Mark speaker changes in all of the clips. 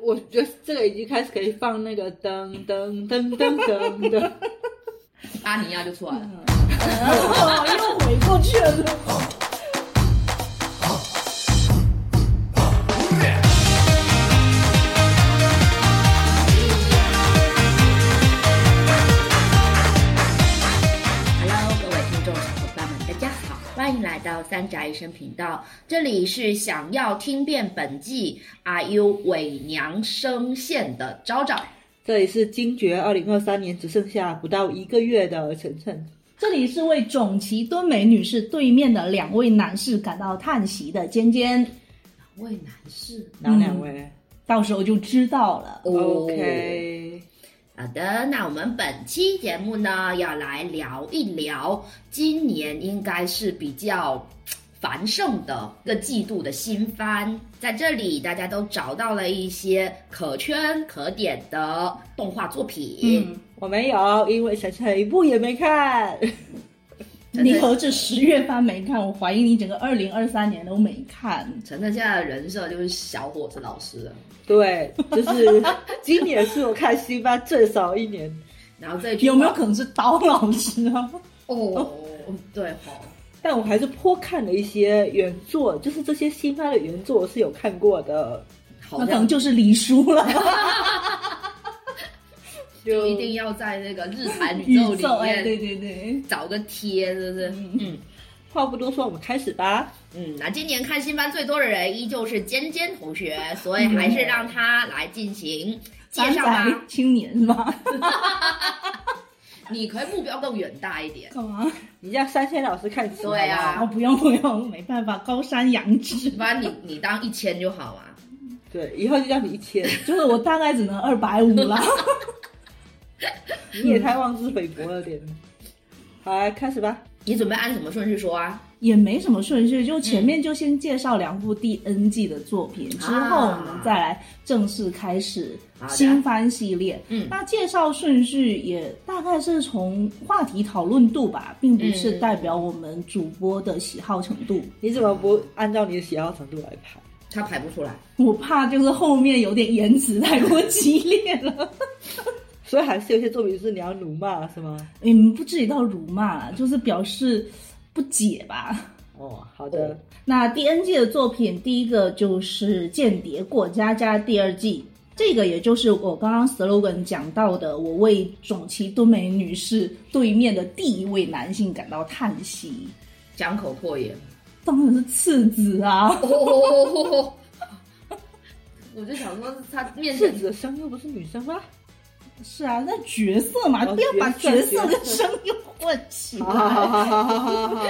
Speaker 1: 我觉得这个已经开始可以放那个噔噔噔噔噔的，
Speaker 2: 阿尼亚就出来了，
Speaker 3: 又回过去了。
Speaker 2: 欢迎来到三宅一生频道，这里是想要听遍本季 IU 伪娘声线的昭昭，
Speaker 1: 这里是惊觉2023年只剩下不到1个月的晨晨，
Speaker 3: 这里是为种崎敦美女士对面的2位男士感到叹息的尖尖。
Speaker 2: 2位男士？
Speaker 1: 哪2位？
Speaker 3: 到时候就知道了。
Speaker 1: OK。
Speaker 2: 好的，那我们本期节目呢，要来聊一聊今年应该是比较繁盛的一个季度的新番，在这里大家都找到了一些可圈可点的动画作品。
Speaker 1: 我没有，因为晨晨一部也没看。
Speaker 3: 你何止10月番没看，我怀疑你整个2023年都没看。
Speaker 2: 晨晨现在的人设就是小伙子老师了。
Speaker 1: 对，就是今年是我看新番最少1年。
Speaker 2: 然后这句
Speaker 3: 有没有可能是刀老师啊？
Speaker 2: 哦，对哦。
Speaker 1: 但我还是颇看了一些原作，就是这些新番的原作我是有看过的。
Speaker 3: 那可能就是李叔了。
Speaker 2: 就一定要在那个日坛宇宙里面，
Speaker 3: 对，
Speaker 2: 找个贴，是不是？
Speaker 1: 话不多说，我们开始吧。
Speaker 2: 那今年看新番最多的人依旧是尖尖同学，所以还是让他来进行介绍吧。
Speaker 3: 青年是吧？
Speaker 2: 你可以目标更远大一点。
Speaker 3: 干嘛？
Speaker 1: 你让三千老师看齐。
Speaker 2: 对啊，
Speaker 3: 不用，没办法，高山仰止。
Speaker 2: 不然你当1000就好嘛。
Speaker 1: 对，以后就叫你1000。
Speaker 3: 就是我大概只能250啦。
Speaker 1: 你也太妄自菲薄了点。好，来开始吧。
Speaker 2: 你准备按什么顺序说啊？
Speaker 3: 也没什么顺序，就前面就先介绍2部第 N 季的作品，之后我们再来正式开始新番系列。那介绍顺序也大概是从话题讨论度吧，并不是代表我们主播的喜好程度。
Speaker 1: 你怎么不按照你的喜好程度来排？
Speaker 2: 他排不出来，
Speaker 3: 我怕就是后面有点言辞太过激烈了。
Speaker 1: 所以还是有些作品是你要辱骂是吗？
Speaker 3: 不至于到辱骂，就是表示不解吧。
Speaker 1: 好的。
Speaker 3: 那第 N 季的作品，第一个就是《间谍过家家》第2季，这个也就是我刚刚 slogan 讲到的，我为种崎敦美女士对面的第1位男性感到叹息。
Speaker 2: 江口拓也，
Speaker 3: 当然是次子啊。
Speaker 2: 我就想说他面前
Speaker 1: 次子的声优不是女生吗？
Speaker 3: 是啊，那角色嘛，不要把角色跟声优混起来。
Speaker 1: 好，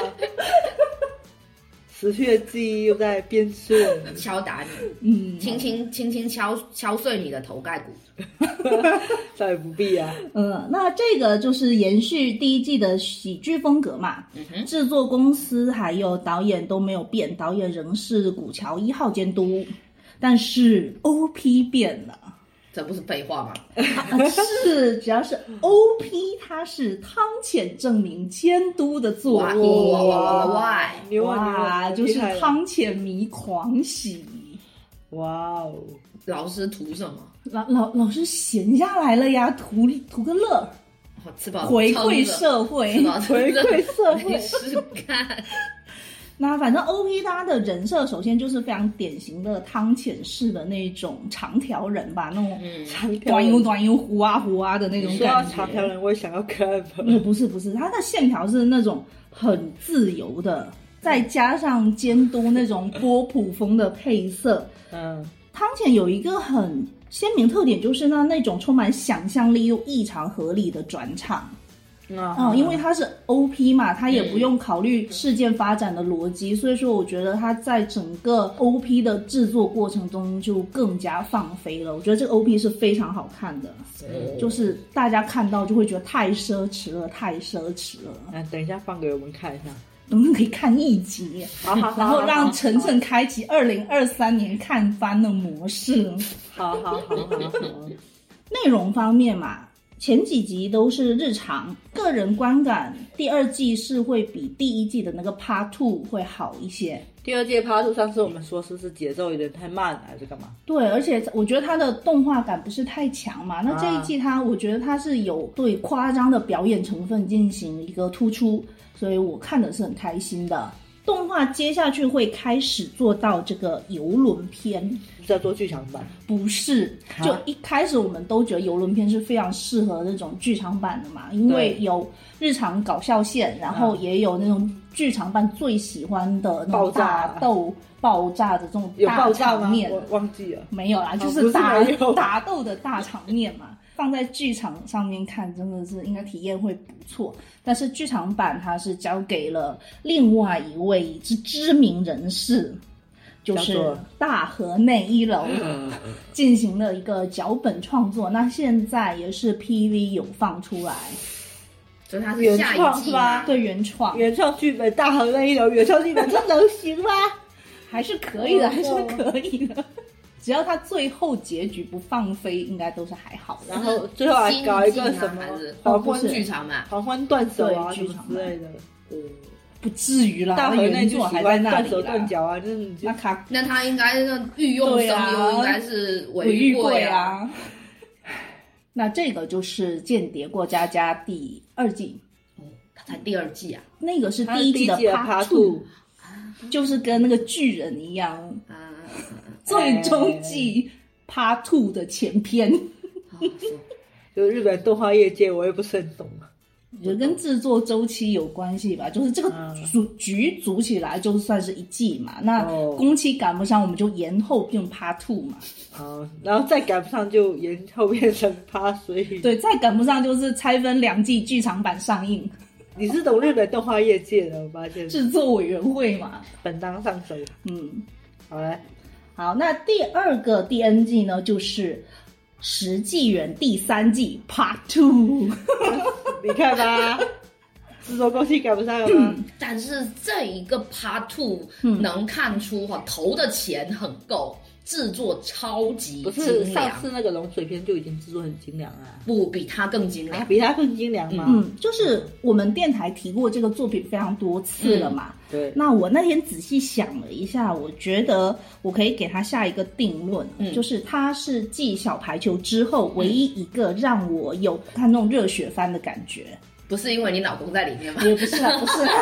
Speaker 1: 失去的记忆又在编顺，
Speaker 2: 敲打你，轻轻敲碎你的头盖骨，
Speaker 1: 倒也不必啊。
Speaker 3: 那这个就是延续第1季的喜剧风格嘛，制作公司还有导演都没有变，导演仍是古桥1号监督，但是 OP 变了。
Speaker 2: 这不是废话吗？
Speaker 3: 是，只要是 OP， 它是汤浅政明监督的作品。哇，就是汤浅迷狂喜。
Speaker 1: 哇哦，
Speaker 2: 老师图什么？
Speaker 3: 老师闲下来了呀，图个乐，
Speaker 2: 吃饱
Speaker 3: 回馈社会，
Speaker 1: 回馈社会，
Speaker 2: 试看。
Speaker 3: 那反正 OP 他的人设首先就是非常典型的汤浅式的那种长条人吧，那种短又糊啊的那种感觉。
Speaker 1: 说到长条人，我也想要看。
Speaker 3: 不是，他的线条是那种很自由的，再加上监督那种波普风的配色。汤浅有一个很鲜明特点，就是那种充满想象力又异常合理的转场。因为他是 OP 嘛，他也不用考虑事件发展的逻辑，所以说我觉得他在整个 OP 的制作过程中就更加放飞了。我觉得这个 OP 是非常好看的，就是大家看到就会觉得太奢侈了。
Speaker 1: 等一下放给我们看一下，
Speaker 3: 我们可以看1集，然后让晨晨开启2023年看番的模式。
Speaker 1: 好。
Speaker 3: 内容方面嘛，前几集都是日常，个人观感第2季是会比第1季的那个 Part 2会好一些。
Speaker 1: 第二届Part 2上次我们说是节奏有点太慢了，还是干嘛？
Speaker 3: 对，而且我觉得它的动画感不是太强嘛。那这一季我觉得它是有对夸张的表演成分进行一个突出，所以我看的是很开心的。动画接下去会开始做到这个游轮篇，
Speaker 1: 是要做剧场版？
Speaker 3: 不是，就一开始我们都觉得游轮篇是非常适合那种剧场版的嘛，因为有日常搞笑线，然后也有那种剧场版最喜欢的那种打斗爆炸的这种大场面。
Speaker 1: 我忘记了，
Speaker 3: 没有啦，就是打斗的大场面嘛。放在剧场上面看，真的是应该体验会不错。但是剧场版它是交给了另外一位知名人士，就是大河内一楼进行了一个脚本创作。那现在也是 PV 有放出来，
Speaker 2: 所以它是下一季吗？
Speaker 3: 对，原创
Speaker 1: 剧本，大河内一楼原创剧本，这能行吗？
Speaker 3: 还是可以的，还是可以的。只要他最后结局不放飞，应该都是还好的。
Speaker 1: 然后最后还搞一个什么
Speaker 2: 黄昏剧场嘛，
Speaker 1: 黄昏断手啊什么之类的。
Speaker 3: 不至于啦，
Speaker 1: 大河内就
Speaker 3: 还在那里
Speaker 1: 断手断脚啊，
Speaker 2: 那他应该御用声优应该是尾玉贵啊。
Speaker 3: 那这个就是《间谍过家家》第2季，
Speaker 2: 他才第2季啊？
Speaker 3: 那个是第1季的 Part 2，就是跟那个巨人一样啊。最终季 Part 2的前篇，
Speaker 1: 就日本动画业界我也不是很懂啊，
Speaker 3: 也跟制作周期有关系吧。就是这个局组起来就算是1季嘛，那工期赶不上，我们就延后变 Part 2嘛。
Speaker 1: 然后再赶不上就延后变成 Part 3。
Speaker 3: 对，再赶不上就是拆分2季剧场版上映。
Speaker 1: 你是懂日本动画业界的，我发现
Speaker 3: 制作委员会嘛，
Speaker 1: 本当上手。好嘞。
Speaker 3: 好，那第2个 DNG 呢，就是《石纪元》第3季 Part 2。
Speaker 1: 你看吧，制作工期赶不上了吗？
Speaker 2: 但是这一个 Part 2能看出投的钱很够，制作超级精良。
Speaker 1: 不是上次那个龙水篇就已经制作很精良啊？
Speaker 2: 不，比它更精良。
Speaker 1: 比它更精良吗？
Speaker 3: 就是我们电台提过这个作品非常多次了嘛。
Speaker 1: 对。
Speaker 3: 那我那天仔细想了一下，我觉得我可以给它下一个定论，就是它是继小排球之后唯一一个让我有看那种热血番的感觉。
Speaker 2: 不是因为你老公在里面吗？
Speaker 3: 也不是啦，不是啦。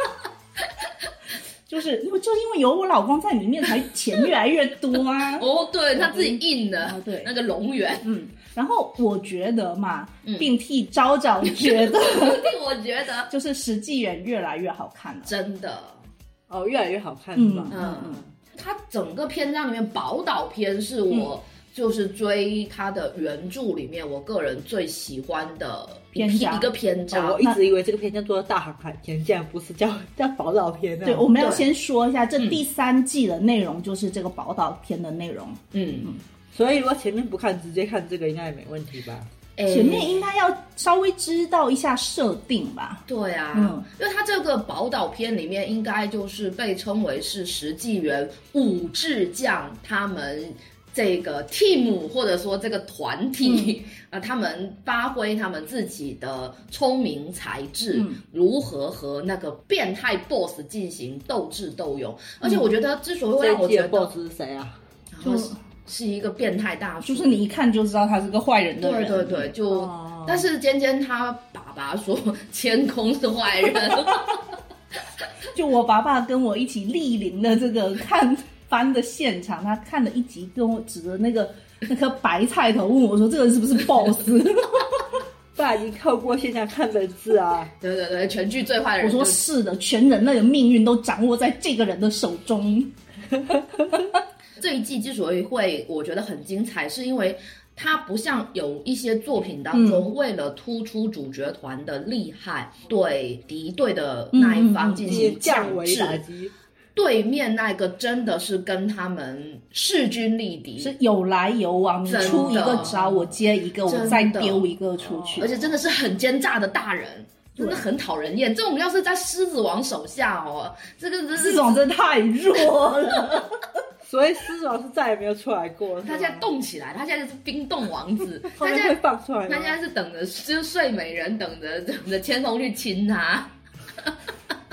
Speaker 3: 就是因为有我老公在里面，才钱越来越多啊。
Speaker 2: 对，他自己印的，对，那个龙源。
Speaker 3: 然后我觉得嘛，并替昭昭觉得，
Speaker 2: 我觉得
Speaker 3: 就是石纪元越来越好看了，
Speaker 2: 真的。
Speaker 1: 越来越好看是吧？
Speaker 2: 它整个篇章里面，宝岛篇是我就是追它的原著里面我个人最喜欢的一个篇章。
Speaker 1: 我一直以为这个篇叫做大航海篇，竟然不是叫宝岛篇啊。
Speaker 3: 对，我们要先说一下，这第3季的内容就是这个宝岛篇的内容。
Speaker 1: 所以如果前面不看，直接看这个应该也没问题吧？
Speaker 3: 前面应该要稍微知道一下设定吧。
Speaker 2: 对啊，因为它这个宝岛篇里面应该就是被称为是石纪元5智将他们这个 team 或者说这个团体他们发挥他们自己的聪明才智，如何和那个变态 boss 进行斗智斗勇。而且我觉得之所以会让我觉得
Speaker 1: boss 是谁啊？
Speaker 2: 是一个变态大叔，
Speaker 3: 就是你一看就知道他是个坏人的人。
Speaker 2: 对，但是尖尖他爸爸说千空是坏人。
Speaker 3: 就我爸爸跟我一起莅临了这个看番的现场，他看了一集，跟我指着那颗白菜头问我说：“这个人是不是 boss？”
Speaker 1: 爸已经透过现场看本质啊！
Speaker 2: 对，全剧最坏的人。
Speaker 3: 我说是的，全人类的命运都掌握在这个人的手中。
Speaker 2: 这一季之所以会我觉得很精彩，是因为它不像有一些作品当中，为了突出主角团的厉害，对敌对的那一方进行降维打击。对面那个真的是跟他们势均力敌，
Speaker 3: 是有来有往，你出一个招，我接一个，我再丢一个出去，
Speaker 2: 而且真的是很奸诈的大人。真的很讨人厌，这种要是在狮子王手下这个狮
Speaker 3: 子王真的太弱了。
Speaker 1: 所以狮子王是再也没有出来过。
Speaker 2: 他现在动起来，他现在是冰冻王子，
Speaker 1: 他现在会放出来。
Speaker 2: 他现在是等着就是睡美人，等着千空去亲他。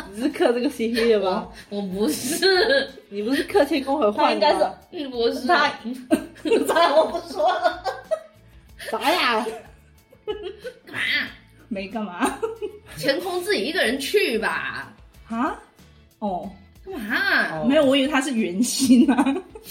Speaker 1: 你是克这个 CP 的吗？
Speaker 2: 我不是，
Speaker 1: 你不是克千空和幻
Speaker 3: 应该是
Speaker 1: 吗？
Speaker 2: 我是
Speaker 3: 他我不说了，
Speaker 1: 啥呀？
Speaker 2: 干嘛？
Speaker 3: 没干嘛
Speaker 2: 千空自己一个人去吧。
Speaker 3: 啊？哦，
Speaker 2: 干嘛？
Speaker 3: 没有，我以为他是圆心啊。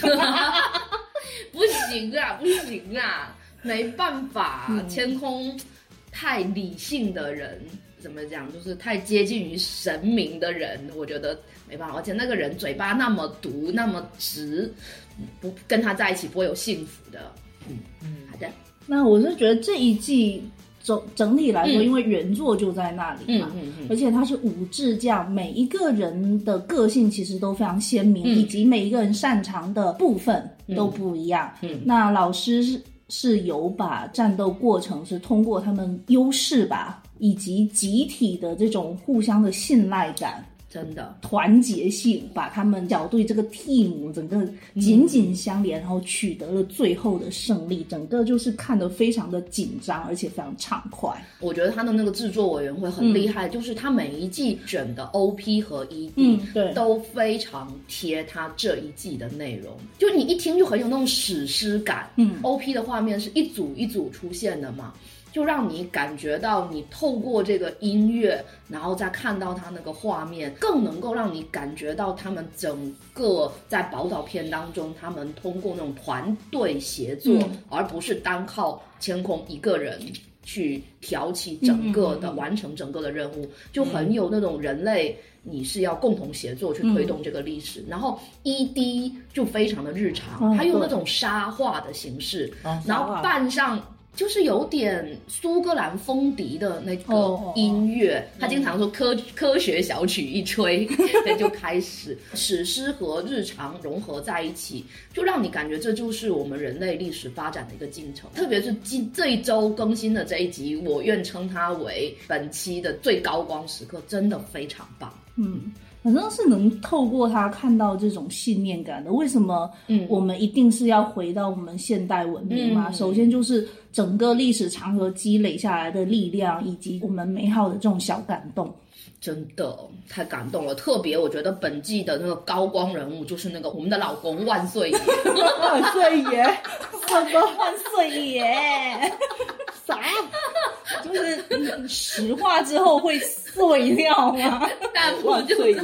Speaker 2: 不行啊，不行啊，没办法，千空太理性的人，怎么讲，就是太接近于神明的人，我觉得没办法。而且那个人嘴巴那么毒，那么直，不跟他在一起不会有幸福的。好的。
Speaker 3: 那我是觉得这一季整体来说，因为原作就在那里嘛，而且它是5智将，每一个人的个性其实都非常鲜明，以及每一个人擅长的部分都不一样。那老师是有把战斗过程是通过他们优势吧，以及集体的这种互相的信赖感。
Speaker 2: 真的
Speaker 3: 团结性，把他们小队这个 team 整个紧紧相连，然后取得了最后的胜利，整个就是看得非常的紧张，而且非常畅快。
Speaker 2: 我觉得他的那个制作委员会很厉害，就是他每一季选的 OP 和 ED，
Speaker 3: 对，
Speaker 2: 都非常贴他这一季的内容，就你一听就很有那种史诗感。OP 的画面是一组一组出现的嘛，就让你感觉到你透过这个音乐，然后再看到他那个画面，更能够让你感觉到他们整个在宝岛篇当中，他们通过那种团队协作，而不是单靠千空一个人去挑起整个的完成整个的任务，就很有那种人类你是要共同协作去推动这个历史。然后 ED 就非常的日常，还有那种沙画的形式，然后扮上就是有点苏格兰风笛的那个音乐，他经常说科学小曲一吹，就开始史诗和日常融合在一起，就让你感觉这就是我们人类历史发展的一个进程。特别是这一周更新的这一集，我愿称它为本期的最高光时刻，真的非常棒。
Speaker 3: 反正是能透过它看到这种信念感的。为什么我们一定是要回到我们现代文明嘛？首先就是整个历史长河积累下来的力量，以及我们美好的这种小感动。
Speaker 2: 真的太感动了，特别我觉得本季的那个高光人物就是那个我们的老公万岁爷。
Speaker 1: 万岁爷，
Speaker 3: 什么万岁爷？
Speaker 1: 啥？
Speaker 3: 就是石化之后会碎掉吗？
Speaker 2: 但我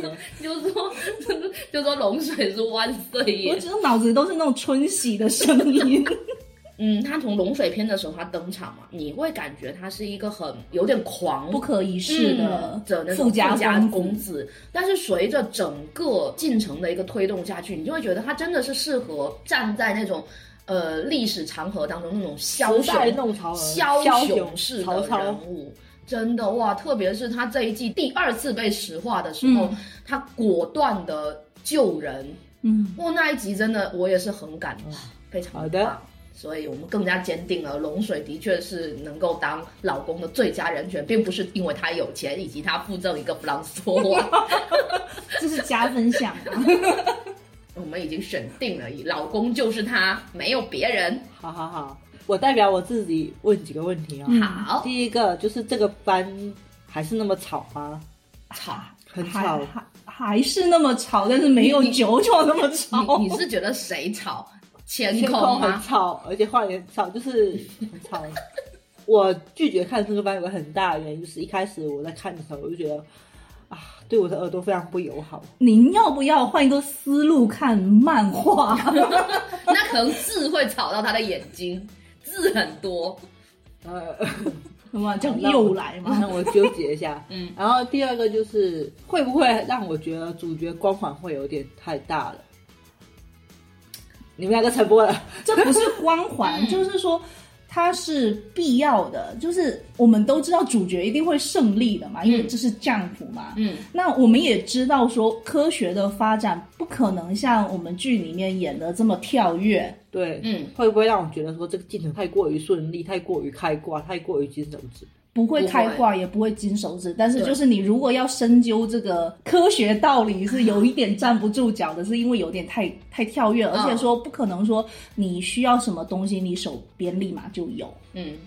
Speaker 2: 就说龙水是万岁爷，
Speaker 3: 我只是脑子里都是那种春喜的声音。
Speaker 2: 他从龙水篇的时候他登场嘛，你会感觉他是一个很有点狂
Speaker 3: 不可一世的
Speaker 2: 那种富家公子，但是随着整个进程的一个推动下去，你就会觉得他真的是适合站在那种历史长河当中那种枭雄式的人物。真的哇，特别是他这一季第2次被石化的时候，他果断的救人。哇，那一集真的我也是很感动，非常棒。好的，所以我们更加坚定了龙水的确是能够当老公的最佳人选，并不是因为他有钱以及他附赠一个弗朗索瓦。
Speaker 3: 这是加分项啊。
Speaker 2: 我们已经选定了，老公就是他，没有别人。
Speaker 1: 好，我代表我自己问几个问题啊。
Speaker 2: 好，
Speaker 1: 第一个就是这个班还是那么吵吗？很吵，
Speaker 3: 还是那么吵，但是没有九九那么吵。
Speaker 2: 你是觉得谁吵？千空吗？
Speaker 1: 很吵，而且话也很吵，就是很吵。我拒绝看这个班有个很大的原因，就是一开始我在看的时候，我就觉得对我的耳朵非常不友好。您
Speaker 3: 要不要换一个思路看漫画？
Speaker 2: 那可能字会吵到他的眼睛，字很多。
Speaker 3: 什么叫又来嘛？
Speaker 1: 让我纠结一下。然后第二个就是会不会让我觉得主角光环会有点太大了？你们两个沉默了。
Speaker 3: 这不是光环，就是说它是必要的，就是我们都知道主角一定会胜利的嘛，因为这是Jump嘛。那我们也知道说科学的发展不可能像我们剧里面演的这么跳跃。
Speaker 1: 对，会不会让我觉得说这个进程太过于顺利，太过于开挂，太过于金手指？
Speaker 3: 不会开挂，也不会金手指，但是就是你如果要深究这个科学道理，是有一点站不住脚的，是因为有点太跳跃，而且说不可能说你需要什么东西，你手边立马就有。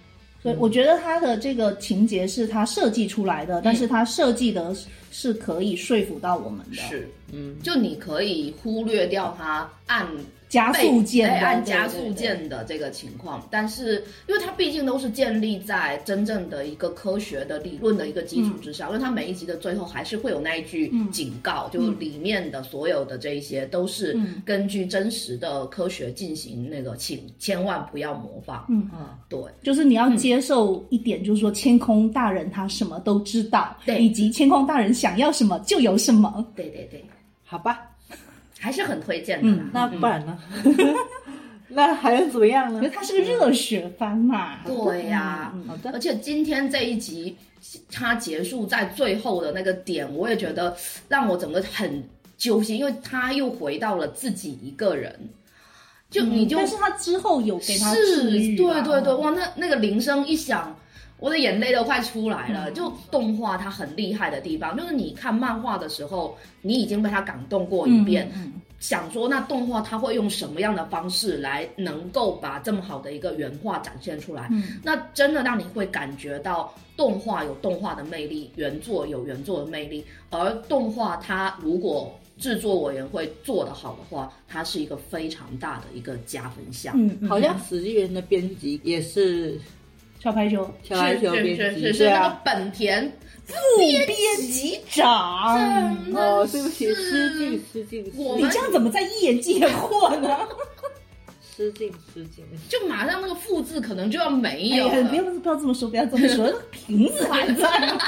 Speaker 3: 对，我觉得他的这个情节是他设计出来的，但是他设计的是可以说服到我们的。
Speaker 2: 是，就你可以忽略掉他按
Speaker 3: 加速键
Speaker 2: 按加速键的这个情况，但是因为它毕竟都是建立在真正的一个科学的理论的一个基础之上，因为它每一集的最后还是会有那一句警告，就里面的所有的这一些都是根据真实的科学进行那个，请千万不要模仿。对，
Speaker 3: 就是你要接受一点，就是说千空大人他什么都知道，以及千空大人想要什么就有什么。
Speaker 2: 对对对，
Speaker 1: 好吧。
Speaker 2: 还是很推荐的啦。
Speaker 1: 那不然呢？那还能怎么样呢？
Speaker 3: 因为它是个热血番嘛。
Speaker 2: 对呀，
Speaker 1: 好的。
Speaker 2: 而且今天这一集它结束在最后的那个点，我也觉得让我整个很揪心，因为他又回到了自己一个人。就你就，
Speaker 3: 但是他之后有给他
Speaker 2: 治愈，
Speaker 3: 对
Speaker 2: 对对，哇，那个铃声一响，我的眼泪都快出来了。就动画它很厉害的地方，就是你看漫画的时候，你已经被它感动过一遍，想说那动画它会用什么样的方式来能够把这么好的一个原画展现出来，那真的让你会感觉到动画有动画的魅力，原作有原作的魅力，而动画它如果制作委员会做得好的话，它是一个非常大的一个加分项。
Speaker 1: 好像《史记》人的编辑也是
Speaker 3: 小排球
Speaker 1: 编辑，
Speaker 2: 是那个本田
Speaker 3: 副编辑长。
Speaker 1: 哦，对不起，失敬。
Speaker 3: 你这样怎么在业界混呢？
Speaker 1: 失敬。
Speaker 2: 就马上那个副字可能就要没有了。
Speaker 3: 不要这么说，不要这么说，瓶子还在吗？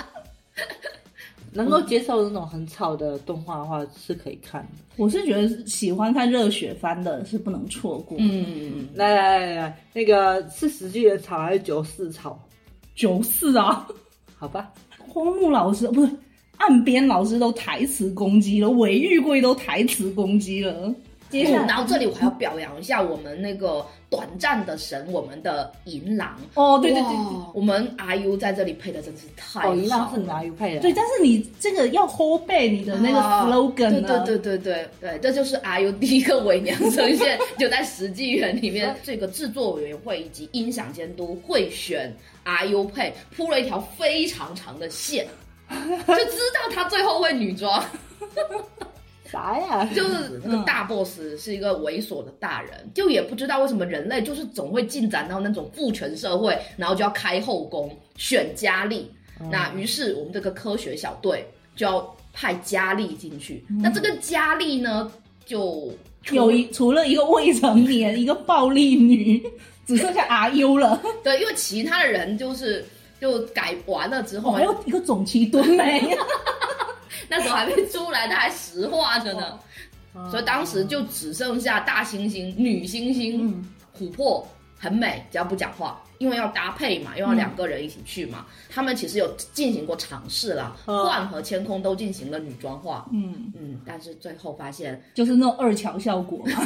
Speaker 1: 能够接受那种很吵的动画的话是可以看的。
Speaker 3: 我是觉得喜欢看热血番的是不能错过。
Speaker 1: 来，那个是实际的吵还是94吵
Speaker 3: ？94啊，
Speaker 1: 好吧。
Speaker 3: 荒木老师不是岸边老师都台词攻击了，尾玉贵都台词攻击了。接下来，
Speaker 2: 然后这里我还要表扬一下我们那个短暂的神，我们的银狼。
Speaker 3: 哦，对，
Speaker 2: 我们 IU 在这里配的真是太好了。
Speaker 1: 银狼是你 IU 配的。
Speaker 3: 对，但是你这个要 hold 背你的那个 slogan 呢？
Speaker 2: 对，这就是 IU 第一个伪娘声线，就在实际园里面，这个制作委员会以及音响监督会选 IU 配，铺了一条非常长的线，就知道他最后会女装。
Speaker 1: 啥呀？
Speaker 2: 就是那个大 boss 是一个猥琐的大人，就也不知道为什么人类就是总会进展到那种父权社会，然后就要开后宫选佳丽。那于是我们这个科学小队就要派佳丽进去。那这个佳丽呢，就
Speaker 3: 除了一个未成年，一个暴力女，只剩下 RU 了。
Speaker 2: 对，因为其他的人就改完了之后，
Speaker 3: 还有一个种崎敦美。
Speaker 2: 那时候还没出来，他还实化着呢，所以当时就只剩下大猩猩、女猩猩、琥珀很美，只要不讲话，因为要搭配嘛，又要2个人一起去嘛。他们其实有进行过尝试啦，幻和千空都进行了女装化，但是最后发现
Speaker 3: 就是那种2乔效果嘛。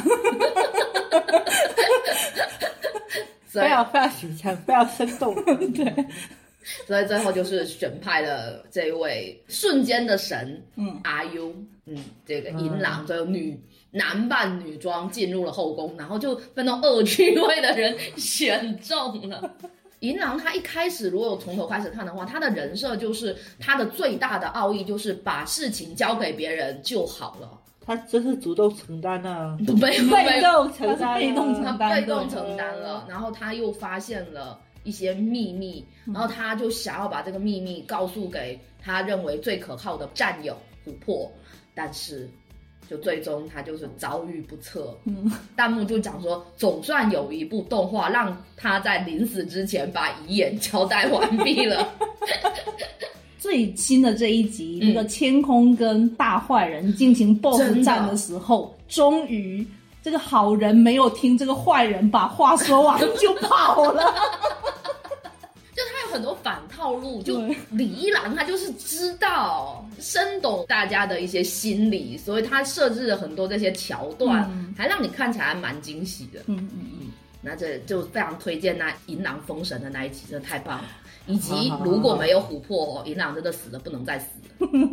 Speaker 1: 非常形象，非常生动，
Speaker 3: 对。
Speaker 2: 所以最后就是选派了这位瞬间的神，RU，这个银狼，就男扮女装进入了后宫，然后就被那种恶趣味的人选中了。银狼他一开始如果从头开始看的话，他的人设就是他的最大的奥义就是把事情交给别人就好了。
Speaker 1: 他真是主动承担啊，
Speaker 2: 被
Speaker 1: 动承担，
Speaker 2: 他被动承担了，然后他又发现了一些秘密，然后他就想要把这个秘密告诉给他认为最可靠的战友琥珀，但是就最终他就是遭遇不测。弹幕就讲说，总算有一部动画让他在临死之前把遗言交代完毕了。
Speaker 3: 最新的这一集，那个千空跟大坏人进行 BOSS 战的时候，终于这个好人没有听这个坏人把话说完就跑了。
Speaker 2: 就他有很多反套路，就李一郎他就是知道深懂大家的一些心理，所以他设置了很多这些桥段，还让你看起来蛮惊喜的。那这就非常推荐那银狼封神的那一集，真的太棒了。以及如果没有琥珀，银狼真的死了不能再死了。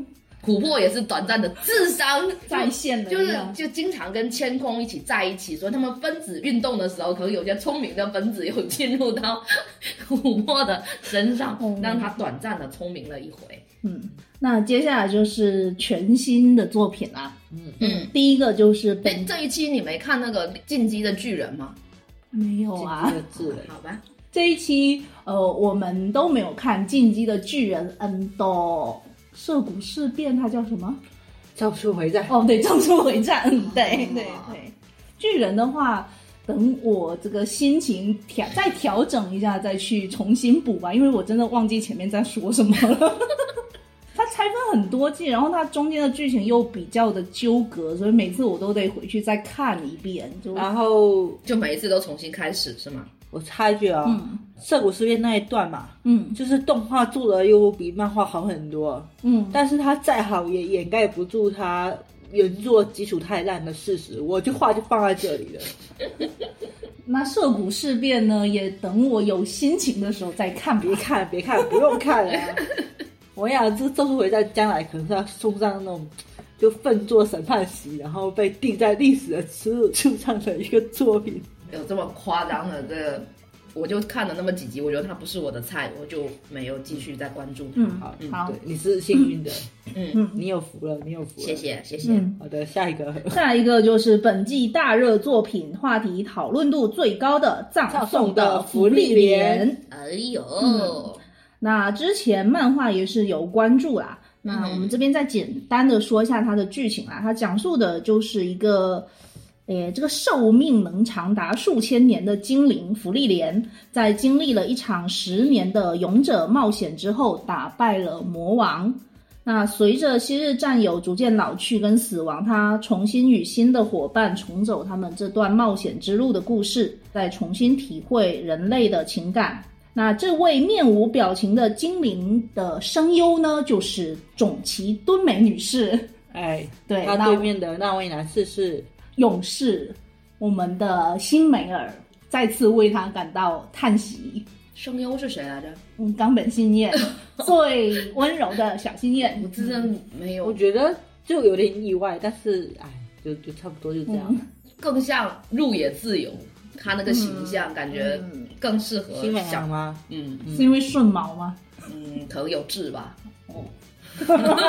Speaker 2: 琥珀也是短暂的智商
Speaker 3: 在线的
Speaker 2: 就经常跟千空一起在一起，所以他们分子运动的时候，可能有些聪明的分子有进入到琥珀的身上，让他短暂的聪明了一回。
Speaker 3: 那接下来就是全新的作品啦。第一个就是
Speaker 2: 这一期你没看那个进击的巨人吗？
Speaker 3: 没有啊。
Speaker 2: 好吧。
Speaker 3: 这一期我们都没有看进击的巨人涉谷事变，它叫什么？
Speaker 1: 咒术回战。
Speaker 3: 对，咒术回战。对。巨人的话，等我这个心情再调整一下，再去重新补吧，因为我真的忘记前面在说什么了。它拆分很多季，然后它中间的剧情又比较的纠葛，所以每次我都得回去再看一遍，
Speaker 1: 然后
Speaker 2: 就每一次都重新开始是吗？
Speaker 1: 我插一句涩谷事变那一段嘛，就是动画做的又比漫画好很多，但是它再好也掩盖不住它原作基础太烂的事实，我就话就放在这里了。
Speaker 3: 那涉谷事变呢，也等我有心情的时候再看吧。
Speaker 1: 别看，不用看了。我想这咒术回战将来可能是要送上那种就粪作审判席，然后被钉在历史的耻辱柱上的一个作品。
Speaker 2: 有这么夸张的这个，我就看了那么几集，我觉得它不是我的菜，我就没有继续再关注它。
Speaker 3: 好，
Speaker 1: 对，你是幸运的，你有福了，
Speaker 2: 谢谢。
Speaker 1: 好的，下
Speaker 3: 一个就是本季大热作品，话题讨论度最高的葬送的芙莉莲。
Speaker 2: 哎呦，
Speaker 3: 那之前漫画也是有关注啦。那我们这边再简单的说一下它的剧情啦。它讲述的就是一个这个寿命能长达数千年的精灵芙莉莲，在经历了一场10年的勇者冒险之后，打败了魔王。那随着昔日战友逐渐老去跟死亡，他重新与新的伙伴重走他们这段冒险之路的故事，再重新体会人类的情感。那这位面无表情的精灵的声优呢，就是种崎敦美女士。对，
Speaker 1: 她对面的那位男士是
Speaker 3: 勇士，我们的辛美尔，再次为他感到叹息。
Speaker 2: 声优是谁来着？
Speaker 3: 冈本信彦，最温柔的小信彦。
Speaker 2: 我真的没有，
Speaker 1: 我觉得就有点意外，但是就差不多就这样。
Speaker 2: 更像入野自由，他那个形象感觉更适合
Speaker 1: 新美尔吗？
Speaker 3: 是因为顺毛吗？
Speaker 2: 可能有痣吧。
Speaker 1: 你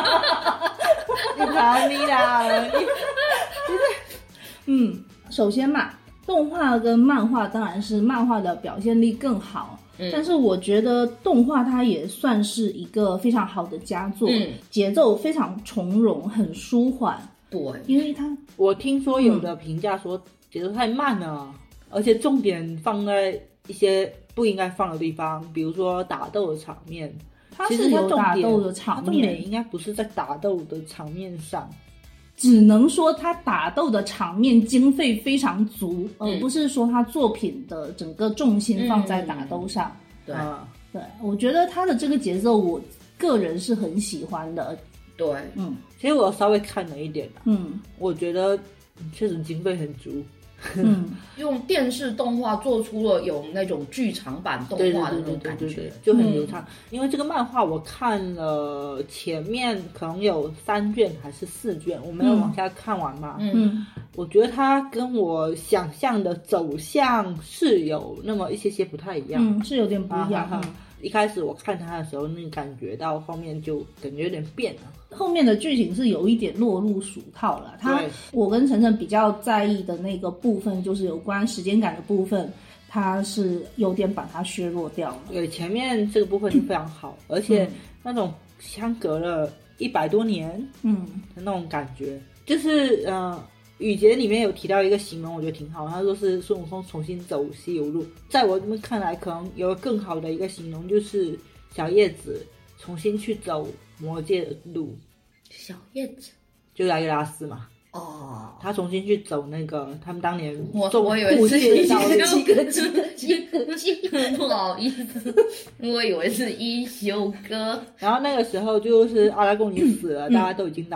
Speaker 1: 逃你啦！
Speaker 3: 首先嘛，动画跟漫画当然是漫画的表现力更好，但是我觉得动画它也算是一个非常好的佳作，节奏非常从容，很舒缓。
Speaker 2: 对，
Speaker 3: 因为
Speaker 1: 我听说有的评价说节奏太慢了，而且重点放在一些不应该放的地方，比如说打斗的场面。
Speaker 3: 它是有打斗的场面，
Speaker 1: 重点应该不是在打斗的场面上。
Speaker 3: 只能说他打斗的场面经费非常足，而不是说他作品的整个重心放在打斗上。
Speaker 2: 对，
Speaker 3: 我觉得他的这个节奏，我个人是很喜欢的。
Speaker 2: 对，
Speaker 1: 其实我稍微看了一点我觉得确实经费很足。
Speaker 2: 用电视动画做出了有那种剧场版动画的那种感觉，
Speaker 1: 就很流畅。因为这个漫画我看了前面可能有3卷还是4卷，我没有往下看完嘛。我觉得它跟我想象的走向是有那么一些不太一样，
Speaker 3: 是有点不一样。
Speaker 1: 一开始我看它的时候，那个感觉到后面就感觉有点变了。
Speaker 3: 后面的剧情是有一点落入俗套了。我跟晨晨比较在意的那个部分，就是有关时间感的部分，它是有点把它削弱掉了。
Speaker 1: 对，前面这个部分就非常好，而且那种相隔了100多年的那种感觉，就是雨杰里面有提到一个形容，我觉得挺好。他说是孙悟空重新走西游路，在我这边看来，可能有更好的一个形容，就是小叶子重新去走魔界的路。
Speaker 2: 小叶子
Speaker 1: 就莱格拉斯嘛。他重新去走那个他们当年
Speaker 2: 我以为是
Speaker 3: 几个
Speaker 2: 不好意思，我以为是一休哥。
Speaker 1: 然后那个时候就是阿拉贡尼死了，大家都已经老了。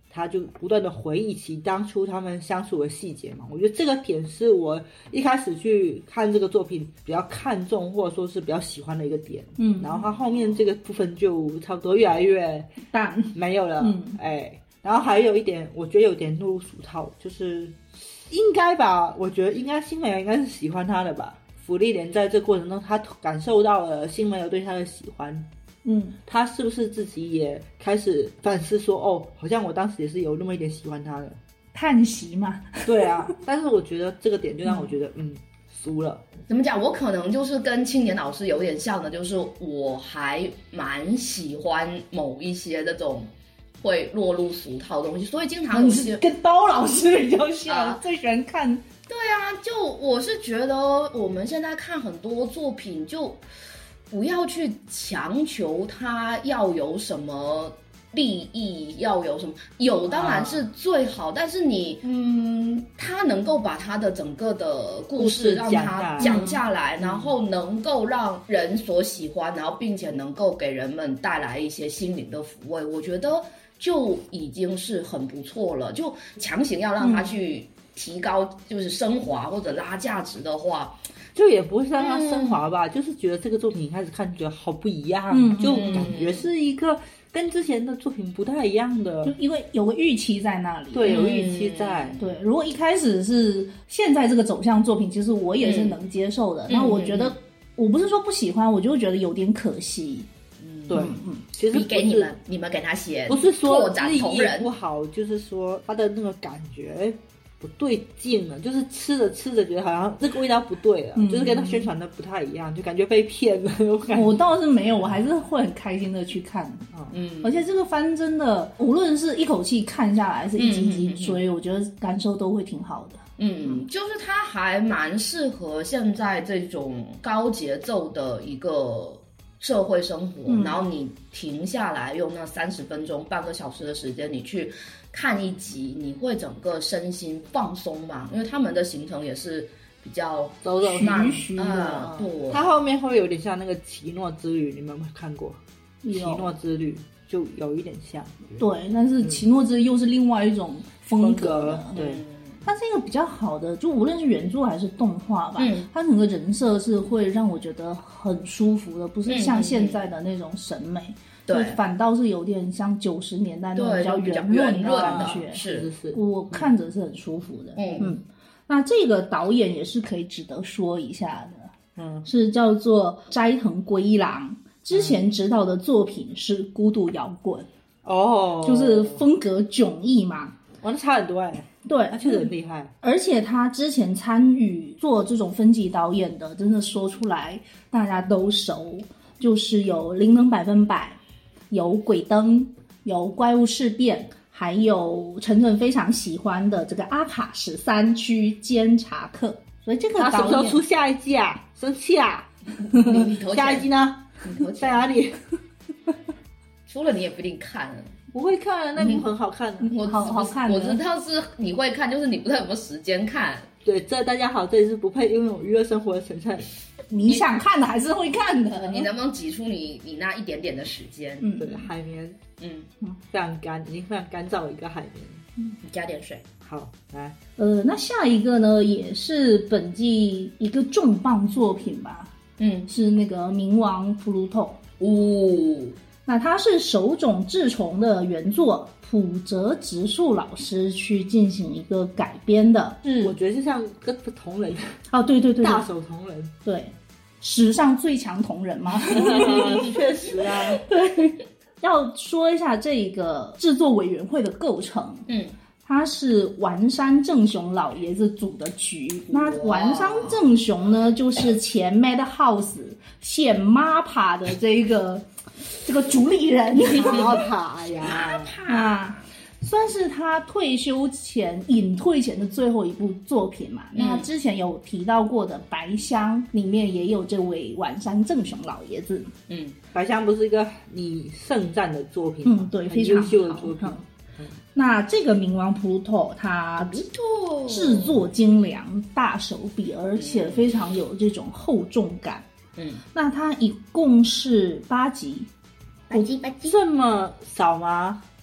Speaker 1: 他就不断的回忆起当初他们相处的细节嘛。我觉得这个点是我一开始去看这个作品比较看重或者说是比较喜欢的一个点。然后他后面这个部分就差不多越来越
Speaker 3: 淡
Speaker 1: 没有了。然后还有一点我觉得有点落入俗套，就是应该吧，我觉得应该新美应该是喜欢他的吧。芙莉莲在这过程中他感受到了新美对他的喜欢。他是不是自己也开始反思说，哦，好像我当时也是有那么一点喜欢他的，
Speaker 3: 叹息嘛。
Speaker 1: 对啊，但是我觉得这个点就让我觉得输了。
Speaker 2: 怎么讲？我可能就是跟青年老师有点像的，就是我还蛮喜欢某一些那种会落入俗套的东西，所以经常有些
Speaker 3: 跟刀老师比较像，最喜欢看。
Speaker 2: 对啊，就我是觉得我们现在看很多作品就不要去强求他要有什么利益，要有什么，有当然是最好，但是你他能够把他的整个的故事让他讲下来，然后能够让人所喜欢，然后并且能够给人们带来一些心灵的抚慰，我觉得就已经是很不错了。就强行要让他去提高就是升华或者拉价值的话，
Speaker 1: 就也不是让它升华吧，就是觉得这个作品一开始看觉得好不一样，就感觉是一个跟之前的作品不太一样的，
Speaker 3: 就因为有个预期在那里。
Speaker 1: 对，有预期在。
Speaker 3: 对，如果一开始是现在这个走向作品，其实我也是能接受的。那我觉得我不是说不喜欢，我就觉得有点可惜。
Speaker 1: 对，其实
Speaker 2: 比给你们给他写，
Speaker 1: 不是说
Speaker 2: 拓展同人
Speaker 1: 不好，就是说他的那个感觉不对劲了，就是吃着吃着觉得好像这个味道不对了，就是跟他宣传的不太一样，就感觉被骗了。
Speaker 3: 我倒是没有，我还是会很开心的去看。而且这个番真的，无论是一口气看下来，还是一集一集追，我觉得感受都会挺好的。
Speaker 2: 就是它还蛮适合现在这种高节奏的一个社会生活，然后你停下来用那30分钟、半个小时的时间，你去看一集，你会整个身心放松嘛？因为他们的行程也是比较
Speaker 1: 走走
Speaker 3: 徐徐的。
Speaker 2: 对，
Speaker 1: 它后面会有点像那个奇诺之旅，你们有没有看过？奇诺之旅就有一点像。
Speaker 3: 对，但是奇诺之旅又是另外一种风格。
Speaker 1: 对。
Speaker 3: 它是一个比较好的，就无论是原著还是动画吧，它整个人设是会让我觉得很舒服的，不是像现在的那种审美，对，反倒是有点像90年代那种比较圆润的感觉，
Speaker 2: 是，
Speaker 3: 我看着是很舒服的。那这个导演也是可以值得说一下的，是叫做斋藤圭郎，之前执导的作品是《孤独摇滚》，就是风格迥异嘛，
Speaker 1: 那差很多对，他确实很厉害，
Speaker 3: 而且他之前参与做这种分级导演的，真的说出来大家都熟，就是有《灵能100%》，有《鬼灯》，有《怪物事变》，还有晨晨非常喜欢的这个阿卡13区监察课。所以这个导演
Speaker 1: 他什么时候出下一季啊？生气啊！下一季呢？在哪里？
Speaker 2: 出了你也不一定看了。
Speaker 1: 不会看，那部很好看的，
Speaker 3: 好看的。
Speaker 2: 我知道是你会看，就是你不知道有没有时间看。
Speaker 1: 对，大家好，这里是不配拥有娱乐生活的晨晨。
Speaker 3: 你想看的还是会看的，
Speaker 2: 你能不能挤出你那一点点的时间？
Speaker 1: 对，海绵，非常干，已经非常干燥的一个海绵。
Speaker 2: 加点水。
Speaker 1: 好，来，
Speaker 3: 那下一个呢，也是本季一个重磅作品吧，是那个《冥王普鲁托》。那它是手冢治虫的原作，浦泽直树老师去进行一个改编的。
Speaker 1: 我觉得就像个同人
Speaker 3: 对，
Speaker 1: 大手同人，
Speaker 3: 对，史上最强同人吗？
Speaker 1: 确实啊。
Speaker 3: 对，要说一下这个制作委员会的构成。他是丸山正雄老爷子组的局。那丸山正雄呢，就是前 Madhouse 现 MAPPA 的这个主理人。
Speaker 1: MAPPA 呀，
Speaker 3: 算是他隐退前的最后一部作品嘛。那之前有提到过的《白香》里面也有这位丸山正雄老爷子。
Speaker 1: 白香不是一个你盛赞的作品吗？
Speaker 3: 对，非常
Speaker 1: 优秀的作品。
Speaker 3: 那这个冥王普鲁托，它制作精良、大手笔，而且非常有这种厚重感。那它一共是8集，
Speaker 2: 8集
Speaker 1: 这么少吗？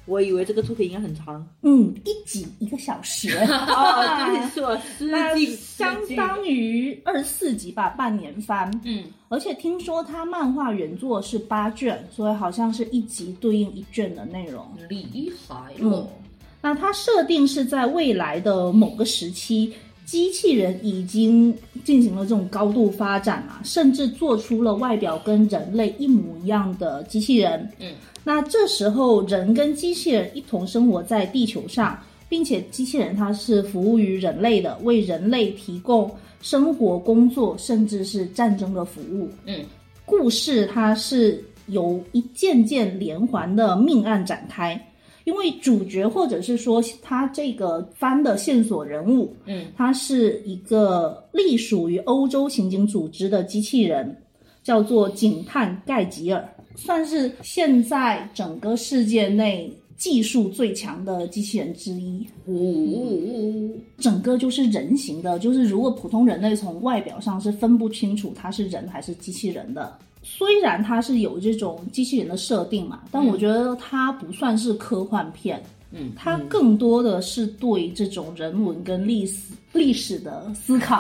Speaker 1: 我以为这个作品应该很长。
Speaker 3: 一集1个小时。
Speaker 1: 对，是我
Speaker 3: 那相当于24集吧，半年番。而且听说它漫画原作是8卷，所以好像是一集对应1卷的内容。
Speaker 2: 厉害哦！
Speaker 3: 那它设定是在未来的某个时期，机器人已经进行了这种高度发展啊，甚至做出了外表跟人类一模一样的机器人。那这时候人跟机器人一同生活在地球上，并且机器人它是服务于人类的，为人类提供生活、工作，甚至是战争的服务。故事它是由一件件连环的命案展开，因为主角或者是说他这个番的线索人物，他是一个隶属于欧洲刑警组织的机器人，叫做警探盖吉尔，算是现在整个世界内技术最强的机器人之一。整个就是人形的，就是如果普通人类从外表上是分不清楚他是人还是机器人的。虽然它是有这种机器人的设定嘛，但我觉得它不算是科幻片，它更多的是对这种人文跟历史的思考。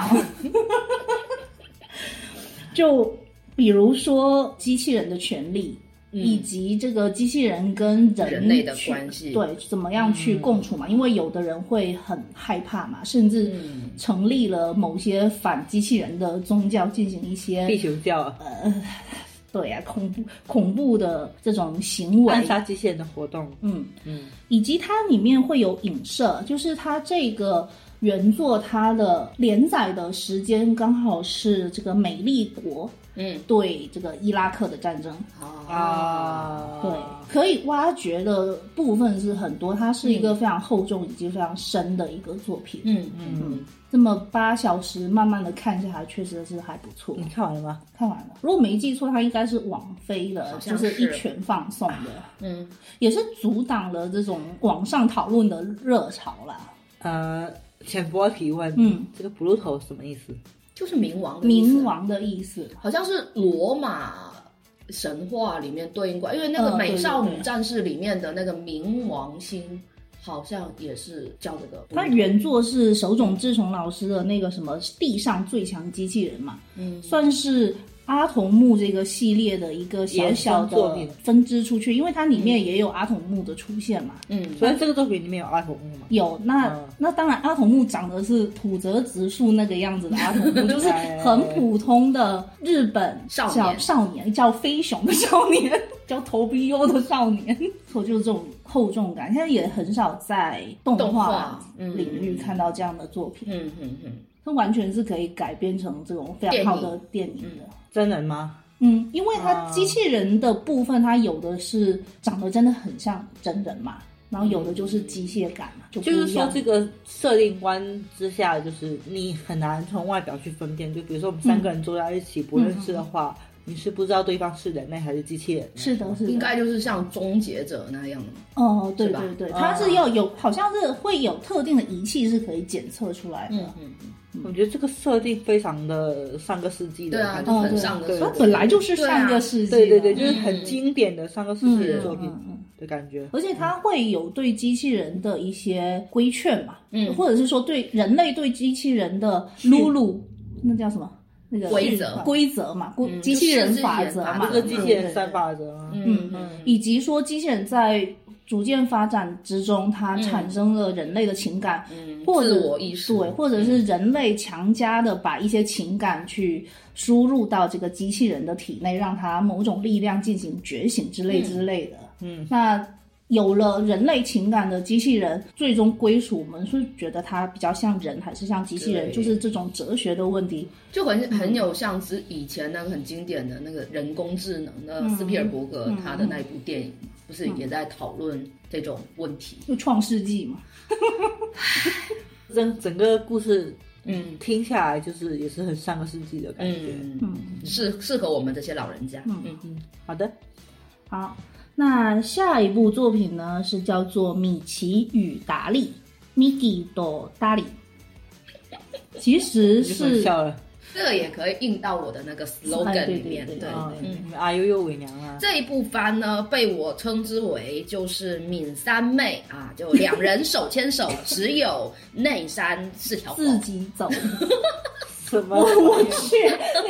Speaker 3: 就比如说机器人的权利，以及这个机器人跟
Speaker 2: 人类的关系，
Speaker 3: 对，怎么样去共处嘛？因为有的人会很害怕嘛，甚至成立了某些反机器人的宗教，进行一些
Speaker 1: 地球教
Speaker 3: 对啊，恐怖的这种行为，
Speaker 1: 暗杀机器人的活动。
Speaker 3: 以及它里面会有影射，就是它这个原作它的连载的时间刚好是这个美利国对这个伊拉克的战争对，可以挖掘的部分是很多，它是一个非常厚重以及非常深的一个作品。这么8小时慢慢的看下来，确实是还不错。
Speaker 1: 你看完了吗？
Speaker 3: 看完了。如果没记错，它应该是网飞的，就是一拳放送的。也是阻挡了这种网上讨论的热潮啦。
Speaker 1: 浅薄提问，这个 Pluto 什么意思？
Speaker 2: 就是冥王
Speaker 3: 的意思，
Speaker 2: 好像是罗马神话里面对应过来，因为那个美少女战士里面的那个冥王星好像也是叫这个。
Speaker 3: 它原作是手冢治虫老师的那个什么地上最强机器人嘛，算是阿童木这个系列的一个小小的分支出去，因为它里面也有阿童木的出现嘛。
Speaker 1: 所以这个作品里面有阿童木吗？
Speaker 3: 有。那当然，阿童木长得是土泽直树那个样子的阿童木，就是很普通的日本少年，叫飞熊的少年，叫头皮优的少年，就是这种厚重感。现在也很少在动画领域看到这样的作品。它完全是可以改编成这种非常好的电影的。
Speaker 1: 真人吗？
Speaker 3: 因为它机器人的部分，它有的是长得真的很像真人嘛，然后有的就是机械感嘛，
Speaker 1: 就是说这个设定观之下，就是你很难从外表去分辨。就比如说我们3个人坐在一起不认识的话，你是不知道对方是人类还是机器人。
Speaker 3: 是的，
Speaker 2: 应该就是像终结者那样
Speaker 3: 对对对，它是要有，好像是会有特定的仪器是可以检测出来的。
Speaker 1: 我觉得这个设定非常的上个世纪的感觉。
Speaker 2: 很上个世纪，
Speaker 3: 它本来就是上个世纪。
Speaker 1: 对，就是很经典的上个世纪的作品的感觉。
Speaker 3: 而且它会有对机器人的一些规劝嘛，或者是说对人类对机器人的那叫什么？那个规则嘛，机器人法则嘛，
Speaker 1: 这个机器人3法则嘛。
Speaker 3: 以及说机器人在逐渐发展之中，它产生了人类的情感，或者
Speaker 2: 自我意识，
Speaker 3: 对，或者是人类强加的把一些情感去输入到这个机器人的体内，让它某种力量进行觉醒之类的。那有了人类情感的机器人，最终归属我们是觉得它比较像人还是像机器人，就是这种哲学的问题，
Speaker 2: 就很有像是以前那个很经典的那个人工智能的斯皮尔伯格他的那一部电影，不是也在讨论这种问题？
Speaker 3: 就创世纪嘛。
Speaker 1: 整个故事听下来就是也是很上个世纪的感觉。
Speaker 2: 适合我们这些老人家。
Speaker 1: 好的，
Speaker 3: 好。那下一部作品呢是叫做《米奇与达利》，Mickey と达利，其实是
Speaker 2: 这个也可以印到我的那个 slogan 里面。对，
Speaker 1: 阿优又伪娘啊。
Speaker 2: 这一部番呢，被我称之为就是闵三妹啊，就两人手牵手，只有内山是条狗，
Speaker 3: 自己走。
Speaker 1: 什么？
Speaker 3: 我去。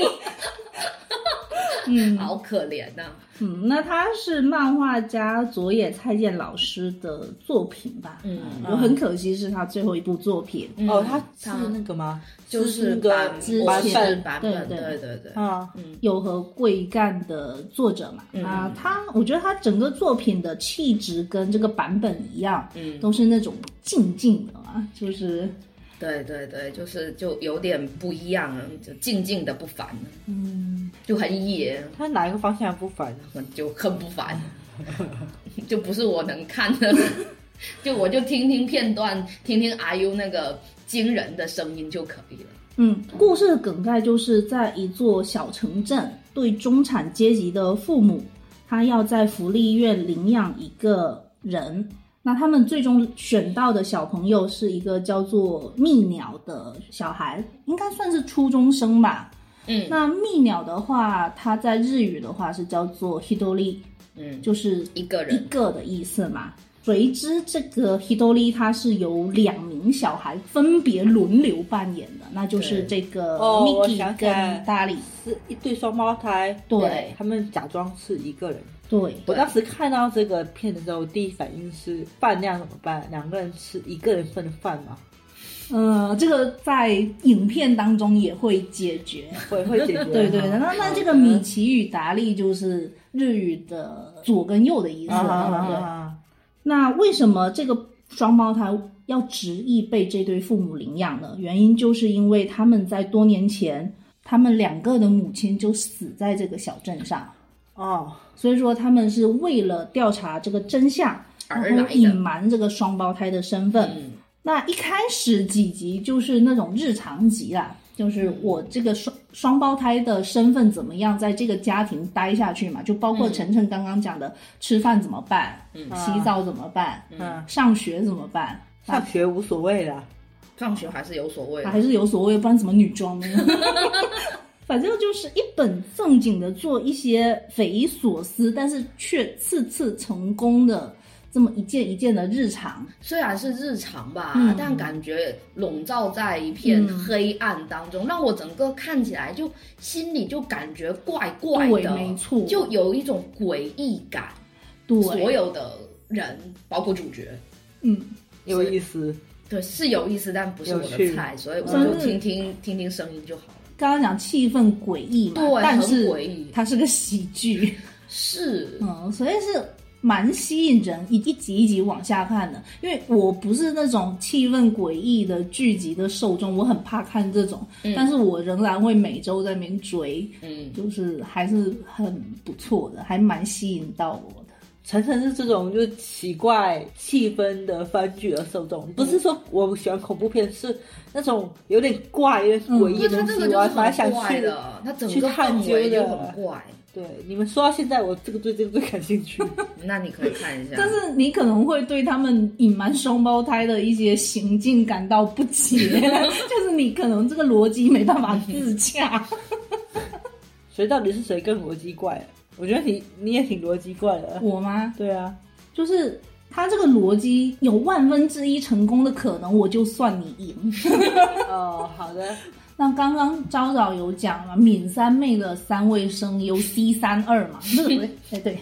Speaker 2: 好可怜呐。
Speaker 3: 那他是漫画家佐野菜见老师的作品吧？就很可惜是他最后一部作品。
Speaker 1: 他是那个吗？
Speaker 2: 就是
Speaker 1: 那个
Speaker 2: 版本，对。
Speaker 3: 有和贵干的作者嘛？我觉得他整个作品的气质跟这个版本一样，都是那种静静的嘛，就是。
Speaker 2: 对，就有点不一样了，就静静的不烦，就很野。
Speaker 1: 他哪一个方向不烦？
Speaker 2: 就很不烦，就不是我能看的，我就听听片段，听听阿 U 那个惊人的声音就可以了。
Speaker 3: 故事的梗概就是在一座小城镇，对中产阶级的父母，他要在福利院领养一个人。那他们最终选到的小朋友是一个叫做蜜鸟的小孩，应该算是初中生吧。那蜜鸟的话，它在日语的话是叫做 hidori，就是
Speaker 2: 一个人
Speaker 3: 一个的意思嘛。随之这个 hidori 它是由2名小孩分别轮流扮演的，那就是这个 Miki 跟 Dali
Speaker 1: 是一对双胞胎，
Speaker 3: 对，
Speaker 1: 他们假装是一个人。
Speaker 3: 对，
Speaker 1: 我当时看到这个片的时候，第一反应是饭量怎么办？两个人吃一个人份的饭吗？
Speaker 3: 这个在影片当中也会解决，
Speaker 1: 会解决。
Speaker 3: 对，那这个米奇与达利就是日语的左跟右的意思。那为什么这个双胞胎要执意被这对父母领养呢？原因就是因为他们在多年前，他们2个的母亲就死在这个小镇上。所以说他们是为了调查这个真相，然后隐瞒这个双胞胎的身份。那一开始几集就是那种日常集啦，就是我这个双胞胎的身份怎么样在这个家庭待下去嘛，就包括晨晨刚刚讲的吃饭怎么办，洗澡怎么办，上学怎么办。
Speaker 1: 上学无所谓啦，
Speaker 2: 上学还是有所谓的，
Speaker 3: 还是有所谓，不然怎么女装呢？反正就是一本正经的做一些匪夷所思，但是却次次成功的这么一件一件的日常。
Speaker 2: 虽然是日常吧，但感觉笼罩在一片黑暗当中，让我整个看起来就心里就感觉怪怪的。
Speaker 3: 对，没错，
Speaker 2: 就有一种诡异感。
Speaker 3: 对，
Speaker 2: 所有的人，包括主角，
Speaker 1: 有意思。
Speaker 2: 对，是有意思，但不是我的菜，所以我就听听声音就好了。
Speaker 3: 刚刚讲气氛诡异嘛，
Speaker 2: 对，
Speaker 3: 但是
Speaker 2: 很诡异，
Speaker 3: 它是个喜剧，
Speaker 2: 是，
Speaker 3: 所以是蛮吸引人，一集一集往下看的。因为我不是那种气氛诡异的剧集的受众，我很怕看这种，但是我仍然会每周在那边追，就是还是很不错的，还蛮吸引到我的。
Speaker 1: 晨晨是这种就是奇怪气氛的番剧的受众，不是说我喜欢恐怖片，是那种有点怪、有点诡异的东西，我还想去
Speaker 2: 的，它整个氛围就很怪。
Speaker 1: 对，你们说到现在，我对这个最感兴趣。
Speaker 2: 那你可以看一下，
Speaker 3: 但是你可能会对他们隐瞒双胞胎的一些行径感到不解，就是你可能这个逻辑没办法自洽。
Speaker 1: 所以到底是谁更逻辑怪？我觉得你也挺逻辑怪的。
Speaker 3: 我吗？
Speaker 1: 对啊，
Speaker 3: 就是他这个逻辑有1/1000成功的可能，我就算你赢。
Speaker 1: 好的。
Speaker 3: 那刚刚昭昭有讲嘛，闵三妹的3位声优 C32嘛，不是对，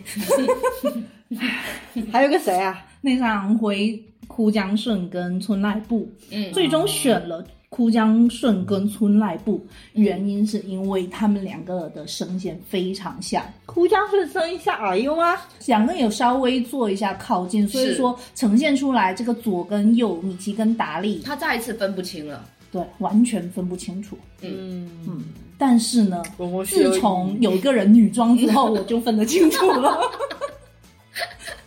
Speaker 1: 还有个谁啊？
Speaker 3: 内上辉、哭江顺跟村濑部，最终选了哭江顺跟村濑部，原因是因为他们2个的声线非常像。
Speaker 1: 哭江顺声音像阿优吗
Speaker 3: ？2个有稍微做一下靠近，所以说呈现出来这个左跟右，米奇跟达利，
Speaker 2: 他再一次分不清了。
Speaker 3: 对，完全分不清楚。但是呢，自从有一个人女装之后，我就分得清楚了。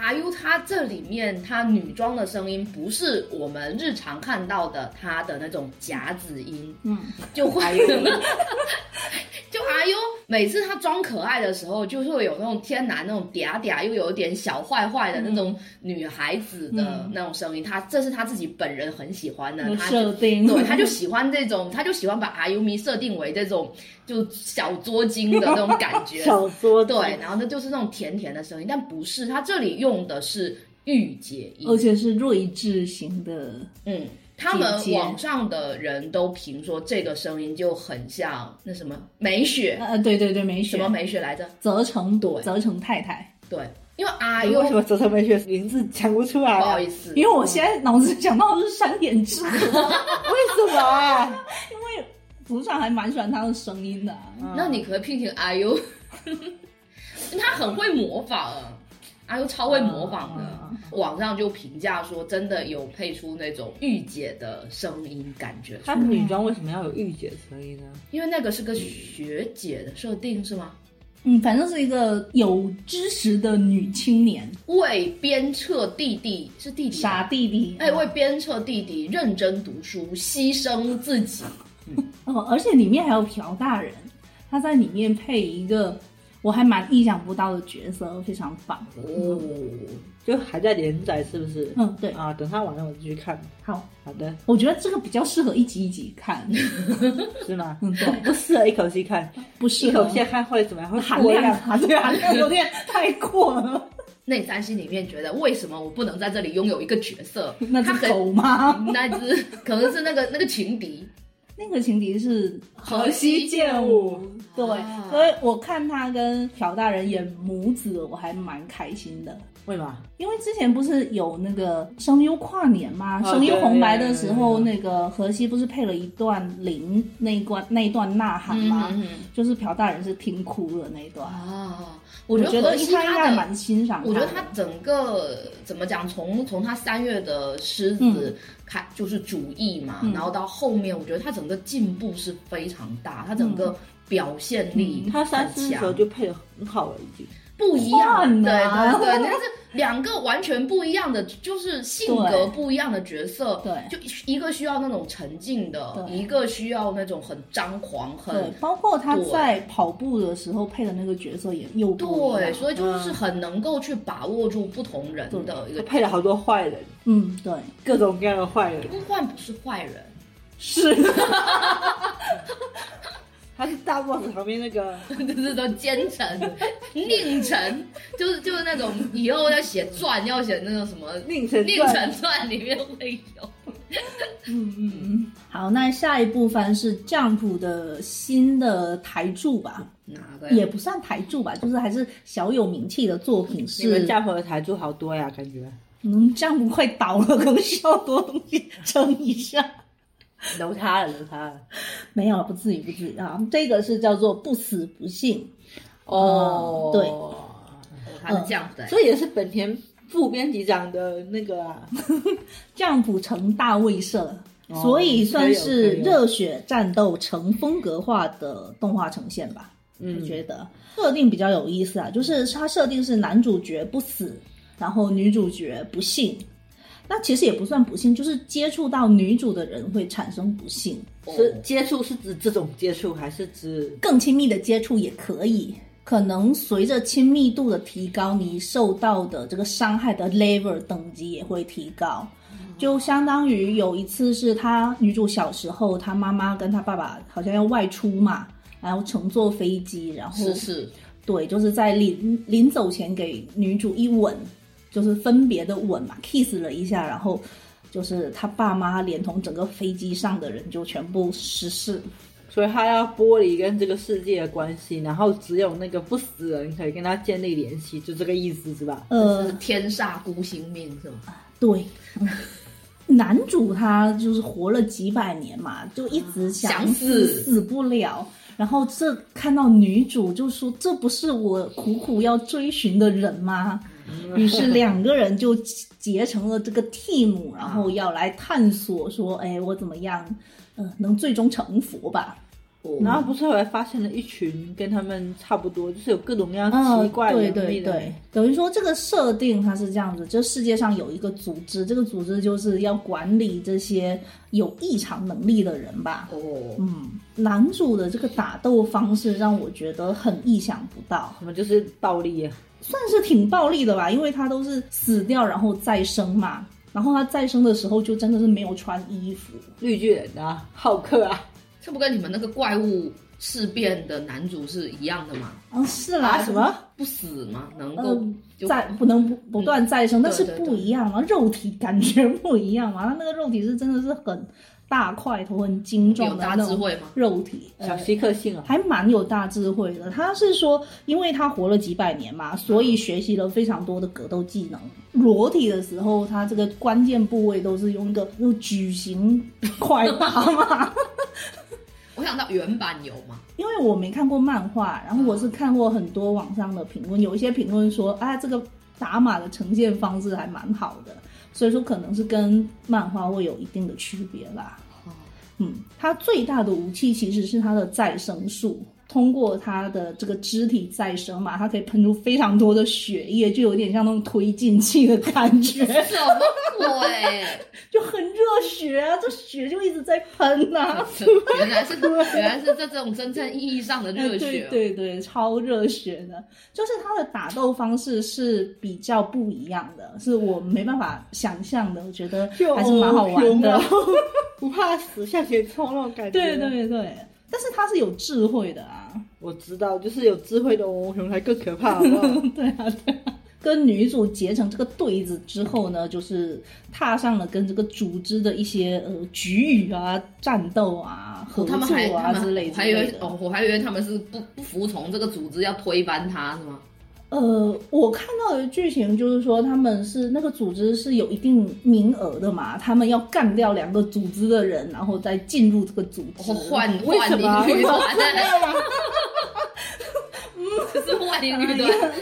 Speaker 2: IU 她这里面她女装的声音不是我们日常看到的她的那种夹子音，就会就 IU 每次她装可爱的时候，就会有那种天然那种嗲嗲又有点小坏坏的那种女孩子的那种声音，这是她自己本人很喜欢的
Speaker 3: 设定，
Speaker 2: 对，她就喜欢这种，她就喜欢把 IUMI 设定为这种就小作精的那种感觉，
Speaker 1: 小作精，
Speaker 2: 对，然后那就是那种甜甜的声音，但不是，她这里用的是御姐音，
Speaker 3: 而且是睿智型的，
Speaker 2: 他们网上的人都评说这个声音就很像那什么美雪，
Speaker 3: 对对对，美雪，
Speaker 2: 什么美雪来着？
Speaker 3: 泽城太太，
Speaker 2: 对，因为
Speaker 1: 为什么泽城美雪名字讲不出来？
Speaker 2: 不好意思，
Speaker 3: 因为我现在脑子想到的是山田智和，为
Speaker 1: 什么啊？
Speaker 3: 因为主唱还蛮喜欢他的声音的，
Speaker 2: 那你可以聘请 IU， 他很会模仿啊。IU 超会模仿的，网上就评价说，真的有配出那种御姐的声音感觉。
Speaker 1: 她女装为什么要有御姐的声音呢？
Speaker 2: 因为那个是个学姐的设定，是吗？
Speaker 3: 反正是一个有知识的女青年，
Speaker 2: 为鞭策弟弟，是弟弟
Speaker 3: 傻弟弟，
Speaker 2: 为鞭策弟弟认真读书，牺牲自己。
Speaker 3: 而且里面还有朴大人，他在里面配一个我还蛮意想不到的角色，非常棒
Speaker 1: 就还在连载是不是？
Speaker 3: 对
Speaker 1: 啊，等他完了我就去看。好的，
Speaker 3: 我觉得这个比较适合一集一集看，
Speaker 1: 是吗？
Speaker 3: 对，
Speaker 1: 不适合一口气看，
Speaker 3: 不适合
Speaker 1: 一口气看会怎么样？会
Speaker 3: 含量有点太过了。
Speaker 2: 内在心里面觉得，为什么我不能在这里拥有一个角色？
Speaker 3: 那只狗吗？
Speaker 2: 那只可能是那个情敌。
Speaker 3: 那个情敌是
Speaker 2: 河西健吾，
Speaker 3: 对，所以我看他跟朴大人演母子，我还蛮开心的。
Speaker 1: 为什么？
Speaker 3: 因为之前不是有那个声优跨年吗？声优红白的时候，那个河西不是配了一段铃那一段呐喊吗？就是朴大人是听哭了那一段我觉得河西他应该蛮欣赏他的。
Speaker 2: 我觉得他整个怎么讲，从他3月的狮子就是主义嘛，然后到后面，我觉得他整个进步是非常大，他整个表现力
Speaker 1: 他3、4的时候就配得很好了，已经
Speaker 2: 不一样，对，那是2个完全不一样的，就是性格不一样的角色，
Speaker 3: 对，
Speaker 2: 就一个需要那种沉静的，一个需要那种很张狂，
Speaker 3: 对，包括他在跑步的时候配的那个角色也又不一样，
Speaker 2: 对，所以就是很能够去把握住不同人的一个，
Speaker 1: 配了好多坏人，
Speaker 3: 对，
Speaker 1: 各种各样的坏人，
Speaker 2: 换不是坏人，
Speaker 3: 是。
Speaker 1: 他是大 boss 旁边那个，
Speaker 2: 就是都奸臣、佞臣，就是那种以后要写传，要写那种什么佞臣传里面会有。
Speaker 3: 好，那下一部分是 Jump 的新的台柱吧？
Speaker 2: 哪个？
Speaker 3: 也不算台柱吧，就是还是小有名气的作品是。
Speaker 1: 你们 Jump 的台柱好多呀，感觉。
Speaker 3: Jump 快倒了，可能需要多东西撑一下。
Speaker 1: 揉他了，
Speaker 3: 没有，不至于啊。这个是叫做不死不信对，
Speaker 2: 他是这样的，
Speaker 1: 所以也是本田副编辑长的那个
Speaker 3: Jump 成大卫社，所以算是热血战斗成风格化的动画呈现吧。我觉得设定比较有意思啊，就是它设定是男主角不死，然后女主角不幸。那其实也不算不幸，就是接触到女主的人会产生不幸。
Speaker 1: 是接触是指这种接触，还是指
Speaker 3: 更亲密的接触也可以？可能随着亲密度的提高，你受到的这个伤害的 level 等级也会提高。就相当于有一次是女主小时候，她妈妈跟她爸爸好像要外出嘛，然后乘坐飞机，然后对，就是在临走前给女主一吻。就是分别的吻嘛 ，kiss 了一下，然后就是他爸妈连同整个飞机上的人就全部失事，
Speaker 1: 所以他要剥离跟这个世界的关系，然后只有那个不死人可以跟他建立联系，就这个意思是吧？
Speaker 2: 是天煞孤星命是吗？
Speaker 3: 对，男主他就是活了几百年嘛，就一直想死不了。然后看到女主就说：“这不是我苦苦要追寻的人吗？”于是2个人就结成了这个 team， 然后要来探索说：“哎，我怎么样，能最终成佛吧？”
Speaker 1: 然后不是后来发现了一群跟他们差不多，就是有各种各样奇怪的能力的人。
Speaker 3: 对，等于说这个设定它是这样子，就世界上有一个组织，这个组织就是要管理这些有异常能力的人吧。男主的这个打斗方式让我觉得很意想不到。
Speaker 1: 什么就是暴力啊？
Speaker 3: 算是挺暴力的吧，因为他都是死掉然后再生嘛，然后他再生的时候就真的是没有穿衣服。
Speaker 1: 绿巨人啊，浩克啊，
Speaker 2: 这不跟你们那个怪物事变的男主是一样的吗？
Speaker 3: 是啦，什么
Speaker 2: 不死吗？能够
Speaker 3: 不能不断再生，但是不一样嘛，肉体感觉不一样嘛，他那个肉体是真的是很大块头、很精壮的那种肉体，
Speaker 1: 小希克性啊，
Speaker 3: 还蛮有大智慧的。他是说，因为他活了几百年嘛，所以学习了非常多的格斗技能。裸体的时候，他这个关键部位都是用一个矩形快打嘛。
Speaker 2: 我想到原版有吗？
Speaker 3: 因为我没看过漫画，然后我是看过很多网上的评论，有一些评论说，这个打码的呈现方式还蛮好的。所以说可能是跟漫画会有一定的区别啦。它最大的武器其实是它的再生术，通过它的这个肢体再生嘛，它可以喷出非常多的血液，就有点像那种推进器的感觉。
Speaker 2: 什么鬼？
Speaker 3: 就很热血啊，这血就一直在喷啊。
Speaker 2: 原来是这种真正意义上的热血。
Speaker 3: 对，超热血的。就是它的打斗方式是比较不一样的，是我没办法想象的，我觉得还是蛮好玩的。
Speaker 1: 不怕死向前冲那种感觉。
Speaker 3: 对，但是他是有智慧的啊。
Speaker 1: 我知道，就是有智慧的欧熊才更可怕，好不好？
Speaker 3: 对啊。跟女主结成这个对子之后呢，就是踏上了跟这个组织的一些局域啊、战斗啊、合作啊之类的。
Speaker 2: 我还以为他们是不服从这个组织，要推翻它，是吗？
Speaker 3: 我看到的剧情就是说，他们是那个组织是有一定名额的嘛，他们要干掉2个组织的人，然后再进入这个组织。
Speaker 2: 换女团的，这是换女团。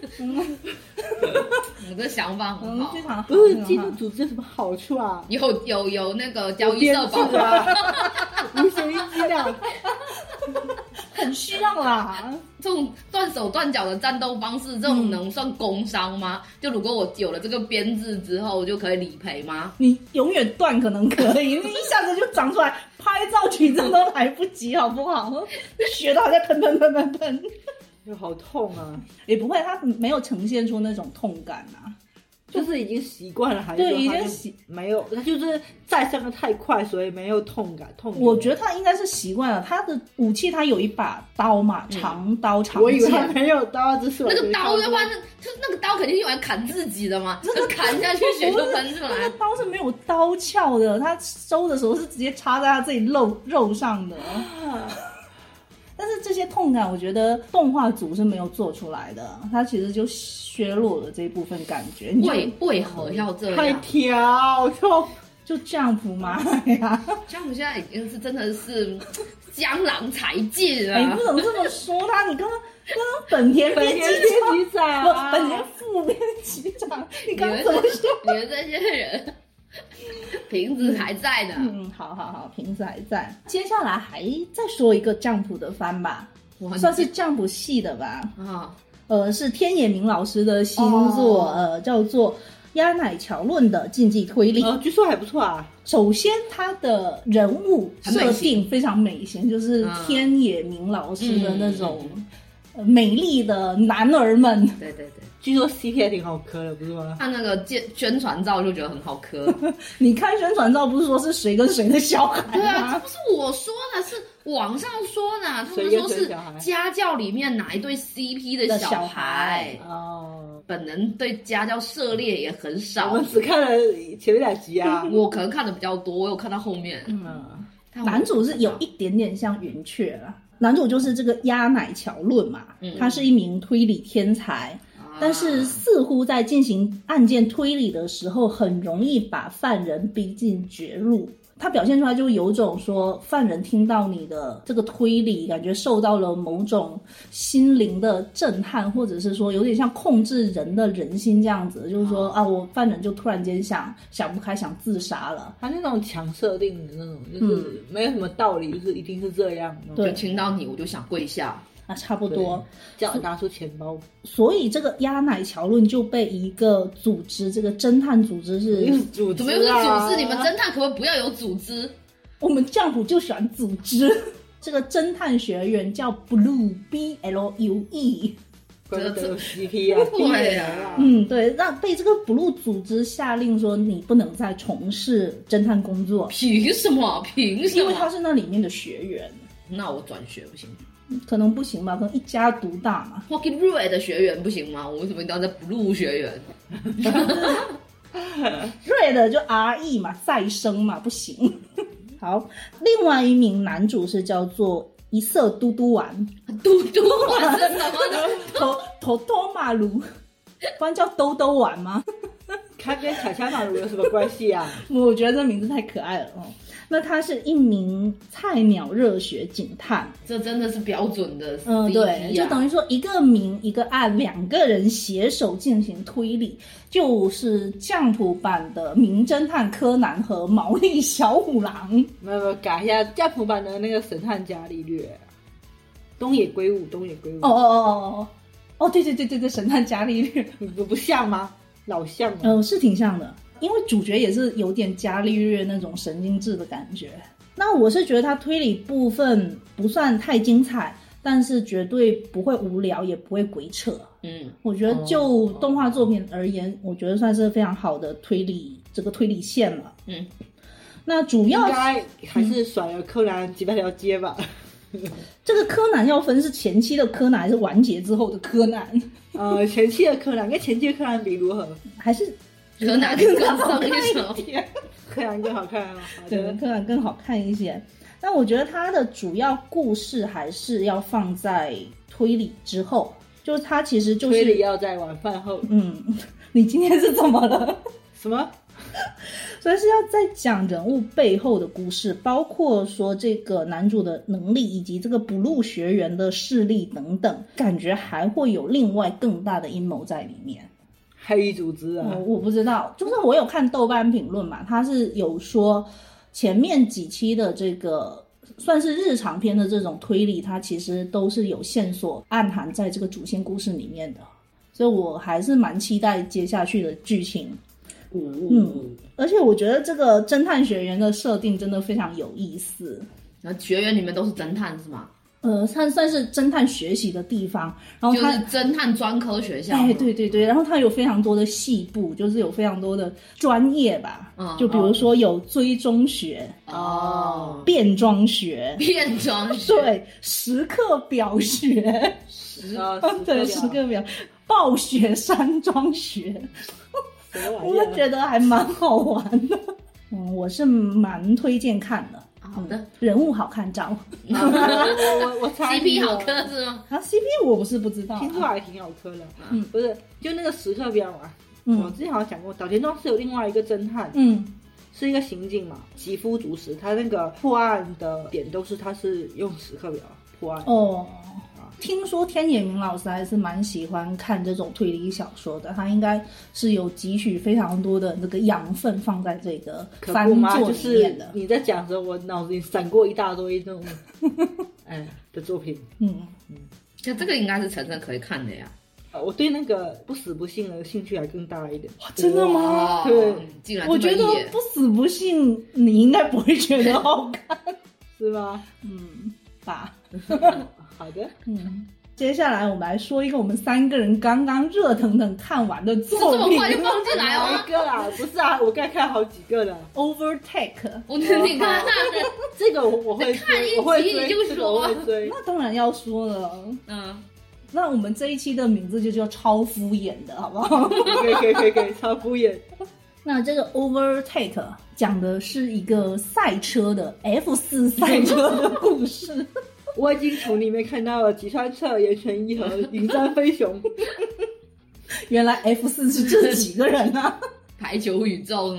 Speaker 2: 我的想法很好，
Speaker 3: 非常好。
Speaker 1: 不是进入组织有什么好处啊？
Speaker 2: 有那个交易社保
Speaker 1: 啊，无形资料。
Speaker 3: 很需要啦，
Speaker 2: 这种断手断脚的战斗方式，这种能算工伤吗？就如果我有了这个编制之后，我就可以理赔吗？
Speaker 3: 你永远断可能可以，你一下子就长出来，拍照取证都来不及，好不好？血都还在喷，
Speaker 1: 就好痛啊！
Speaker 3: 也不会，他没有呈现出那种痛感啊。
Speaker 1: 就是已经习惯了，还是
Speaker 3: 对，已经
Speaker 1: 没有，他就是再生的太快，所以没有痛感。
Speaker 3: 我觉得他应该是习惯了，他的武器他有一把刀嘛，长刀长剑。
Speaker 1: 我以为他没有刀，只是
Speaker 2: 那个刀的话，那个刀肯定是用来砍自己的嘛，这个砍下去血就喷出来。
Speaker 3: 那个刀是没有刀鞘的，他收的时候是直接插在他自己肉上的。但是这些痛感，我觉得动画组是没有做出来的，它其实就削弱了这一部分感觉。
Speaker 2: 为何要这样？
Speaker 1: 太挑痛，
Speaker 3: 就Jump嘛呀
Speaker 2: ！Jump现在已经是真的是江郎才尽了。
Speaker 3: 你不能这么说他，你刚刚本田编辑长，本田副编辑长，你刚刚怎么说？
Speaker 2: 你们这些人。瓶子还在呢。
Speaker 3: 好，瓶子还在。接下来还再说一个Jump的番吧，算是Jump系的吧。是天野明老师的新作，叫做《鸭奶桥论》的竞技推理。
Speaker 1: 据说还不错啊。
Speaker 3: 首先，他的人物设定非常美型，就是天野明老师的那种美丽的男儿们。
Speaker 2: 对。
Speaker 1: 据说 CP 还挺好磕的，不是吗？
Speaker 2: 看那个宣传照就觉得很好磕。
Speaker 3: 你看宣传照不是说是谁跟谁的小孩吗？
Speaker 2: 对啊，这不是我说的，是网上说的。他们说是家教里面哪一对 CP 的小孩。本人对家教涉猎也很少，
Speaker 1: 我们只看了前面2集啊。
Speaker 2: 我可能看的比较多，我有看到后面。
Speaker 3: 男主是有一点点像云雀啦。男主就是这个鸭奶桥论嘛，他是一名推理天才。但是似乎在进行案件推理的时候，很容易把犯人逼进绝路。 他表现出来就有种说犯人听到你的这个推理，感觉受到了某种心灵的震撼，或者是说有点像控制人的人心这样子，就是说啊，我犯人就突然间想不开，想自杀了。
Speaker 1: 他那种强设定的那种，就是没有什么道理，就是一定是这样。
Speaker 2: 对，就听到你我就想跪下。
Speaker 3: 差不多，
Speaker 1: 叫拿出钱包。
Speaker 3: 所以这个鸭奶桥论就被一个组织，这个侦探组织是
Speaker 1: 组织，
Speaker 2: 怎么又是组织？你们侦探可不可以不要有组织？
Speaker 3: 我们酱谱就喜欢组织。这个侦探学院叫 Blue BLUE，
Speaker 1: 这有 CP 啊，
Speaker 2: 对啊，
Speaker 3: 对，让被这个 Blue 组织下令说你不能再从事侦探工作。
Speaker 2: 凭什么？
Speaker 3: 因为他是那里面的学员。
Speaker 2: 那我转学不行？
Speaker 3: 可能不行吧，可能一家独大嘛。
Speaker 2: 我给瑞的学员不行吗？我为什么一定要在 Blue 学员？
Speaker 3: 瑞的就 RE 嘛，再生嘛，不行。好，另外一名男主是叫做一色嘟嘟丸。
Speaker 2: 嘟嘟丸是什么呢？
Speaker 3: 头马卢，不然叫兜兜丸吗？
Speaker 1: 他跟卡恰马卢有什么关系啊？
Speaker 3: 我觉得这名字太可爱了哦。那他是一名菜鸟热血警探，
Speaker 2: 这真的是标准的 CP
Speaker 3: 对，就等于说一个明一个暗，两个人携手进行推理，就是酱谱版的名侦探柯南和毛利小五郎。
Speaker 1: 没有改一下酱谱版的那个神探伽利略，东野圭吾。对，
Speaker 3: 神探伽利略
Speaker 1: 不像吗？老像吗？
Speaker 3: 是挺像的。因为主角也是有点伽利略那种神经质的感觉。那我是觉得他推理部分不算太精彩，但是绝对不会无聊，也不会鬼扯。我觉得就动画作品而言，我觉得算是非常好的推理线了。那主要
Speaker 1: 应该还是甩了柯南几百条街吧。
Speaker 3: 这个柯南要分是前期的柯南还是完结之后的柯南？
Speaker 1: 前期的柯南跟前期的柯南比如何？
Speaker 3: 还是
Speaker 2: 柯南更上一点，
Speaker 1: 柯南更好看啊！
Speaker 3: 对，柯南更好看一些。但我觉得它的主要故事还是要放在推理之后，就是它其实就是
Speaker 1: 推理要在晚饭后。
Speaker 3: 你今天是怎么了？
Speaker 1: 什么？
Speaker 3: 所以是要在讲人物背后的故事，包括说这个男主的能力，以及这个 Blue 学员的势力等等，感觉还会有另外更大的阴谋在里面。
Speaker 1: 黑组织啊！
Speaker 3: 我不知道，就是我有看豆瓣评论嘛，他是有说前面几期的这个算是日常篇的这种推理，它其实都是有线索暗含在这个主线故事里面的，所以我还是蛮期待接下去的剧情。而且我觉得这个侦探学员的设定真的非常有意思。
Speaker 2: 那学员里面都是侦探是吗？
Speaker 3: 算是侦探学习的地方，然后它
Speaker 2: 就是侦探专科学校。
Speaker 3: 对，然后它有非常多的细部，就是有非常多的专业吧。就比如说有追踪学变装学，对，时刻表学，对，时刻表，暴雪山庄学。我觉得还蛮好玩的。我是蛮推荐看的。
Speaker 2: 好的，
Speaker 3: 人物好看照。
Speaker 1: 我猜
Speaker 2: CP 好磕是吗
Speaker 3: ？CP 我不知道，
Speaker 1: 听出来挺好磕的。不是，就那个时刻表嘛。我之前好像讲过，岛田庄是有另外一个侦探，是一个刑警嘛，吉夫竹石，他那个破案的点都是他是用时刻表破案。
Speaker 3: 听说天野明老师还是蛮喜欢看这种推理小说的，他应该是有汲取非常多的那个养分放在这个番作里面的。
Speaker 1: 就是你在讲的时候，我脑子里闪过一大堆这种的作品。
Speaker 2: 这个应该是晨晨可以看的呀。
Speaker 1: 我对那个不死不信的兴趣还更大一点。
Speaker 3: 真的吗？
Speaker 1: 对，
Speaker 2: 竟然
Speaker 3: 我觉得不死不信你应该不会觉得好看，
Speaker 1: 是吗？
Speaker 3: 吧。
Speaker 1: 好的，
Speaker 3: 接下来我们来说一个我们三个人刚刚热腾腾看完的作品。
Speaker 2: 这么快就放进来了？
Speaker 1: 哪一个啊？不是啊，我刚看好几个了。
Speaker 3: Overtake，
Speaker 2: 你看
Speaker 1: 这个我会
Speaker 2: 看一集你就说，
Speaker 3: 那当然要说了。那我们这一期的名字就叫超敷衍的，好不好？
Speaker 1: 可以，超敷衍。
Speaker 3: 那这个 Overtake 讲的是一个赛车的 F4 赛车的故事。
Speaker 1: 我已经从里面看到了吉川彻、岩泉一和影山飞雄。
Speaker 3: 原来 F4 是这几个人啊！
Speaker 2: 排球宇宙吗？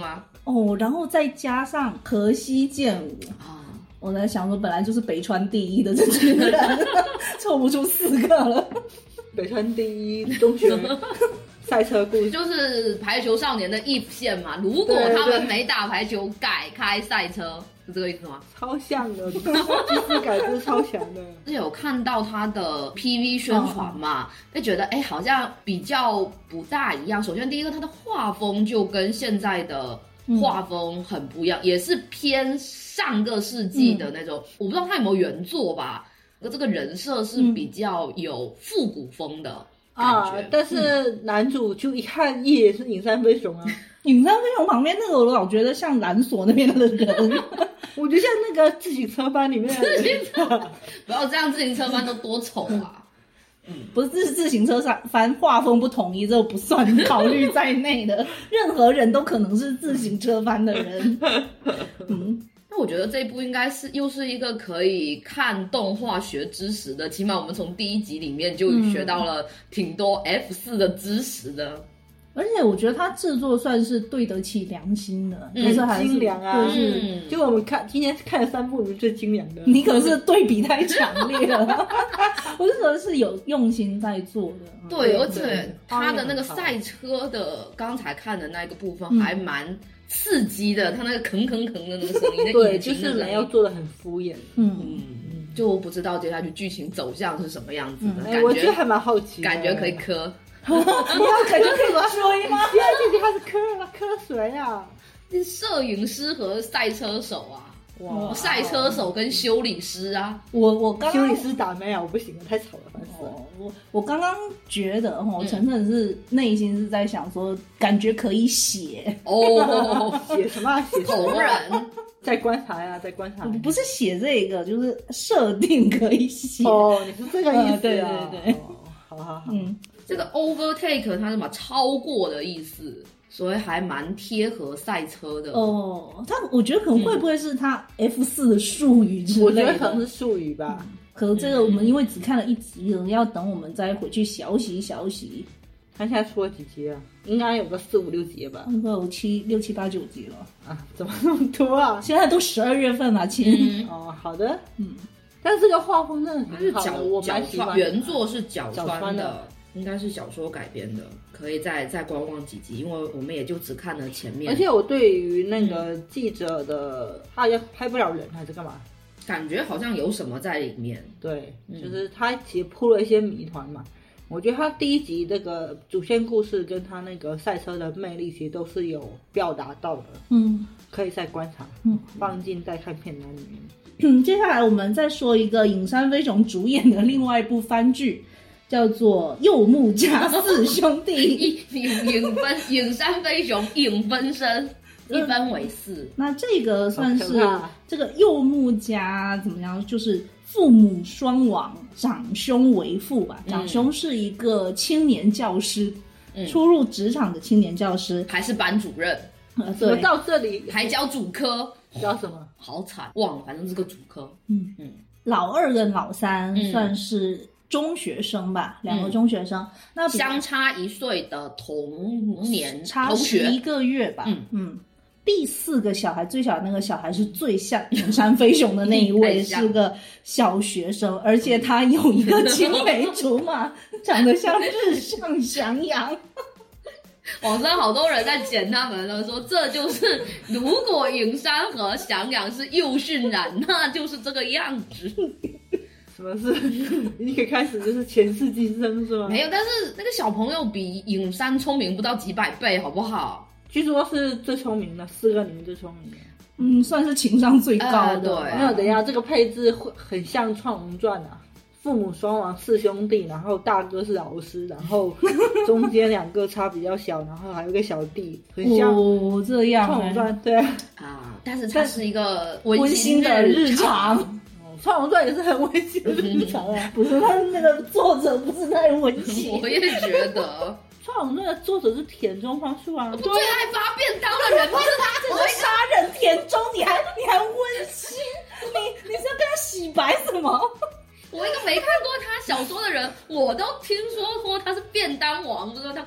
Speaker 3: 哦，然后再加上河西健吾啊，我在想说，本来就是北川第一的这群人，凑不出4个了。
Speaker 1: 北川第一中学赛车故事
Speaker 2: 就是排球少年的if线嘛，如果他们没打排球改开赛车，是这个意思吗？
Speaker 1: 超像的，机制改制超强的。
Speaker 2: 之前有看到他的 PV 宣传嘛，就觉得好像比较不大一样。首先第一个，他的画风就跟现在的画风很不一样，也是偏上个世纪的那种。我不知道他有没有原作吧，这个人设是比较有复古风的感觉。
Speaker 1: 但是男主就一看也是影山飞雄啊。
Speaker 3: 影山飞雄旁边那个我老觉得像蓝索那边的人，
Speaker 1: 我觉得像那个自行车班里面的人。
Speaker 2: 不要这样，自行车班都多丑啊！
Speaker 3: 不是自行车班画风不统一，这不算考虑在内的。任何人都可能是自行车班的人。
Speaker 2: 那我觉得这一部应该是又是一个可以看动画学知识的，起码我们从第1集里面就学到了挺多 F4 的知识的。
Speaker 3: 而且我觉得它制作算是对得起良心的，就是还是
Speaker 1: 精良啊。
Speaker 3: 就是
Speaker 1: 就我们今天看了3部里面最精良的。
Speaker 3: 你可是对比太强烈了。我是说是有用心在做的。
Speaker 2: 对，而且他的那个赛车的刚才看的那个部分还蛮刺激的，他那个吭吭吭的那个声音，
Speaker 1: 对，就是没有做的很敷衍。
Speaker 2: 就不知道接下去剧情走向是什么样子的。
Speaker 1: 我觉得还蛮好奇的，
Speaker 2: 感觉可以磕。
Speaker 3: 你要感觉可以追吗？
Speaker 1: 现在这集他是磕谁啊？
Speaker 2: 是摄影师和赛车手啊。哇，赛车手跟修理师啊。
Speaker 3: 我刚
Speaker 1: 修理师打妹啊，我不行了，太吵了，烦死了。
Speaker 3: 我刚刚觉得晨晨是内心是在想说，感觉可以写
Speaker 1: 写什么？写
Speaker 2: 同人。
Speaker 1: 在观察呀，在观察。
Speaker 3: 不是写这个，就是设定可以写。
Speaker 1: 你是这个意思啊？
Speaker 3: 对。
Speaker 1: 好。
Speaker 2: 这个 overtake 它是什么超过的意思，所以还蛮贴合赛车的。
Speaker 3: 我觉得可能会不会是他 F4 的术语之类的？
Speaker 1: 我觉得可能是术语吧。
Speaker 3: 可是这个我们因为只看了1集，要等我们再回去学习。
Speaker 1: 他现在出了几集啊？应该有个4、5、6集吧？
Speaker 3: 应该有6、7、8、9集了
Speaker 1: 啊？怎么那么多啊？
Speaker 3: 现在都12月份了，亲。
Speaker 1: 好的。但是这个画风真的很好，我蛮喜欢。
Speaker 2: 原作是角川的。应该是小说改编的，可以再观望几集，因为我们也就只看了前面。
Speaker 1: 而且我对于那个记者的，他也拍不了人还是干嘛？
Speaker 2: 感觉好像有什么在里面。
Speaker 1: 对，就是他其实铺了一些谜团嘛。我觉得他第1集这个主线故事跟他那个赛车的魅力，其实都是有表达到的。可以再观察，放进在看片单里面。
Speaker 3: 接下来我们再说一个影山飞雄主演的另外一部番剧。叫做柚木家4兄弟，
Speaker 2: 影山飞雄影分身，1分为4。
Speaker 3: 那这个算是这个柚木家怎么样？就是父母双亡，长兄为父吧。长兄是一个青年教师，初入职场的青年教师，
Speaker 2: 还是班主任。
Speaker 1: 对，到这里
Speaker 2: 还教主科，
Speaker 1: 教什么？
Speaker 2: 好惨，忘了，反正是个主科。
Speaker 3: 老2跟老3算是中学生吧，2个中学生，那
Speaker 2: 相差1岁的同年
Speaker 3: 差11个月吧。第4个小孩，最小的那个小孩是最像影山飞雄的那一位，是个小学生，而且他有一个青梅竹马，长得像日向翔阳。
Speaker 2: 网上好多人在剪他们了，说这就是如果影山和翔阳是幼训染，那就是这个样子。
Speaker 1: 什么是一开始就是前世今生是吗？
Speaker 2: 没有，但是那个小朋友比影山聪明不到几百倍，好不好？
Speaker 1: 据说是最聪明的，4个里面最聪明的。
Speaker 3: 算是情商最高的。
Speaker 2: 对，
Speaker 1: 没有，等一下，这个配置会很像《创龙传》啊，父母双亡4兄弟，然后大哥是老师，然后中间2个差比较小，然后还有一个小弟，很像
Speaker 3: 这样
Speaker 1: 《创龙传》对
Speaker 2: 啊，但是它是一个
Speaker 3: 温馨的日常。
Speaker 1: 《创龙传》也是很温馨的日常啊，
Speaker 3: 不是他那个作者不是太温馨。
Speaker 2: 我也觉得
Speaker 1: 《创龙传》的作者是田中芳树啊，
Speaker 2: 最爱发便当的人不是他，
Speaker 3: 这是杀人田中，你还温馨？你是要跟他洗白什么？
Speaker 2: 我一个没看过他小说的人，我都听说过他是便当王，不知道他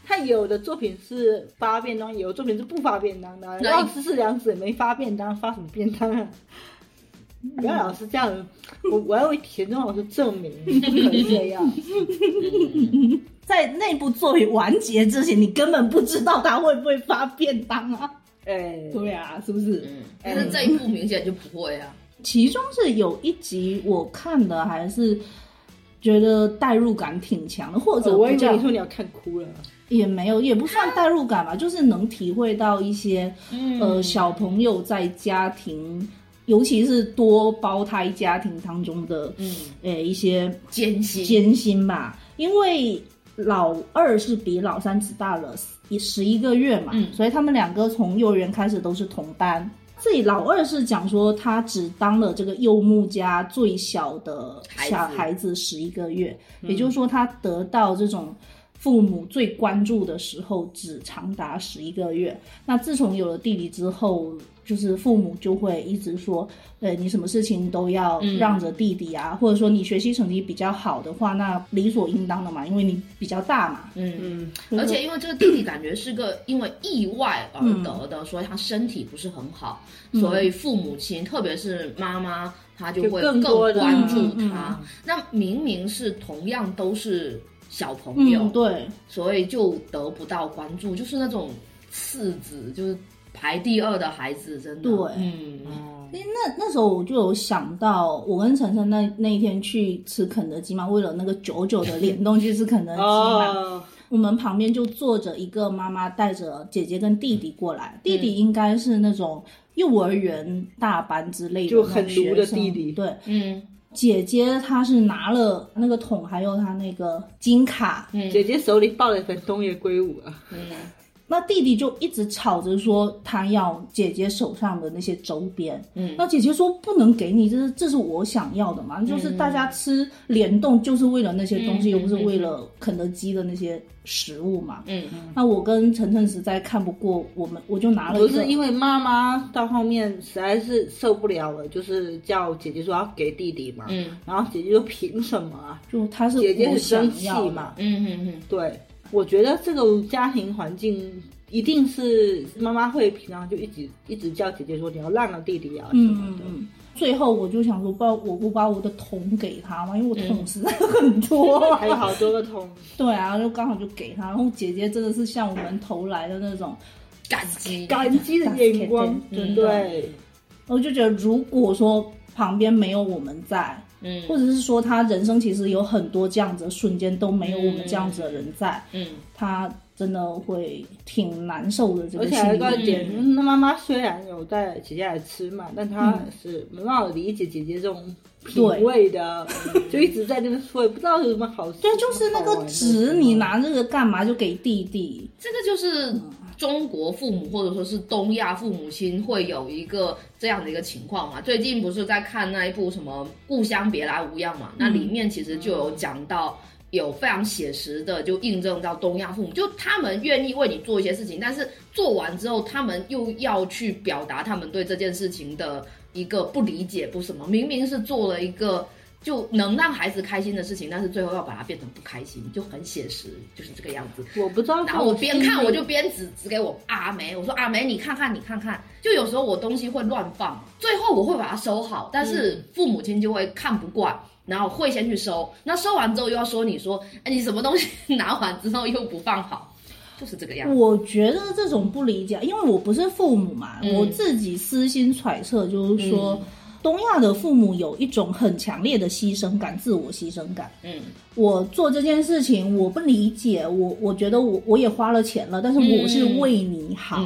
Speaker 1: 他有的作品是发便当，有的作品是不发便当的。然后14世良子也没发便当，发什么便当啊？不要老是这样，我要为田中老师证明，不可能这样。
Speaker 3: 在那部作品完结之前，你根本不知道他会不会发便当啊？对啊，是不是？
Speaker 2: 但是这一部明显就不会啊。
Speaker 3: 其中是有一集我看的还是觉得代入感挺强的，或者
Speaker 1: 我以为你说你要看哭了。
Speaker 3: 也没有，也不算代入感吧，就是能体会到一些小朋友在家庭，尤其是多胞胎家庭当中的一些艰辛吧。因为老二是比老三只大了11个月嘛，所以他们两个从幼儿园开始都是同班。这里老二是讲说他只当了这个柚木家最小的小孩子11个月，也就是说他得到这种父母最关注的时候只长达11个月。那自从有了弟弟之后，就是父母就会一直说你什么事情都要让着弟弟啊，或者说你学习成绩比较好的话，那理所应当的嘛，因为你比较大嘛。
Speaker 2: 而且因为这个弟弟感觉是个因为意外而得的，所以他身体不是很好，所以父母亲特别是妈妈她就会更关注他。那明明是同样都是小朋友，
Speaker 3: 对，
Speaker 2: 所以就得不到关注，就是那种次子，就是排第2的孩子，真的。
Speaker 3: 对，那时候我就有想到，我跟晨晨那一天去吃肯德基嘛，为了那个99的联动去吃肯德基嘛。我们旁边就坐着一个妈妈带着姐姐跟弟弟过来，弟弟应该是那种幼儿园大班之类的，
Speaker 1: 就很卢的弟弟。
Speaker 3: 对，姐姐她是拿了那个桶，还有她那个金卡，
Speaker 1: 姐姐手里抱了一份东野圭吾啊。
Speaker 3: 那弟弟就一直吵着说他要姐姐手上的那些周边，那姐姐说不能给你，这是我想要的嘛，就是大家吃联动就是为了那些东西，又不是为了肯德基的那些食物嘛。那我跟晨晨实在看不过，我就拿了一个。
Speaker 1: 不是因为妈妈到后面实在是受不了了，就是叫姐姐说要给弟弟嘛，然后姐姐说凭什么啊？
Speaker 3: 就他是
Speaker 1: 姐姐很生气嘛。对。我觉得这个家庭环境一定是妈妈会平常就一直叫姐姐说你要让了弟弟啊什么的。
Speaker 3: 最后我就想说，我不把我的桶给他嘛，因为我桶实在很多，
Speaker 1: 还有好多个桶。
Speaker 3: 对啊，就刚好就给他，然后姐姐真的是向我们投来的那种
Speaker 2: 感激
Speaker 1: 的眼光，对。
Speaker 3: 我就觉得如果说旁边没有我们在。或者是说他人生其实有很多这样子的瞬间都没有我们这样子的人在，他真的会挺难受的。这个心理，
Speaker 1: 而且还有一个点，那妈妈虽然有带姐姐来吃嘛，但她是没办法理解姐姐这种品味的，就一直在那边说，也不知道有什么好吃。
Speaker 3: 对，就是那个纸，你拿这个干嘛？就给弟弟。
Speaker 2: 这个就是中国父母或者说是东亚父母亲会有一个这样的一个情况嘛。最近不是在看那一部什么《故乡别来无恙》嘛，那里面其实就有讲到，有非常写实的就印证到东亚父母，就他们愿意为你做一些事情，但是做完之后他们又要去表达他们对这件事情的一个不理解，不什么，明明是做了一个就能让孩子开心的事情，但是最后要把它变成不开心，就很写实，就是这个样子。
Speaker 1: 我不知道，
Speaker 2: 然后我边看我就边指给我阿梅，我说阿梅你看看，就有时候我东西会乱放，最后我会把它收好，但是父母亲就会看不惯，然后会先去收，那收完之后又要说你说，你什么东西拿完之后又不放好，就是这个样子。
Speaker 3: 我觉得这种不理解，因为我不是父母嘛，我自己私心揣测就是说。东亚的父母有一种很强烈的牺牲感，自我牺牲感。我做这件事情我不理解，我觉得我也花了钱了，但是我是为你好。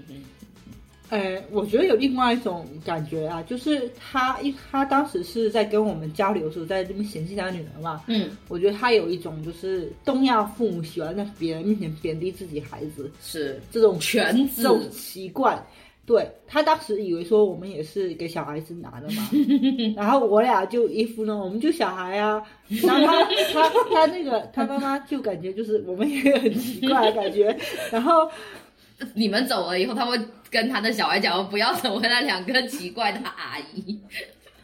Speaker 1: 我觉得有另外一种感觉啊，就是他当时是在跟我们交流的时候，在这边嫌弃他女儿嘛。我觉得他有一种就是东亚父母喜欢在别人面前贬低自己孩子，
Speaker 2: 是
Speaker 1: 这种
Speaker 2: 犬子
Speaker 1: 这种习惯。对，他当时以为说我们也是给小孩子拿的嘛，然后我俩就一副呢，我们就小孩啊，然后他那个他妈妈就感觉就是我们也很奇怪的感觉，然后
Speaker 2: 你们走了以后，他会跟他的小孩讲，不要成为那2个奇怪的阿姨。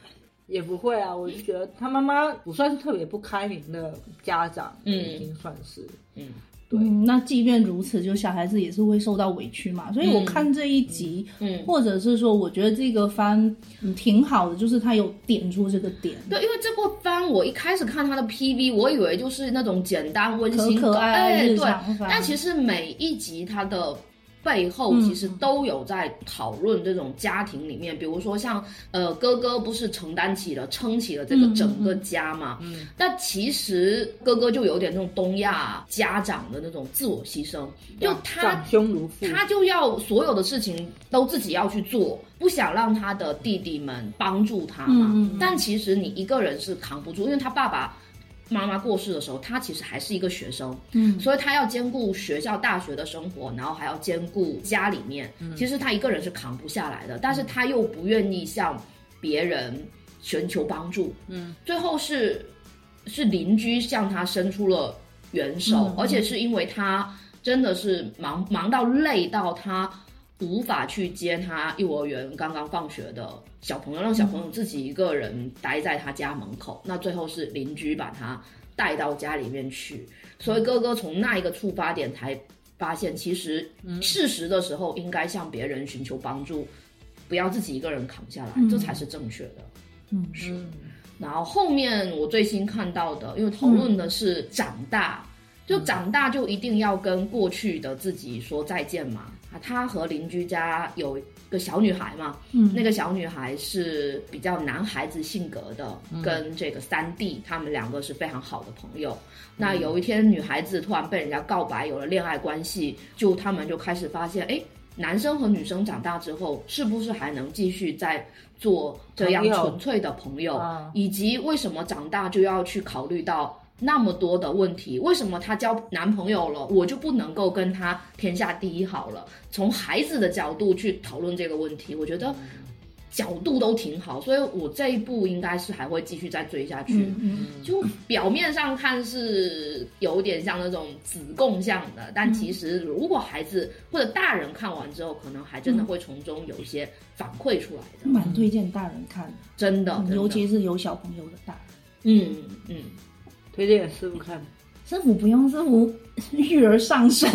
Speaker 1: 也不会啊，我就觉得他妈妈不算是特别不开明的家长，已经算是，对，
Speaker 3: 那即便如此，就小孩子也是会受到委屈嘛。所以我看这一集，或者是说，我觉得这个番挺好的，就是他有点出这个点。
Speaker 2: 对，因为这部番我一开始看他的 PV， 我以为就是那种简单温馨
Speaker 3: 可爱日常番，
Speaker 2: 但其实每一集它的背后其实都有在讨论这种家庭里面，比如说像哥哥不是撑起了这个整个家嘛，但其实哥哥就有点那种东亚家长的那种自我牺牲，就他
Speaker 1: 长兄如父，
Speaker 2: 他就要所有的事情都自己要去做，不想让他的弟弟们帮助他嘛，但其实你一个人是扛不住，因为他爸爸妈妈过世的时候，他其实还是一个学生，所以他要兼顾学校大学的生活，然后还要兼顾家里面，其实他一个人是扛不下来的，但是他又不愿意向别人寻求帮助，最后是邻居向他伸出了援手，而且是因为他真的是忙到累到他无法去接他幼儿园刚刚放学的小朋友，让小朋友自己一个人待在他家门口，那最后是邻居把他带到家里面去，所以哥哥从那一个触发点才发现，其实适时的时候应该向别人寻求帮助，不要自己一个人扛下来，这才是正确的。是。然后后面我最新看到的，因为讨论的是长大，就长大就一定要跟过去的自己说再见嘛。他和邻居家有一个小女孩嘛，那个小女孩是比较男孩子性格的，跟这个三弟他们两个是非常好的朋友。那有一天女孩子突然被人家告白，有了恋爱关系，他们就开始发现，男生和女生长大之后是不是还能继续在做这样纯粹的朋友，以及为什么长大就要去考虑到那么多的问题，为什么他交男朋友了，我就不能够跟他天下第一好了？从孩子的角度去讨论这个问题，我觉得角度都挺好，所以我这一部应该是还会继续再追下去。就表面上看是有点像那种子贡像的，但其实如果孩子或者大人看完之后，可能还真的会从中有一些反馈出来的。
Speaker 3: 蛮推荐大人看的，
Speaker 2: 真的，
Speaker 3: 尤其是有小朋友的大人。
Speaker 1: 推荐给师傅看，
Speaker 3: 师傅不用，师傅育儿上手。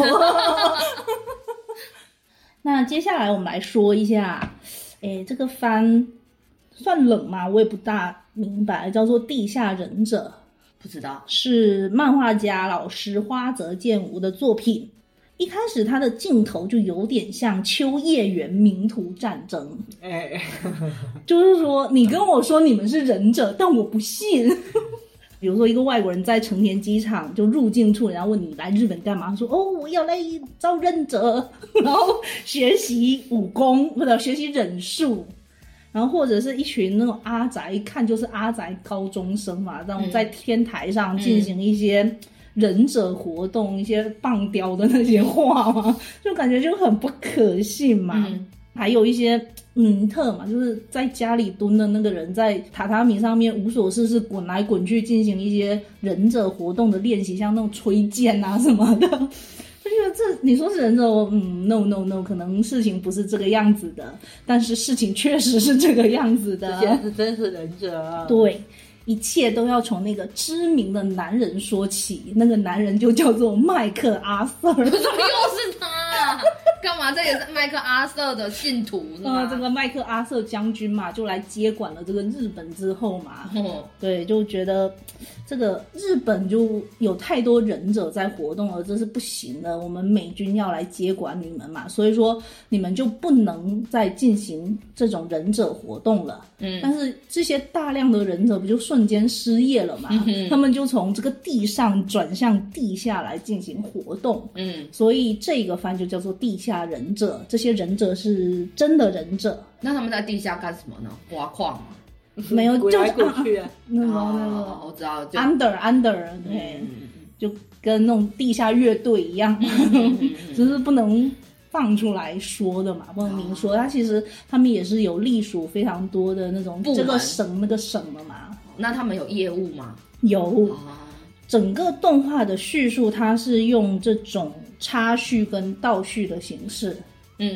Speaker 3: 那接下来我们来说一下，这个番算冷吗？我也不大明白，叫做《地下忍者》，
Speaker 2: 不知道，
Speaker 3: 是漫画家老师花泽健吾的作品。一开始他的镜头就有点像秋叶原民途战争，就是说你跟我说你们是忍者，但我不信。比如说一个外国人在成田机场就入境处，然后问你来日本干嘛，说我要来招忍者，然后学习武功或者学习忍术，然后或者是一群那种阿宅，一看就是阿宅高中生嘛，然后在天台上进行一些忍者活动，一些棒雕的那些画嘛，就感觉就很不可信嘛。还有一些特嘛，就是在家里蹲的那个人在榻榻米上面无所事事滚来滚去，进行一些忍者活动的练习，像那种吹剑啊什么的。我觉得这你说是忍者，no， 可能事情不是这个样子的，但是事情确实是这个样子的。
Speaker 1: 这些是真是忍者啊。
Speaker 3: 对，一切都要从那个知名的男人说起，那个男人就叫做麦克阿瑟。
Speaker 2: 怎么又是他？干嘛？这也是麦克阿瑟的信徒是吗？
Speaker 3: 这个麦克阿瑟将军嘛，就来接管了这个日本之后嘛，对，就觉得这个日本就有太多忍者在活动了，这是不行的，我们美军要来接管你们嘛，所以说你们就不能再进行这种忍者活动了。但是这些大量的忍者不就瞬间失业了嘛？他们就从这个地上转向地下来进行活动。所以这个番就叫做地下忍者，这些忍者是真的忍者。
Speaker 2: 那他们在地下干什么呢？挖矿吗？
Speaker 3: 没有，
Speaker 1: 就是过去啊，
Speaker 3: 那个
Speaker 2: 我知道
Speaker 3: ，under， 对，就跟那种地下乐队一样，只是不能放出来说的嘛，不能明说。其实他们也是有隶属非常多的那种这个省那个省的嘛。
Speaker 2: 那他们有业务吗？
Speaker 3: 有。整个动画的叙述它是用这种插叙跟倒叙的形式。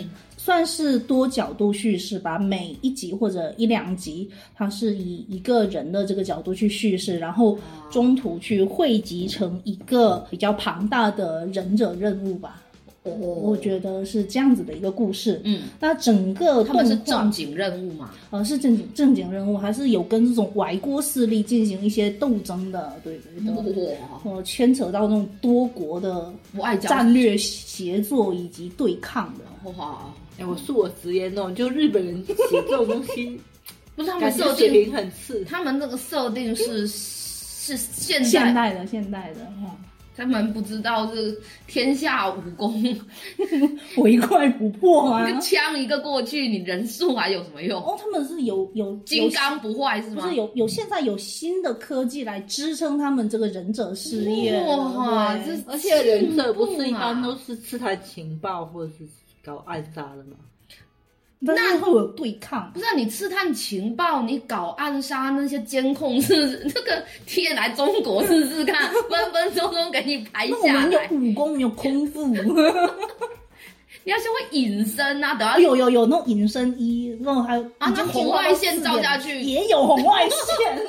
Speaker 3: 算是多角度叙事吧，每一集或者一两集，它是以一个人的这个角度去叙事，然后中途去汇集成一个比较庞大的忍者任务吧。我觉得是这样子的一个故事。那整个
Speaker 2: 他们是正经任务嘛？
Speaker 3: 是正经任务，还是有跟这种外国势力进行一些斗争的，对的。牵扯到那种多国的战略协作以及对抗的。
Speaker 1: 哇！我直言哦，就日本人写这种东西，
Speaker 2: 不是他们设定很次，他们这个设定是现代的。他们不知道这天下武功
Speaker 3: 唯快不破啊！
Speaker 2: 一个枪一个过去，你人数还有什么用？
Speaker 3: 他们是有
Speaker 2: 金刚不坏是吗？
Speaker 3: 不是有现在有新的科技来支撑他们这个忍者事业。
Speaker 2: 哇！
Speaker 1: 而且忍者不是一般都是刺探情报或者是搞暗杀的吗？
Speaker 3: 那会有对抗，
Speaker 2: 不是你刺探情报，你搞暗杀那些监控是这个贴来中国试试看，分分钟钟给你拍下来。
Speaker 3: 那我们有武功，有空腹，你
Speaker 2: 要先会隐身啊，等下
Speaker 3: 有那种隐身衣，然后还有
Speaker 2: 那红外线照下去
Speaker 3: 也有红外线。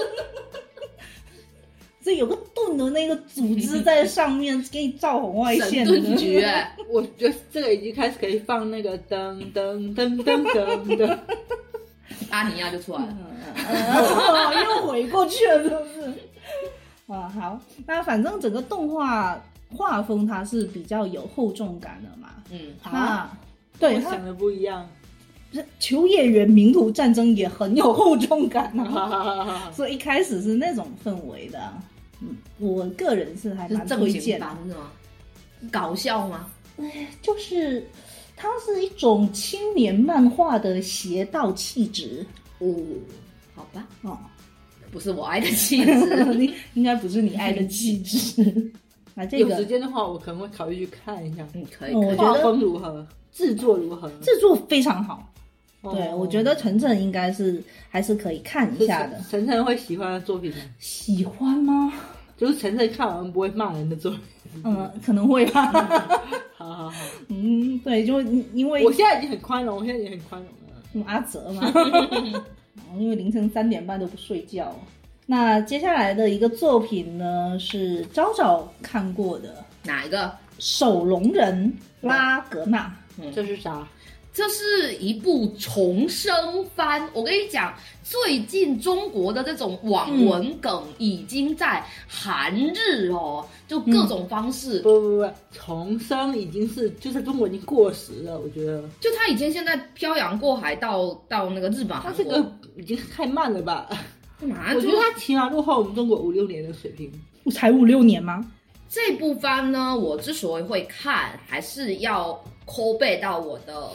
Speaker 3: 所以有个盾的那个组织在上面给你照红外线的。
Speaker 2: 神盾局
Speaker 1: 我觉得这个已经开始可以放那个噔噔噔噔噔的，
Speaker 2: 阿尼亚就出来了，
Speaker 3: 又回过去了，是不是？好，那反正整个动画画风它是比较有厚重感的嘛。对，
Speaker 1: 我想的不一样。
Speaker 3: 秋叶原民土战争也很有厚重感啊，所以一开始是那种氛围的。我个人是还蛮推荐的。
Speaker 2: 是吗？搞笑吗？
Speaker 3: 就是它是一种青年漫画的邪道气质。
Speaker 2: 好吧，不是我爱的气质，
Speaker 3: 应该不是你爱的气质。
Speaker 1: 有时间的话，我可能会考虑去看一下。
Speaker 2: 可以。
Speaker 3: 我觉得
Speaker 1: 画风如何？制作如何？
Speaker 3: 制作非常好。对，我觉得晨晨应该是还是可以看一下的。
Speaker 1: 晨晨会喜欢的作品吗？
Speaker 3: 喜欢吗？
Speaker 1: 就是晨晨看完不会骂人的作品。
Speaker 3: 可能会吧。
Speaker 1: 好。
Speaker 3: 对，就因为
Speaker 1: 我现在已经很宽容，了。
Speaker 3: 阿泽嘛。因为凌晨3点半都不睡觉。那接下来的一个作品呢，是昭昭看过的。
Speaker 2: 哪一个？
Speaker 3: 守龙人拉格纳。
Speaker 1: 这是啥？
Speaker 2: 这是一部重生番。我跟你讲，最近中国的这种网文梗已经在韩日就各种方式。
Speaker 1: 不，重生已经是就在中国已经过时了，我觉得。
Speaker 2: 就他已经现在漂洋过海到那个日本、韩国，
Speaker 1: 他这个已经太慢了吧？
Speaker 2: 我
Speaker 1: 觉得他起码落后我们中国5-6年的水平。
Speaker 3: 才5-6年吗？
Speaker 2: 这部番呢，我之所以会看，还是要callback到我的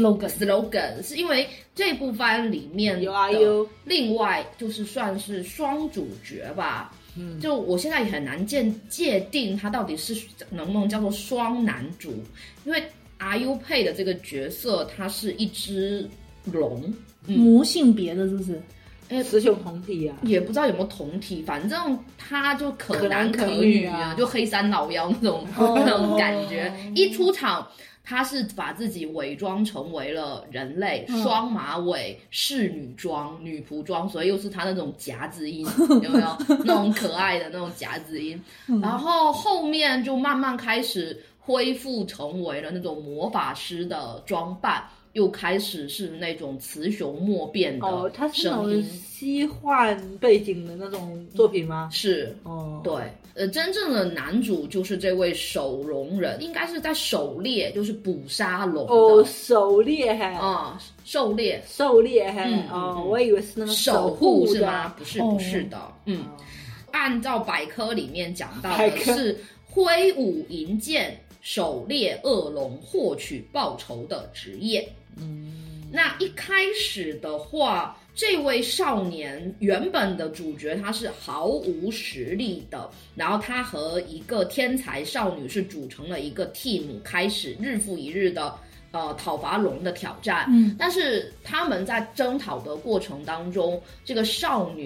Speaker 2: slogan， 是因为这部番里面有另外就是算是双主角吧。就我现在也很难界定他到底是能不能叫做双男主，因为 IU 配的这个角色，他是一只龙，
Speaker 3: 魔性别的是不是？
Speaker 1: 雌雄同体啊，
Speaker 2: 也不知道有没有同体，反正他就可男可女啊，就黑山老妖那种感觉。一出场，他是把自己伪装成为了人类，双马尾、仕女装、女仆装，所以又是他那种夹子音，有没有那种可爱的那种夹子音？然后后面就慢慢开始恢复成为了那种魔法师的装扮。又开始是那种雌雄莫辨的声音。
Speaker 1: 它是那种西幻背景的那种作品吗？
Speaker 2: 是。对，真正的男主就是这位守龙人，应该是在狩猎，就是捕杀龙的。
Speaker 1: 狩猎
Speaker 2: 狩猎
Speaker 1: 我以为是那个
Speaker 2: 守护是吗？不是的。按照百科里面讲到的是挥舞银剑狩猎恶龙获取报酬的职业。那一开始的话，这位少年原本的主角他是毫无实力的，然后他和一个天才少女是组成了一个 team， 开始日复一日的讨伐龙的挑战。但是他们在征讨的过程当中，这个少女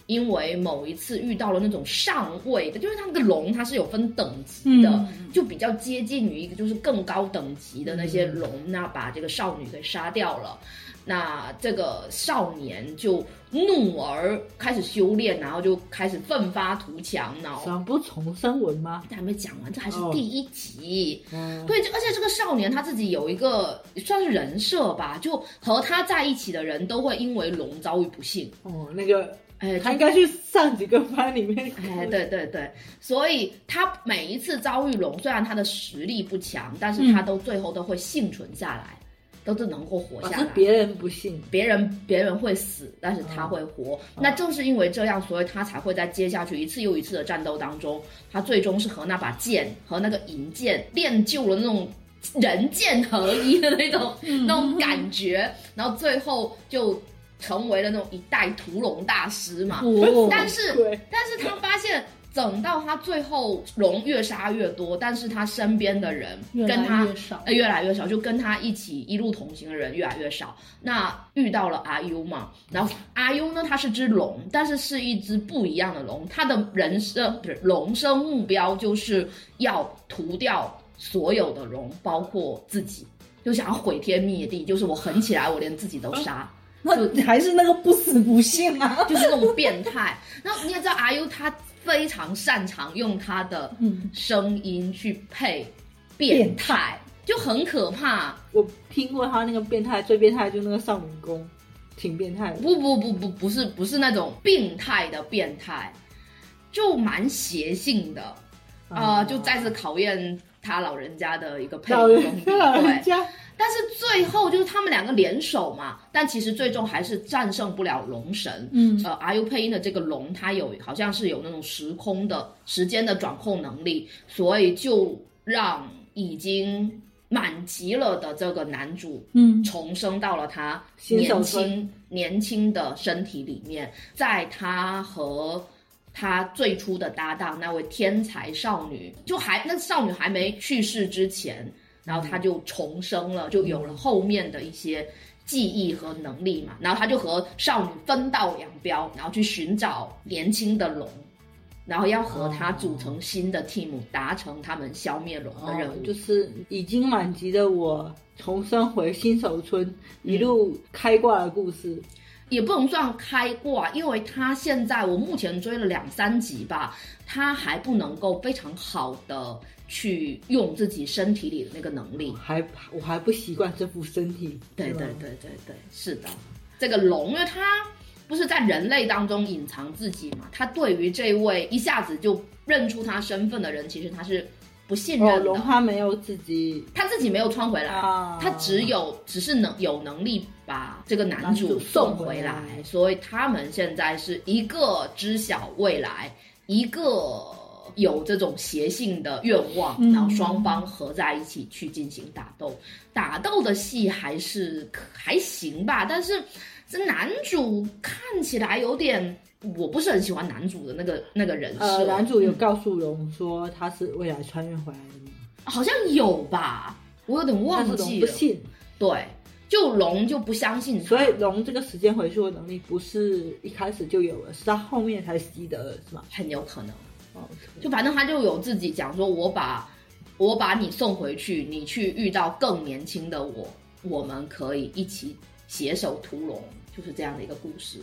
Speaker 2: 因为某一次遇到了那种上位的，就是他那个龙它是有分等级的，就比较接近于一个就是更高等级的那些龙，那把这个少女给杀掉了。那这个少年就怒而开始修炼，然后就开始奋发图强，然后
Speaker 1: 什么不重生文吗？
Speaker 2: 还没讲完，这还是第一集。对，而且这个少年他自己有一个算是人设吧，就和他在一起的人都会因为龙遭遇不幸。
Speaker 1: 那个他应该去上几个班里面。
Speaker 2: 对对对，所以他每一次遭遇龙，虽然他的实力不强，但是他都最后都会幸存下来。都是能够活下来，
Speaker 1: 是别人不信，
Speaker 2: 别人会死，但是他会活。那正是因为这样，所以他才会在接下去一次又一次的战斗当中，他最终是和那把剑和那个银剑练就了那种人剑合一的那种感觉，然后最后就成为了那种一代屠龙大师嘛。但是他发现。等到他最后龙越杀越多，但是他身边的人跟他越来越少，就跟他一起一路同行的人越来越少。那遇到了阿优嘛，然后阿优呢，他是只龙，但是是一只不一样的龙，他的龙生目标就是要屠掉所有的龙，包括自己，就想要毁天灭地，就是我狠起来，我连自己都杀。
Speaker 3: 那还是那个不死不信啊，
Speaker 2: 就是那种变态。然后你也知道阿优他非常擅长用他的声音去配变态，就很可怕。
Speaker 1: 我听过他那个变态，最变态就那个少女宫，挺变态的。
Speaker 2: 不是那种病态的变态，就蛮邪性的就再次考验他老人家的一个配音功底。
Speaker 1: 老人家。
Speaker 2: 但是最后就是他们两个联手嘛，但其实最终还是战胜不了龙神。阿优配音的这个龙，它好像是有那种时间的掌控能力，所以就让已经满级了的这个男主，重生到了他年轻的身体里面，在他和他最初的搭档那位天才少女，那少女还没去世之前。然后他就重生了，就有了后面的一些记忆和能力嘛。然后他就和少女分道扬镳，然后去寻找年轻的龙，然后要和他组成新的 team， 达成他们消灭龙的任务。
Speaker 1: 就是已经满级的我重生回新手村，一路开挂的故事。
Speaker 2: 也不能算开挂，因为他现在我目前追了2-3集吧，他还不能够非常好的去用自己身体里的那个能力，
Speaker 1: 我还不习惯这副身体。
Speaker 2: 对，是的。这个龙呢，他不是在人类当中隐藏自己嘛？他对于这位一下子就认出他身份的人，其实他是不信任的。
Speaker 1: 龙他没有自己
Speaker 2: 没有穿回来，他只是有能力把这个男主送回来，所以他们现在是一个知晓未来，一个有这种邪性的愿望，然后双方合在一起去进行打斗。打斗的戏还行吧，但是这男主看起来有点。我不是很喜欢男主的那个人设。
Speaker 1: 男主有告诉龙说他是未来穿越回来的吗？
Speaker 2: 好像有吧，我有点忘记了。但是龙不
Speaker 1: 信。
Speaker 2: 对，就龙就不相信他。
Speaker 1: 所以龙这个时间回溯的能力不是一开始就有了，是他后面才习得的，是吗？
Speaker 2: 很有可能。就反正他就有自己讲说，我把你送回去，你去遇到更年轻的我们可以一起携手屠龙，就是这样的一个故事。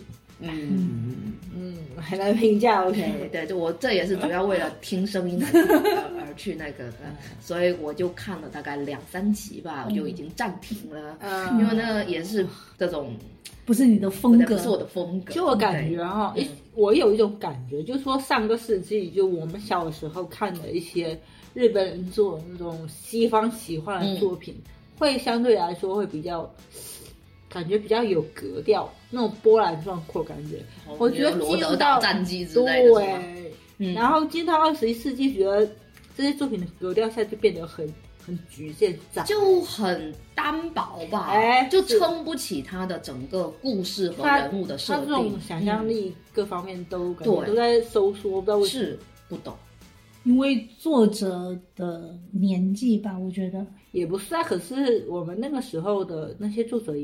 Speaker 1: 很难评价。OK，
Speaker 2: 对，就我这也是主要为了听声音而去那个的，所以我就看了大概2-3集吧，我就已经暂停了，因为那个也是这种
Speaker 3: 不是你的风格，
Speaker 2: 不是我的风格。
Speaker 1: 就我感觉我有一种感觉，就是说上个世纪就我们小的时候看的一些日本人做的那种西方奇幻的作品，会相对来说会比较。感觉比较有格调，那种波澜壮阔感觉。我觉得
Speaker 2: 罗德岛战记之类的，
Speaker 1: 对。然后进到21世纪，觉得这些作品的格调下就变得很局限，
Speaker 2: 就很单薄吧，就撑不起它的整个故事和人物的设定。
Speaker 1: 他这种想象力各方面都感觉都在收缩，不知道为什么。
Speaker 2: 是不懂。
Speaker 3: 因为作者的年纪吧，我觉得
Speaker 1: 也不是啊。可是我们那个时候的那些作者也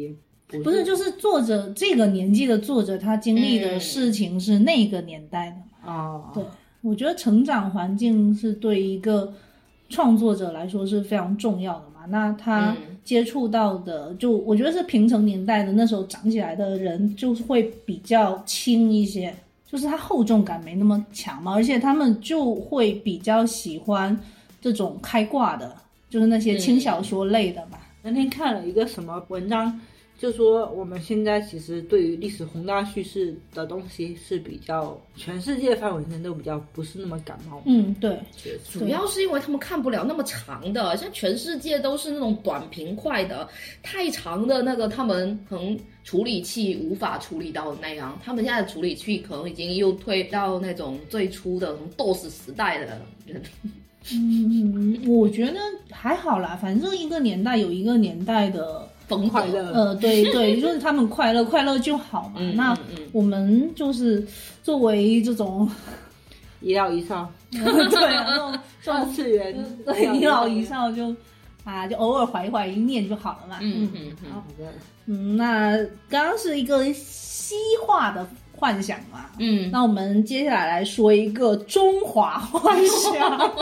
Speaker 3: 不是，就是作者这个年纪的作者，他经历的事情是那个年代的嘛。对，我觉得成长环境是对一个创作者来说是非常重要的嘛。那他接触到的，就我觉得是平成年代的那时候长起来的人，就会比较轻一些，就是他厚重感没那么强嘛，而且他们就会比较喜欢这种开挂的，就是那些轻小说类的嘛。
Speaker 1: 那天看了一个什么文章，就说我们现在其实对于历史宏大叙事的东西是比较全世界范围内都比较不是那么感冒。
Speaker 3: 对，
Speaker 2: 主要是因为他们看不了那么长的，像全世界都是那种短平快的，太长的那个他们可能处理器无法处理到那样，他们现在的处理器可能已经又退到那种最初的什么 DOS 时代的人。
Speaker 3: 我觉得还好啦，反正一个年代有一个年代的
Speaker 1: 快乐。
Speaker 3: 对，就是他们快乐就好嘛。那我们就是作为这种
Speaker 1: 一老一少，
Speaker 3: 对啊，这种
Speaker 1: 二次元，
Speaker 3: 对，一老一少就偶尔怀一念就好了嘛。
Speaker 1: 好的。
Speaker 3: 那刚刚是一个西化的幻想嘛。那我们接下来说一个中华幻想。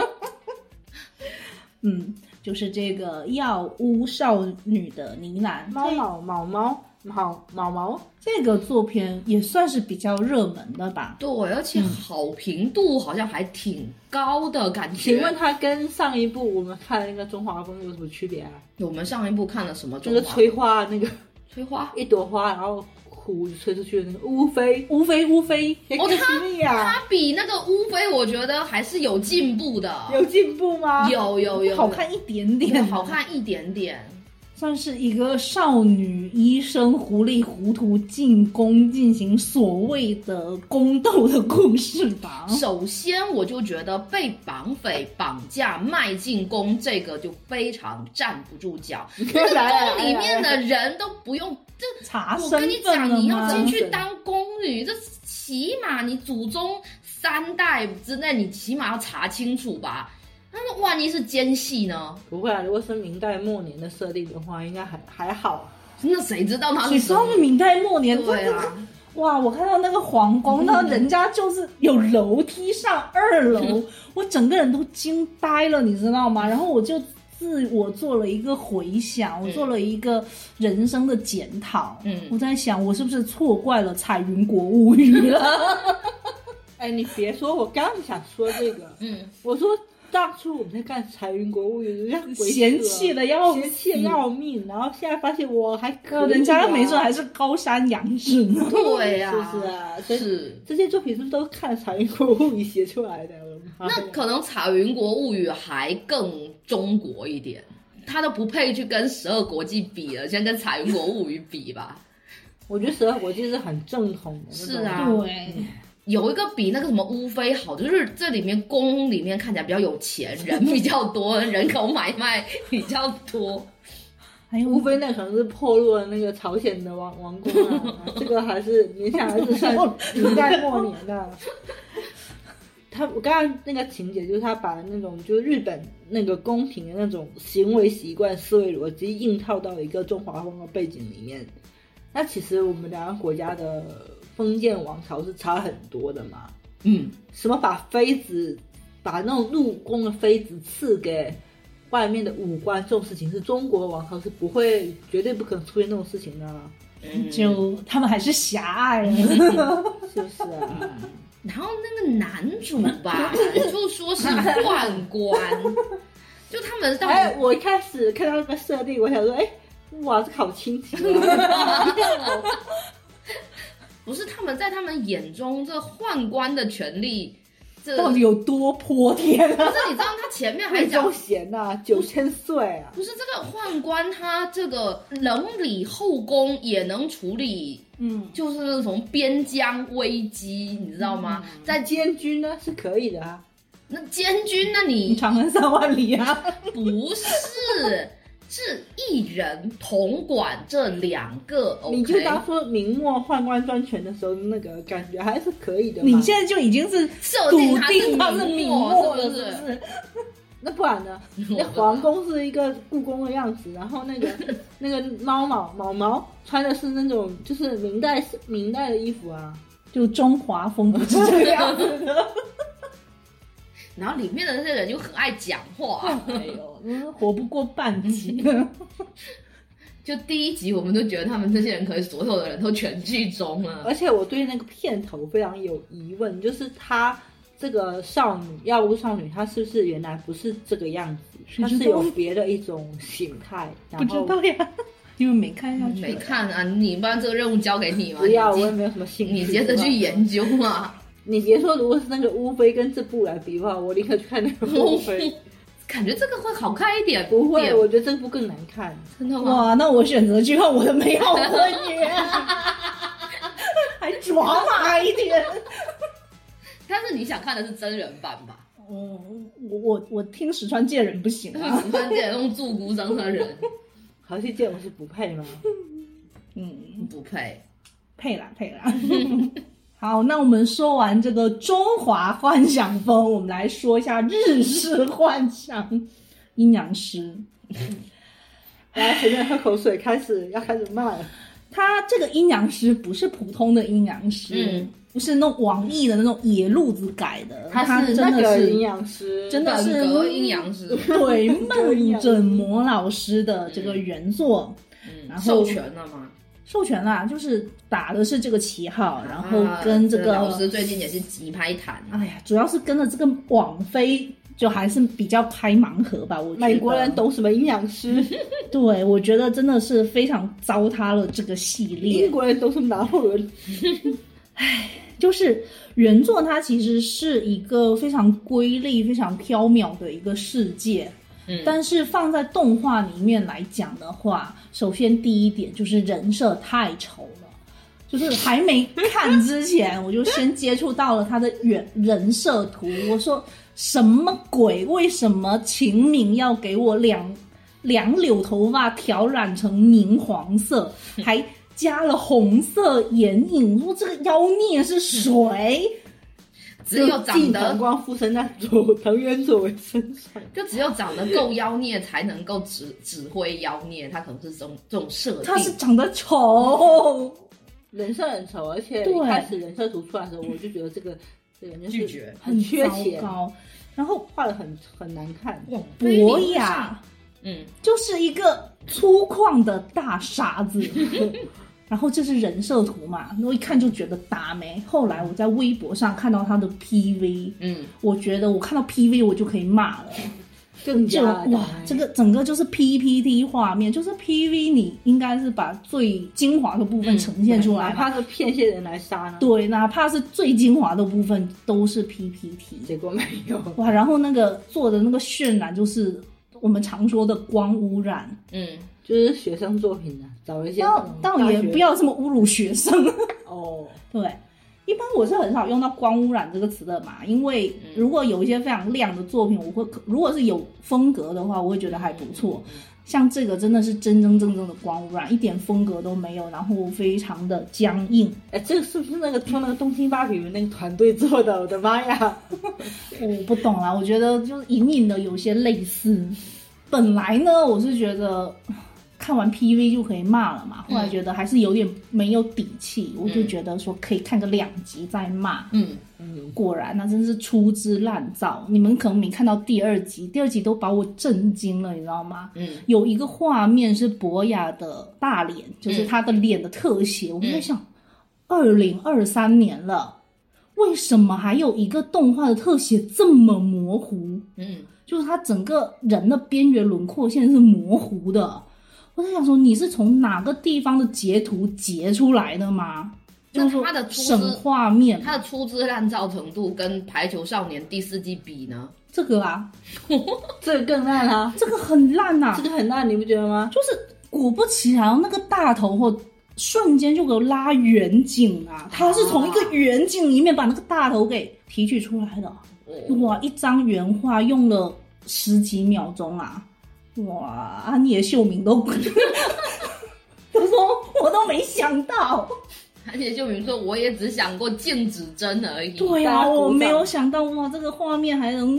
Speaker 3: 就是这个药屋少女的呢喃，
Speaker 1: 毛，
Speaker 3: 这个作品也算是比较热门的吧？
Speaker 2: 对，而且好评度好像还挺高的感觉。
Speaker 1: 请问它跟上一部我们看的那个中华风有什么区别啊？
Speaker 2: 我们上一部看了什么中华？
Speaker 1: 就是吹花
Speaker 2: 吹花，
Speaker 1: 一朵花，然后呼吹出去的那个乌飞，
Speaker 2: 他比那个乌飞，我觉得还是有进步的。
Speaker 1: 有进步吗？
Speaker 2: 有，
Speaker 3: 好看一点点，
Speaker 2: 好看一点点。
Speaker 3: 算是一个少女医生糊里糊涂进宫进行所谓的宫斗的故事吧。
Speaker 2: 首先我就觉得被绑匪绑架卖进宫这个就非常站不住脚，宫里面的人都不用
Speaker 3: 查身份了吗？
Speaker 2: 我跟你讲，你要进去当宫女，这起码你祖宗3代之内你起码要查清楚吧。那万一是奸细呢？
Speaker 1: 不会啊，如果是明代末年的设定的话，应该还好。
Speaker 2: 那谁知道他是？
Speaker 3: 你说是明代末年？
Speaker 2: 对啊。
Speaker 3: 哇，我看到那个皇宫，那人家就是有楼梯上2楼，我整个人都惊呆了，你知道吗？然后我就自我做了一个回想，我做了一个人生的检讨。我在想，我是不是错怪了《彩云国物语》了？
Speaker 1: 哎，你别说，我刚想说这个。我说。当初我们在看《彩云国物语》，人家
Speaker 3: 嫌弃的要
Speaker 1: 命，然后现在发现我还可以，
Speaker 3: 人家没准还是高山仰止呢。
Speaker 2: 对呀，
Speaker 1: 是啊，是这些作品是不是都看《彩云国物语》写出来的？
Speaker 2: 那可能《彩云国物语》还更中国一点，他都不配去跟12国记比了，先跟《彩云国物语》比吧。
Speaker 1: 我觉得12国记是很正统的，
Speaker 2: 是啊，
Speaker 3: 对。
Speaker 2: 有一个比那个什么乌飞好，就是这里面宫里面看起来比较有钱，人比较多，人口买卖比较多。
Speaker 1: 还有乌飞那可能是破入了那个朝鲜的王宫啊，这个还是勉强还是算明代末年的。我刚刚那个情节就是他把那种就是日本那个宫廷的那种行为习惯、思维逻辑硬套到一个中华风的背景里面。那其实我们两个国家的封建王朝是差很多的嘛。什么把那种入宫的妃子赐给外面的武官，这种事情是中国王朝是绝对不可能出现这种事情的。
Speaker 3: 就他们还是狭隘了，
Speaker 1: 是不是啊？
Speaker 2: 然后那个男主吧，就说是宦官，就他们
Speaker 1: 我一开始看到那个设定，我想说，哇，这好清奇啊！
Speaker 2: 不是他们在他们眼中，这宦官的权力
Speaker 3: 到底有多泼天啊？
Speaker 2: 不是，你知道他前面还讲
Speaker 1: 闲啊，9000岁啊！
Speaker 2: 不是这个宦官，他这个能理后宫也能处理，就是那种边疆危机，你知道吗？
Speaker 1: 在监军呢是可以的啊。
Speaker 2: 那监军，那你
Speaker 3: 长安3万里啊？
Speaker 2: 不是。是一人统管这2个，
Speaker 1: 你就当说明末宦官专权的时候，那个感觉还是可以的嘛。
Speaker 3: 你现在就已经是
Speaker 2: 设定他是
Speaker 3: 明末了，是不是？
Speaker 1: 那不然呢？那皇宫是一个故宫的样子，然后那个毛穿的是那种就是明代的衣服啊，
Speaker 3: 就中华风不是这个样子的。
Speaker 2: 然后里面的那些人又很爱讲话，
Speaker 3: 哎呦，活不过半集。
Speaker 2: 就第一集我们都觉得他们这些人可以所有的人都全剧终了。
Speaker 1: 而且我对那个片头非常有疑问，就是她这个药物少女，她是不是原来不是这个样子？她是有别的一种形态？
Speaker 3: 不知道呀，因为没看下去。
Speaker 2: 没看啊，你不然这个任务交给你嘛？
Speaker 1: 不要，我也没有什么兴趣。
Speaker 2: 你接着去研究嘛。
Speaker 1: 你别说，如果是那个乌菲跟这部来比的话，我立刻去看那个乌菲。
Speaker 2: 感觉这个会好看一点。
Speaker 1: 不会，我觉得这部更难看。
Speaker 2: 真的吗？
Speaker 3: 哇，那我选择去看我的美好婚约，还抓马一点。
Speaker 2: 但是你想看的是真人版吧？
Speaker 3: 我听石川介人不行啊，
Speaker 2: 石川介人用驻孤生的人，
Speaker 1: 河西介我是不配吗？
Speaker 2: 不配，
Speaker 3: 配啦。好，那我们说完这个中华幻想风，我们来说一下日式幻想。阴阳师，
Speaker 1: 来随便喝口水，要开始骂了。
Speaker 3: 他这个阴阳师不是普通的阴阳师，不是那种网易的那种野路子改的，
Speaker 1: 他是那个阴阳师，
Speaker 3: 真的是
Speaker 2: 阴阳师，
Speaker 3: 对，梦枕魔老师的这个原作，然后
Speaker 2: 授权了吗？
Speaker 3: 授权啦，就是打的是这个旗号，然后跟这个
Speaker 2: 老师最近也是急拍谈。
Speaker 3: 哎呀，主要是跟着这个网飞，就还是比较开盲盒吧。我觉得
Speaker 1: 美国人懂什么阴阳师？
Speaker 3: 对，我觉得真的是非常糟蹋了这个系列。
Speaker 1: 英国人懂什么拿破仑？
Speaker 3: 唉，就是原作它其实是一个非常瑰丽、非常缥缈的一个世界。但是放在动画里面来讲的话，首先第一点就是人设太丑了，就是还没看之前我就先接触到了他的人设图，我说什么鬼？为什么晴明要给我两绺头发挑染成明黄色，还加了红色眼影？我说这个妖孽是谁？
Speaker 2: 只有长得
Speaker 1: 唐光附身在藤原佐为身上，
Speaker 2: 就只有长得够妖孽才能够指挥妖孽，他可能是这种设定。
Speaker 3: 他是长得丑，
Speaker 1: 人设很丑，而且一开始人设图出来的时候，我就觉得这个人就是
Speaker 2: 拒绝，
Speaker 1: 很缺钱，
Speaker 3: 然后
Speaker 1: 画的很难看。
Speaker 3: 博雅，就是一个粗犷的大傻子。然后这是人设图嘛，我一看就觉得打没。后来我在微博上看到他的 PV，我觉得我看到 PV 我就可以骂了，
Speaker 1: 更加
Speaker 3: 哇，这个整个就是 PPT 画面，就是 PV 你应该是把最精华的部分呈现出来，
Speaker 1: 哪怕是骗些人来杀呢？
Speaker 3: 对，哪怕是最精华的部分都是 PPT，
Speaker 1: 结果没有
Speaker 3: 哇。然后那个做的那个渲染就是我们常说的光污染，
Speaker 1: 就是学生作品啊，找一些
Speaker 3: 倒也不要这么侮辱学生
Speaker 1: 哦。
Speaker 3: 对，一般我是很少用到光污染这个词的嘛，因为如果有一些非常亮的作品，我会如果是有风格的话，我会觉得还不错。像这个真的是真真正正的光污染，一点风格都没有，然后非常的僵硬。
Speaker 1: 哎，这个是不是那个做那个东京芭比那个团队做的？我的妈呀！
Speaker 3: 我不懂啦，我觉得就是隐隐的有些类似。本来呢，我是觉得看完 PV 就可以骂了嘛，后来觉得还是有点没有底气，我就觉得说可以看个2集再骂。果然那真是粗制滥造，你们可能没看到第2集，第2集都把我震惊了，你知道吗？有一个画面是博雅的大脸，就是他的脸的特写，我就在想2023年了，为什么还有一个动画的特写这么模糊？就是他整个人的边缘轮廓线是模糊的。我在想说，你是从哪个地方的截图截出来的吗？
Speaker 2: 就是他的
Speaker 3: 省画面，
Speaker 2: 他的粗制滥造程度跟《排球少年》第4季比呢？
Speaker 3: 这个啊，
Speaker 1: 这个更烂啊，
Speaker 3: 这个很烂啊，
Speaker 1: 这个很烂，你不觉得吗？
Speaker 3: 就是果不其然，那个大头或瞬间就给我拉远景啊，他是从一个远景里面把那个大头给提取出来的。哇，一张原画用了10几秒钟啊！哇，安野秀明都我说我都没想到，
Speaker 2: 安野秀明说我也只想过静止帧而已。
Speaker 3: 对啊，我没有想到哇，这个画面还能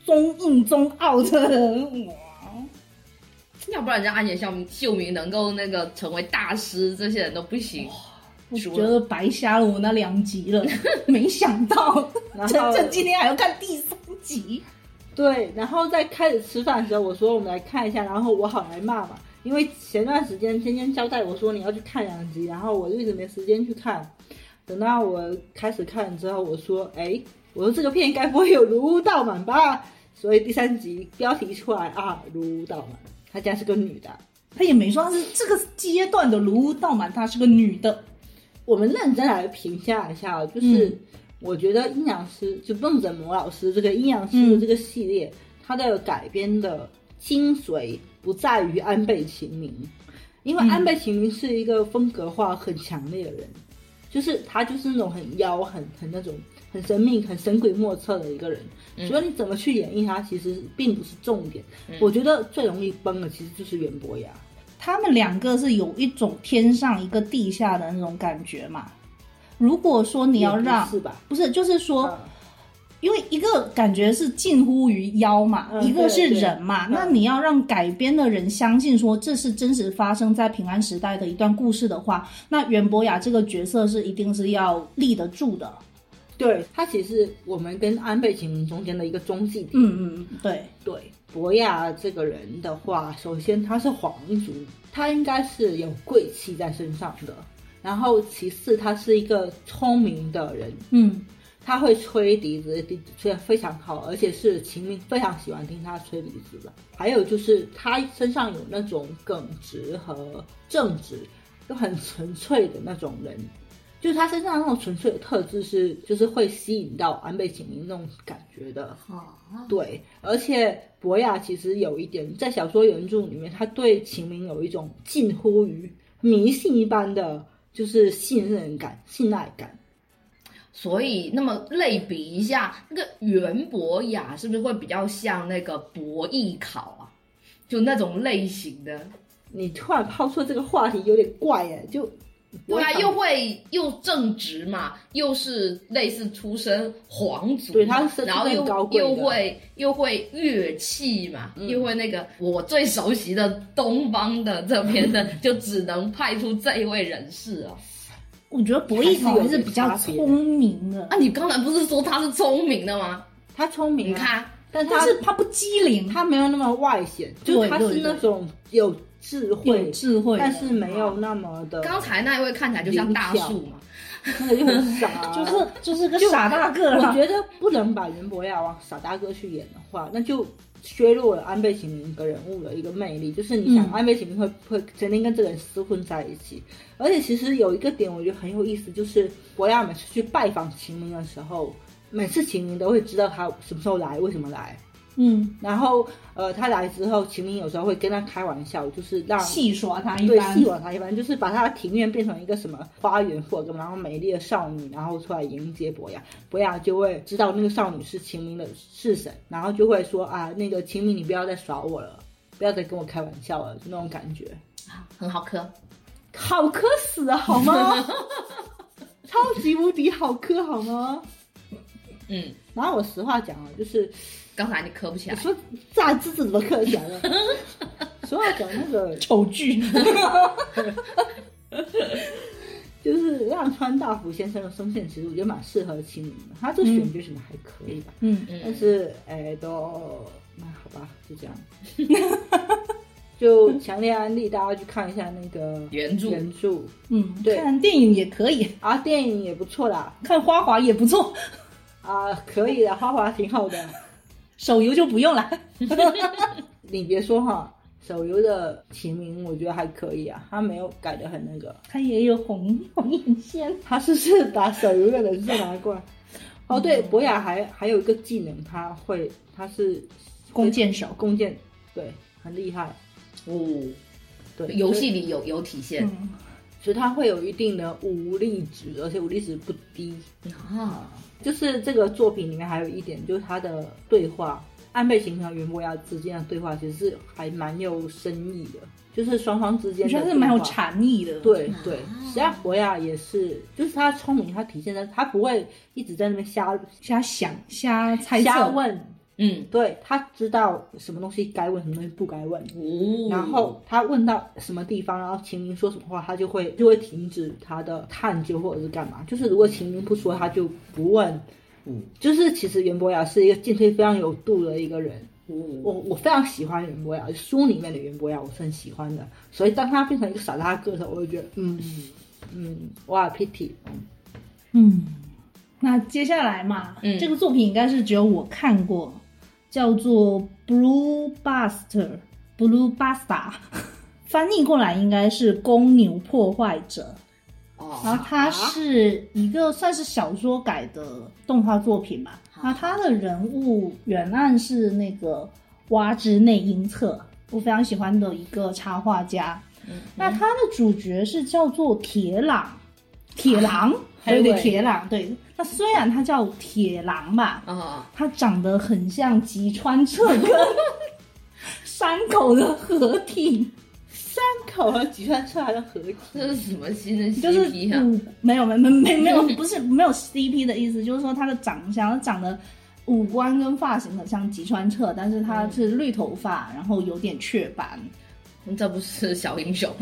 Speaker 3: 中印中澳的，哇！
Speaker 2: 要不然人家安野秀明能够那个成为大师，这些人都不行。
Speaker 3: 我觉得白瞎了我那2集了，没想到真正今天还要看第3集。
Speaker 1: 对，然后在开始吃饭的时候，我说我们来看一下，然后我好来骂嘛，因为前段时间天天交代我说你要去看2集，然后我就一直没时间去看。等到我开始看之后，我说这个片该不会有如巫道满吧？所以第3集标题出来啊，如巫道满，她竟然是个女的。
Speaker 3: 她也没说她是这个阶段的如巫道满，她是个女的。
Speaker 1: 我们认真来评价一下，就是我觉得阴阳师就梦枕魔老师这个阴阳师的这个系列，它的改编的精髓不在于安倍晴明，因为安倍晴明是一个风格化很强烈的人，就是他就是那种很妖很那种很神秘很神鬼莫测的一个人，所以你怎么去演绎他其实并不是重点。我觉得最容易崩的其实就是袁博雅，
Speaker 3: 他们2个是有一种天上一个地下的那种感觉嘛。如果说你要让
Speaker 1: 是吧？
Speaker 3: 不是，就是说，因为一个感觉是近乎于妖嘛，一个是人嘛，那你要让改编的人相信说这是真实发生在平安时代的一段故事的话，那袁博雅这个角色是一定是要立得住的。
Speaker 1: 对，他其实我们跟安倍晴明中间的一个中继点。
Speaker 3: 对。
Speaker 1: 博雅这个人的话，首先他是皇族，他应该是有贵气在身上的。然后其次他是一个聪明的人，他会吹笛子，吹得非常好，而且是晴明非常喜欢听他吹笛子的。还有就是他身上有那种耿直和正直又很纯粹的那种人，就是他身上那种纯粹的特质就是会吸引到安倍晴明那种感觉的。对，而且博雅其实有一点在小说原著里面，他对晴明有一种近乎于迷信一般的就是信任感信赖感。
Speaker 2: 所以那么类比一下，那个袁博雅是不是会比较像那个博弈考啊，就那种类型的？
Speaker 1: 你突然抛出这个话题有点怪耶，就
Speaker 2: 对啊，又正直嘛，又是类似出身皇族，
Speaker 1: 对，他是
Speaker 2: 然后又会乐器嘛，又会那个我最熟悉的东方的这边的，就只能派出这一位人士啊。
Speaker 3: 我觉得博弈考还是比较聪明的
Speaker 2: 啊！你刚才不是说他是聪明的吗？
Speaker 1: 他聪明，
Speaker 2: 你看，
Speaker 3: 但是他不机灵，
Speaker 1: 他没有那么外显，就他是那种有智慧，但是没有那么的。
Speaker 2: 刚才那一位看起来就像大树嘛，
Speaker 1: 那个就很傻，
Speaker 3: 就是个傻大个。
Speaker 1: 我觉得不能把袁博雅往傻大个去演的话，那就削弱了安倍晴明个人物的一个魅力。就是你想，安倍晴明会曾经跟这个人厮混在一起，而且其实有一个点我觉得很有意思，就是博雅每次去拜访晴明的时候，每次晴明都会知道他什么时候来，为什么来。然后他来之后，晴明有时候会跟他开玩笑，就是让
Speaker 3: 戏耍他一番，
Speaker 1: 对，戏耍他一番，就是把他的庭院变成一个什么花园或者然后美丽的少女，然后出来迎接博雅，博雅就会知道那个少女是晴明的侍神，然后就会说啊，那个晴明你不要再耍我了，不要再跟我开玩笑了，就那种感觉，
Speaker 2: 很好磕，
Speaker 1: 好磕死了好吗？超级无敌好磕好吗？然后我实话讲了，就是
Speaker 2: 刚才你磕不起来，
Speaker 1: 我说炸滋怎么磕起来了？实话讲那个
Speaker 3: 丑剧，
Speaker 1: 就是让川大辅先生的声线，其实我觉得蛮适合晴明的，他这个选角什么还可以吧？但是那好吧，就这样。就强烈安利大家去看一下那个
Speaker 2: 原著，
Speaker 1: 对，
Speaker 3: 看电影也可以
Speaker 1: 啊，电影也不错啦，
Speaker 3: 看花滑也不错
Speaker 1: 啊，可以的，花滑挺好的，
Speaker 3: 手游就不用了。
Speaker 1: 你别说哈，手游的晴明我觉得还可以啊，他没有改得很那个，
Speaker 3: 他也有红眼线，
Speaker 1: 他是把手游的人设拿过来。哦，对，博雅还有一个技能，他是
Speaker 3: 弓箭手，
Speaker 1: 对，很厉害。对，
Speaker 2: 游戏里有体现，
Speaker 1: 所以他会有一定的武力值，而且武力值不低啊。就是这个作品里面还有一点，就是他的对话，安倍晴明和袁博雅之间的对话，其实是还蛮有深意的，就是双方之间的对话，
Speaker 3: 我觉得是蛮有禅意的。
Speaker 1: 对，实际上博雅也是，就是他聪明，他体现在他不会一直在那边瞎想、瞎猜测、
Speaker 3: 瞎问。
Speaker 1: 对，他知道什么东西该问，什么东西不该问。然后他问到什么地方，然后秦明说什么话，他就会停止他的探究或者是干嘛。就是如果秦明不说，他就不问。就是其实袁博雅是一个进退非常有度的一个人。我非常喜欢袁博雅，书里面的袁博雅我是很喜欢的。所以当他变成一个傻大个的时候，我就觉得哇 pity。
Speaker 3: 那接下来嘛，这个作品应该是只有我看过，叫做 Blue Buster， 翻译过来应该是公牛破坏者。然后它是一个算是小说改的动画作品吧。那它的人物原案是那个蛙之内英策，我非常喜欢的一个插画家。那它的主角是叫做铁狼，对，铁狼，对。那虽然他叫铁狼吧，他长得很像吉川彻跟山口的合体。
Speaker 1: 山口和吉川彻还能合体，
Speaker 2: 这是什么新的 CP
Speaker 3: 啊？没有，不是没有 CP 的意思，就是说他的长相，长得五官跟发型很像吉川彻，但是他是绿头发，然后有点雀斑。
Speaker 2: 这不是小英雄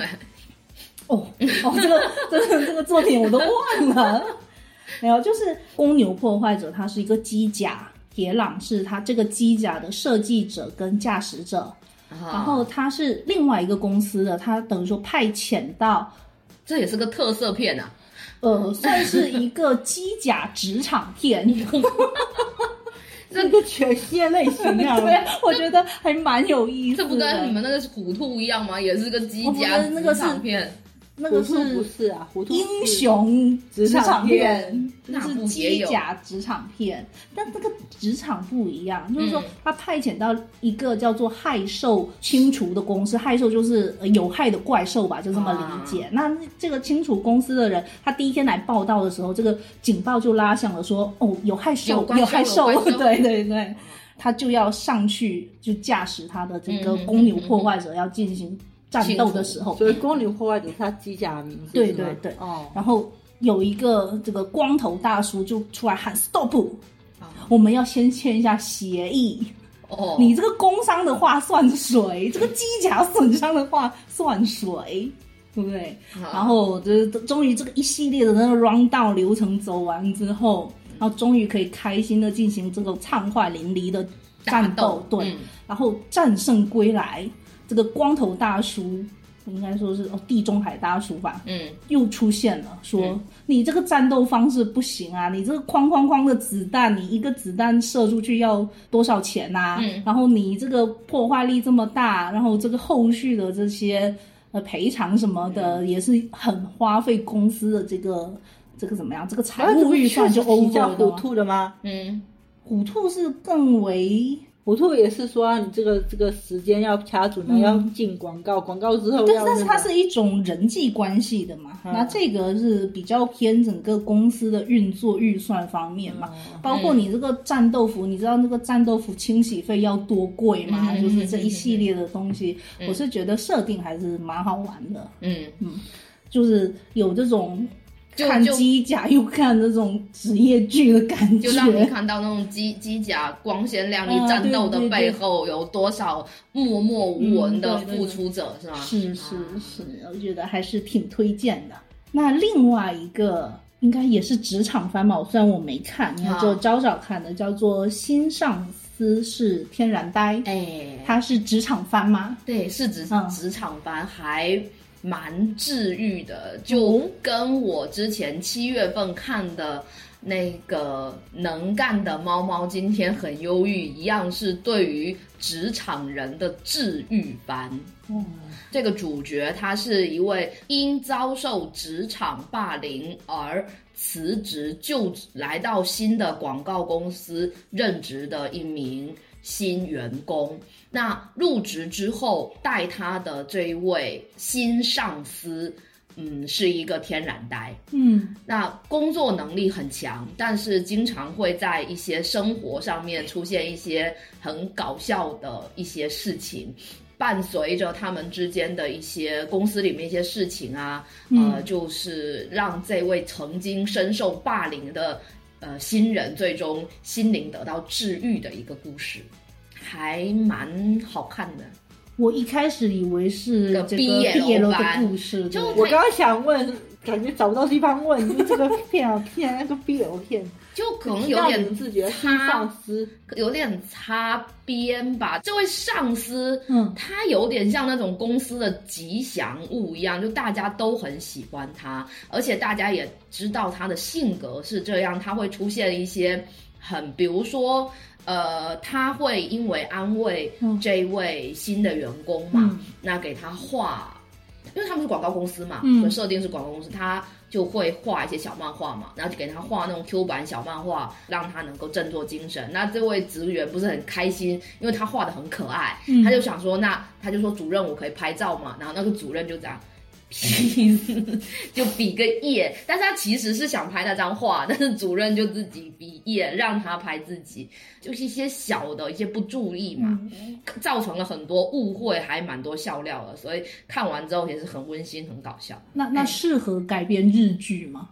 Speaker 3: 这个作品我都忘了。没有，就是公牛破坏者，他是一个机甲，铁朗是他这个机甲的设计者跟驾驶者。然后他是另外一个公司的，他等于说派遣到，
Speaker 2: 这也是个特色片啊。
Speaker 3: 算是一个机甲职场片。
Speaker 1: 这个全新的类型啊。
Speaker 3: 对，我觉得还蛮有意思的。
Speaker 2: 这不跟你们那个虎兔一样吗？也是个机甲职场片。
Speaker 3: 那个是
Speaker 1: 不是啊？
Speaker 3: 英雄职场片，
Speaker 2: 就是
Speaker 3: 机甲职场片，但这个职场不一样，就是说他派遣到一个叫做害兽清除的公司，害兽就是有害的怪兽吧，就这么理解。那这个清除公司的人，他第一天来报道的时候，这个警报就拉响了说，有害兽，对，他就要上去就驾驶他的这个公牛破坏者要进行战斗的时候，
Speaker 1: 所以公牛破坏者是他机甲的名字。
Speaker 3: 对，然后有一个这个光头大叔就出来喊 stop，我们要先签一下协议。你这个工伤的话算谁？这个机甲损伤的话算谁？对不对？然后就是终于这个一系列的那个 round down 流程走完之后，然后终于可以开心的进行这个畅快淋漓的战斗。对，然后战胜归来。这个光头大叔应该说是地中海大叔吧，又出现了，说你这个战斗方式不行啊，你这个哐的子弹，你一个子弹射出去要多少钱啊？然后你这个破坏力这么大，然后这个后续的这些赔偿什么的也是很花费公司的这个怎么样？这个财务预算就 over 了。
Speaker 1: 虎兔的吗？
Speaker 3: 虎兔是更为。
Speaker 1: 虎兔也是说你这个时间要掐准了，要进广告之后要
Speaker 3: 但是它是一种人际关系的嘛，那这个是比较偏整个公司的运作预算方面嘛，包括你这个战斗服，你知道那个战斗服清洗费要多贵吗？就是这一系列的东西，我是觉得设定还是蛮好玩的。就是有这种看机甲又看那种职业剧的感觉，
Speaker 2: 就让你看到那种机甲光鲜亮丽战斗的背后有多少默默无闻的付出者，是吗？
Speaker 3: 是，我觉得还是挺推荐的。那另外一个应该也是职场番吧，虽然我没看，应该只有昭昭看的，叫做新上司是天然呆。它是职场番吗？
Speaker 2: 对，是职场番，还蛮治愈的，就跟我之前7月份看的那个能干的猫猫今天很忧郁一样，是对于职场人的治愈番。这个主角他是一位因遭受职场霸凌而辞职就来到新的广告公司任职的一名新员工。那入职之后带他的这一位新上司是一个天然呆。那工作能力很强，但是经常会在一些生活上面出现一些很搞笑的一些事情，伴随着他们之间的一些公司里面一些事情啊，就是让这位曾经深受霸凌的新人最终心灵得到治愈的一个故事，还蛮好看的。
Speaker 3: 我一开始以为是这个
Speaker 2: BL
Speaker 3: 的故事，
Speaker 2: 就
Speaker 1: 我刚刚想问，感觉找不到地方问，就是这个片啊片那个 BL 片，
Speaker 2: 就可能有点
Speaker 1: 自觉上司
Speaker 2: 有点擦边吧。这位上司，他有点像那种公司的吉祥物一样，就大家都很喜欢他，而且大家也知道他的性格是这样，他会出现一些比如说。他会因为安慰这一位新的员工嘛，那给他画，因为他们是广告公司嘛，设定是广告公司，他就会画一些小漫画嘛，然后就给他画那种 Q 版小漫画，让他能够振作精神。那这位职员不是很开心，因为他画得很可爱，他就想说，那他就说主任我可以拍照嘛，然后那个主任就这样。就比个耶，但是他其实是想拍那张画，但是主任就自己比耶，让他拍自己，就是一些小的一些不注意嘛，造成了很多误会，还蛮多笑料的，所以看完之后也是很温馨很搞笑。
Speaker 3: 那适合改编日剧吗？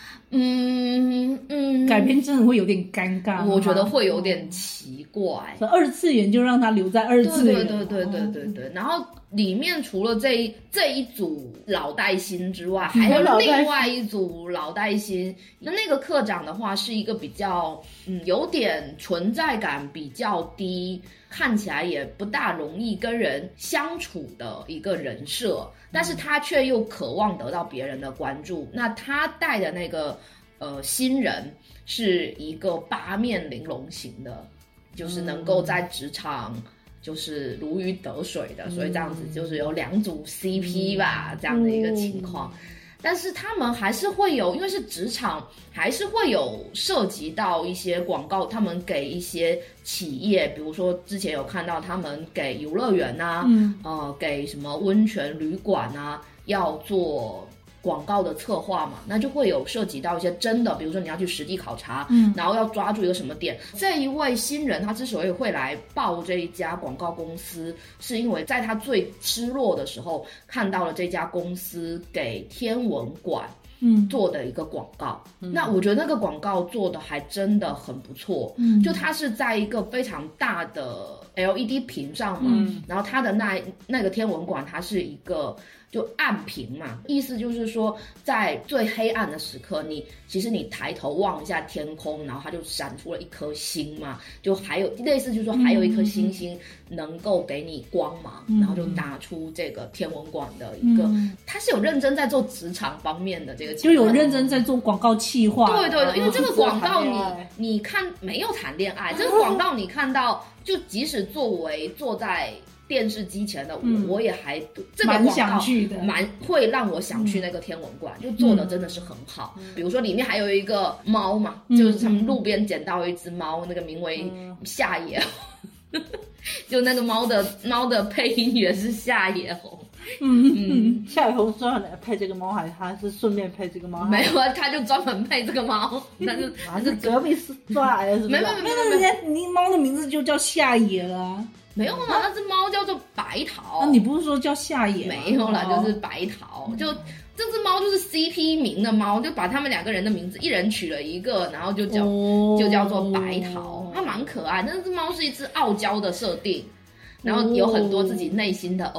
Speaker 3: 改编真的会有点尴尬，
Speaker 2: 我觉得会有点奇怪。
Speaker 3: 二次元就让它留在二次元，
Speaker 2: 对。然后里面除了这一组老带新之外，还有另外一组老带新。那个课长的话是一个比较有点存在感比较低，看起来也不大容易跟人相处的一个人设，但是他却又渴望得到别人的关注。那他带的那个新人是一个八面玲珑型的，就是能够在职场就是如鱼得水的，所以这样子就是有2组 CP 吧，这样的一个情况。但是他们还是会有，因为是职场，还是会有涉及到一些广告，他们给一些企业，比如说之前有看到他们给游乐园啊，给什么温泉旅馆啊，要做广告的策划嘛，那就会有涉及到一些真的，比如说你要去实地考察，然后要抓住一个什么点。这一位新人他之所以会来报这一家广告公司，是因为在他最失落的时候看到了这家公司给天文馆做的一个广告，那我觉得那个广告做的还真的很不错，就它是在一个非常大的 LED 屏上嘛，然后它的那个天文馆它是一个就暗屏嘛，意思就是说在最黑暗的时刻，其实你抬头望一下天空，然后它就闪出了一颗星嘛，就还有类似就是说还有一颗星星能够给你光芒，然后就打出这个天文馆的一个，他是有认真在做职场方面的这个，
Speaker 3: 就有认真在做广告企划。
Speaker 2: 对，因为这个广告你看没有谈恋爱，这个广告你看到就即使坐在电视机前的我也还这个广告蛮会让我想去那个天文馆，就做的真的是很好。比如说里面还有一个猫嘛，就是他们路边捡到一只猫，那个名为夏野红，就那个猫的配音员是夏野红。
Speaker 1: 夏野红专门配这个猫，还是他是顺便配这个猫？
Speaker 2: 没有啊，他就专门配这个猫，
Speaker 1: 还是隔壁抓来的，是不是？
Speaker 2: 没，
Speaker 3: 人家你猫的名字就叫夏野了。
Speaker 2: 没有嘛，那只猫叫做白桃。
Speaker 3: 你不是说叫夏野吗？
Speaker 2: 没有啦，就是白桃。就这只猫就是 CP 名的猫，就把他们2个人的名字一人取了一个，然后就叫做白桃。它蛮可爱，但是这猫是一只傲娇的设定，然后有很多自己内心的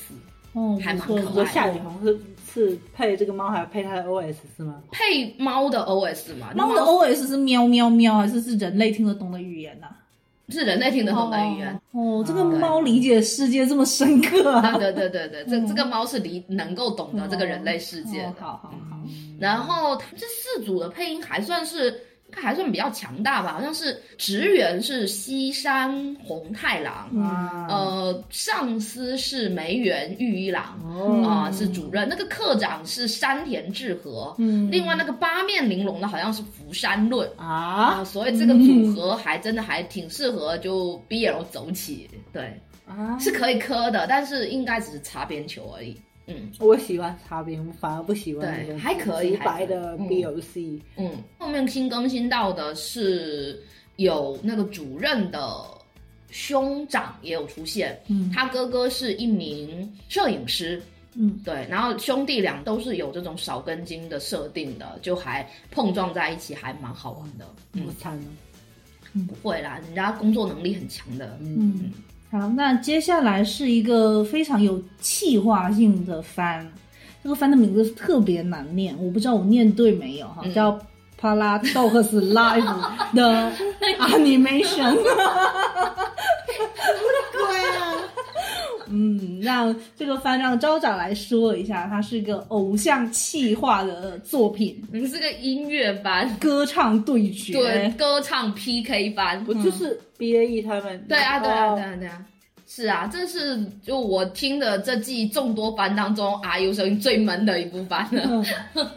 Speaker 2: OS，还蛮可爱的。
Speaker 1: 夏野红是配这个猫，还有配它的 OS 是吗？
Speaker 2: 配猫的 OS 嘛？
Speaker 3: 猫的 OS 是喵喵喵，还是人类听得懂的语言啊？
Speaker 2: 是人类听得懂的语言
Speaker 3: 这个猫理解世界这么深刻啊！
Speaker 2: 对，这个猫是能够懂得这个人类世界的。
Speaker 3: 好。
Speaker 2: 然后这4组的配音还算比较强大吧，好像是职员是西山红太郎，上司是梅原裕一郎，是主任，那个课长是山田智和，另外那个八面玲珑的好像是福山润所以这个组合还真的还挺适合就 BL 走起，对，是可以磕的，但是应该只是擦边球而已。
Speaker 1: 我喜欢擦边，我反而不喜欢那种
Speaker 2: 还可以
Speaker 1: 直白的 BLC。
Speaker 2: 后面新更新到的是有那个主任的兄长也有出现，他哥哥是一名摄影师， 对，然后兄弟俩都是有这种少根筋的设定的，就还碰撞在一起，还蛮好玩的。
Speaker 1: 我惨了。
Speaker 2: 不会啦，人家工作能力很强的。
Speaker 3: 好，那接下来是一个非常有企划性的番，这个番的名字特别难念，我不知道我念对没有哈，叫 Paradox Live 的 Animation。
Speaker 1: 对啊。
Speaker 3: 让这个番让昭长来说一下，它是一个偶像企划的作品，
Speaker 2: 是个音乐番，
Speaker 3: 歌唱对决，
Speaker 2: 对，歌唱 PK 番，
Speaker 1: 不就是 BAE 他们？
Speaker 2: 对啊，是啊，这是就我听的这季众多番当中，IU声音最闷的一部番了。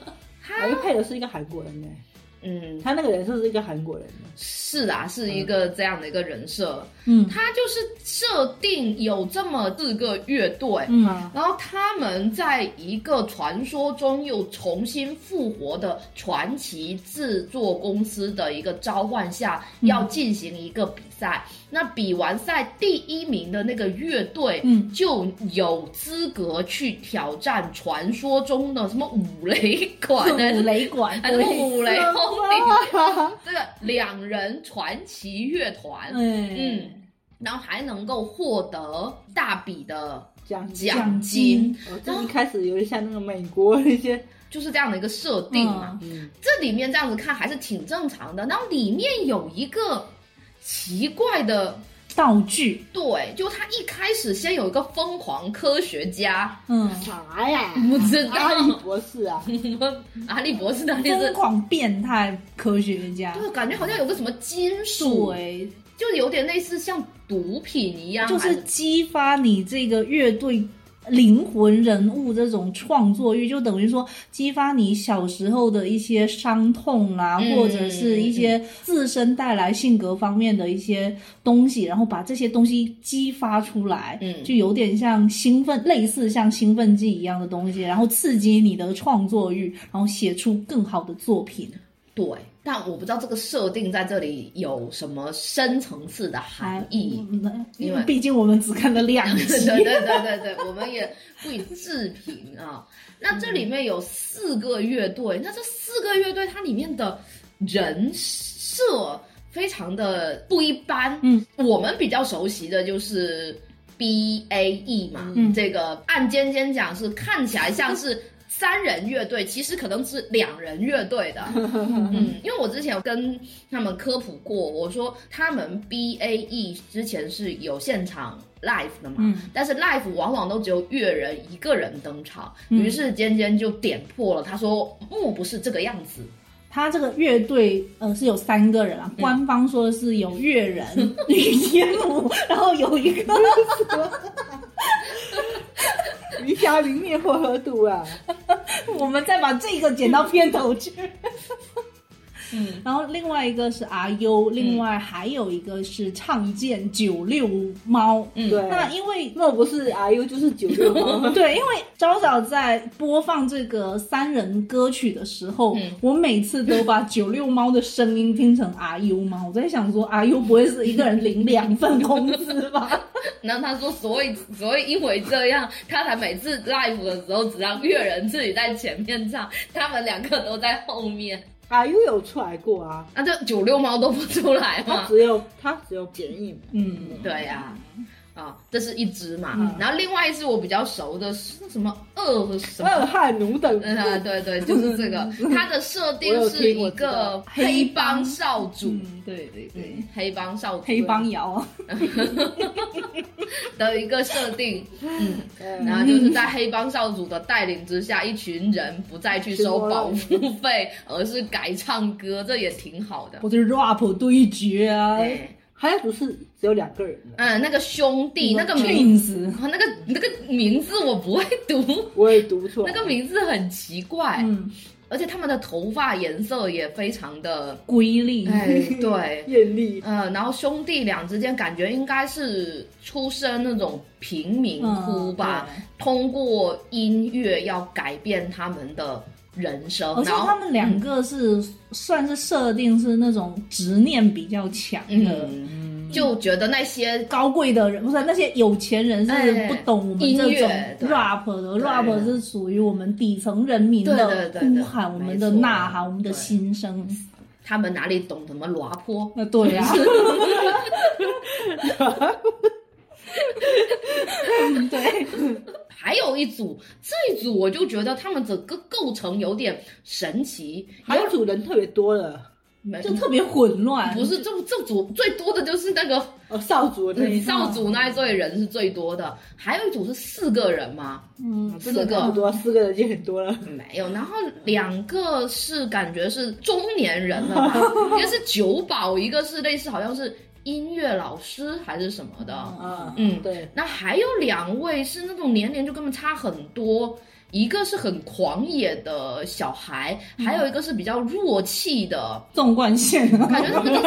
Speaker 1: IU配的是一个韩国人呢。他那个人设是一个韩国人。
Speaker 2: 是啊，是一个这样的一个人设。他就是设定有这么4个乐队，然后他们在一个传说中又重新复活的传奇制作公司的一个召唤下，要进行一个比赛。那比完赛第1名的那个乐队，就有资格去挑战传说中的什么五雷馆，
Speaker 3: 五雷馆，
Speaker 2: 还是五雷轰顶这个2人传奇乐团，然后还能够获得大笔的奖金。
Speaker 1: 这一开始有点像那个美国那些，
Speaker 2: 就是这样的一个设定嘛。这里面这样子看还是挺正常的。然后里面有一个奇怪的
Speaker 3: 道具，
Speaker 2: 对，就他一开始先有一个疯狂科学家，
Speaker 1: 啥呀？
Speaker 2: 不知道，
Speaker 1: 阿笠博士啊，
Speaker 2: 阿笠博士的
Speaker 3: 疯狂变态科学家，
Speaker 2: 对，感觉好像有个什么金属，对，就有点类似像毒品一样，
Speaker 3: 就是激发你这个乐队灵魂人物这种创作欲，就等于说激发你小时候的一些伤痛啦，或者是一些自身带来性格方面的一些东西，然后把这些东西激发出来，就有点像兴奋，类似像兴奋剂一样的东西，然后刺激你的创作欲，然后写出更好的作品。
Speaker 2: 对，但我不知道这个设定在这里有什么深层次的含义，
Speaker 3: 因为毕竟我们只看了2集。
Speaker 2: 对，我们也不予置评啊。那这里面有4个乐队，那这4个乐队它里面的人设非常的不一般。我们比较熟悉的就是BAE 嘛，这个按尖尖讲是看起来像是3人乐队，其实可能是2人乐队的。因为我之前有跟他们科普过，我说他们 BAE 之前是有现场 live 的嘛，但是 live 往往都只有乐人1个人登场，于是尖尖就点破了，他说不是这个样子。
Speaker 3: 他这个乐队是有3个人啊，官方说是有乐人、吕天武，然后有一个
Speaker 1: 鱼虾灵面混合度啊。
Speaker 3: 我们再把这个剪到片头去。然后另外一个是IU，另外还有一个是唱剑96猫。
Speaker 1: 对，
Speaker 3: 那因为
Speaker 1: 那不是 IU 就是96猫。
Speaker 3: 对，因为昭早在播放这个3人歌曲的时候，我每次都把96猫的声音听成 IU 嘛，我在想说 IU 不会是一个人领2份工资吧？
Speaker 2: 然后他说所以因为这样，他才每次 live 的时候只让乐人自己在前面唱，他们2个都在后面。
Speaker 1: IU 有出来过啊，
Speaker 2: 这96猫都不出来嘛，
Speaker 1: 他只有剪映。
Speaker 2: 对呀。这是一支嘛，然后另外一支我比较熟的是什么
Speaker 1: 二汉奴等。
Speaker 2: 对，就是这个，它的设定是一个黑帮少主，
Speaker 3: 对，
Speaker 2: 黑帮少主，
Speaker 3: 黑帮摇
Speaker 2: 的一个设定，然后就是在黑帮少主的带领之下，一群人不再去收保护费，而是改唱歌，这也挺好的。
Speaker 3: 或者 rap 对决啊。
Speaker 1: 还有是只有2个人的，
Speaker 2: 那个兄弟，那个名字，那个名字我不会读，
Speaker 1: 我也读不出来，
Speaker 2: 那个名字很奇怪，而且他们的头发颜色也非常的
Speaker 3: 瑰丽，
Speaker 2: 对，
Speaker 1: 艳丽，
Speaker 2: 然后兄弟俩之间感觉应该是出身那种贫民窟吧，通过音乐要改变他们的人生，
Speaker 3: 而且他们2个是算是设定是那种执念比较强的，
Speaker 2: 就觉得那些
Speaker 3: 高贵的人不是那些有钱人是不懂我们这种 rap 的，rap 是属于我们底层人民的呼喊，我们的呐喊，我们的心声。
Speaker 2: 他们哪里懂什么拉坡？
Speaker 3: 对呀，对。
Speaker 2: 还有一组，这一组我就觉得他们整个构成有点神奇，
Speaker 1: 还有组人特别多了。
Speaker 3: 就特别混乱，
Speaker 2: 不是这组最多的就是那个
Speaker 1: 少主
Speaker 2: 少主那一队人是最多的，还有一组是4个人嘛，4个
Speaker 1: 很多，4个人就很多了。
Speaker 2: 没有，然后2个是感觉是中年人了吧，一个是酒保，一个是类似好像是音乐老师还是什么的，
Speaker 1: 对。
Speaker 2: 那还有2位是那种年龄就跟他们差很多。一个是很狂野的小孩，还有一个是比较弱气的
Speaker 3: 纵贯线，
Speaker 2: 感觉他们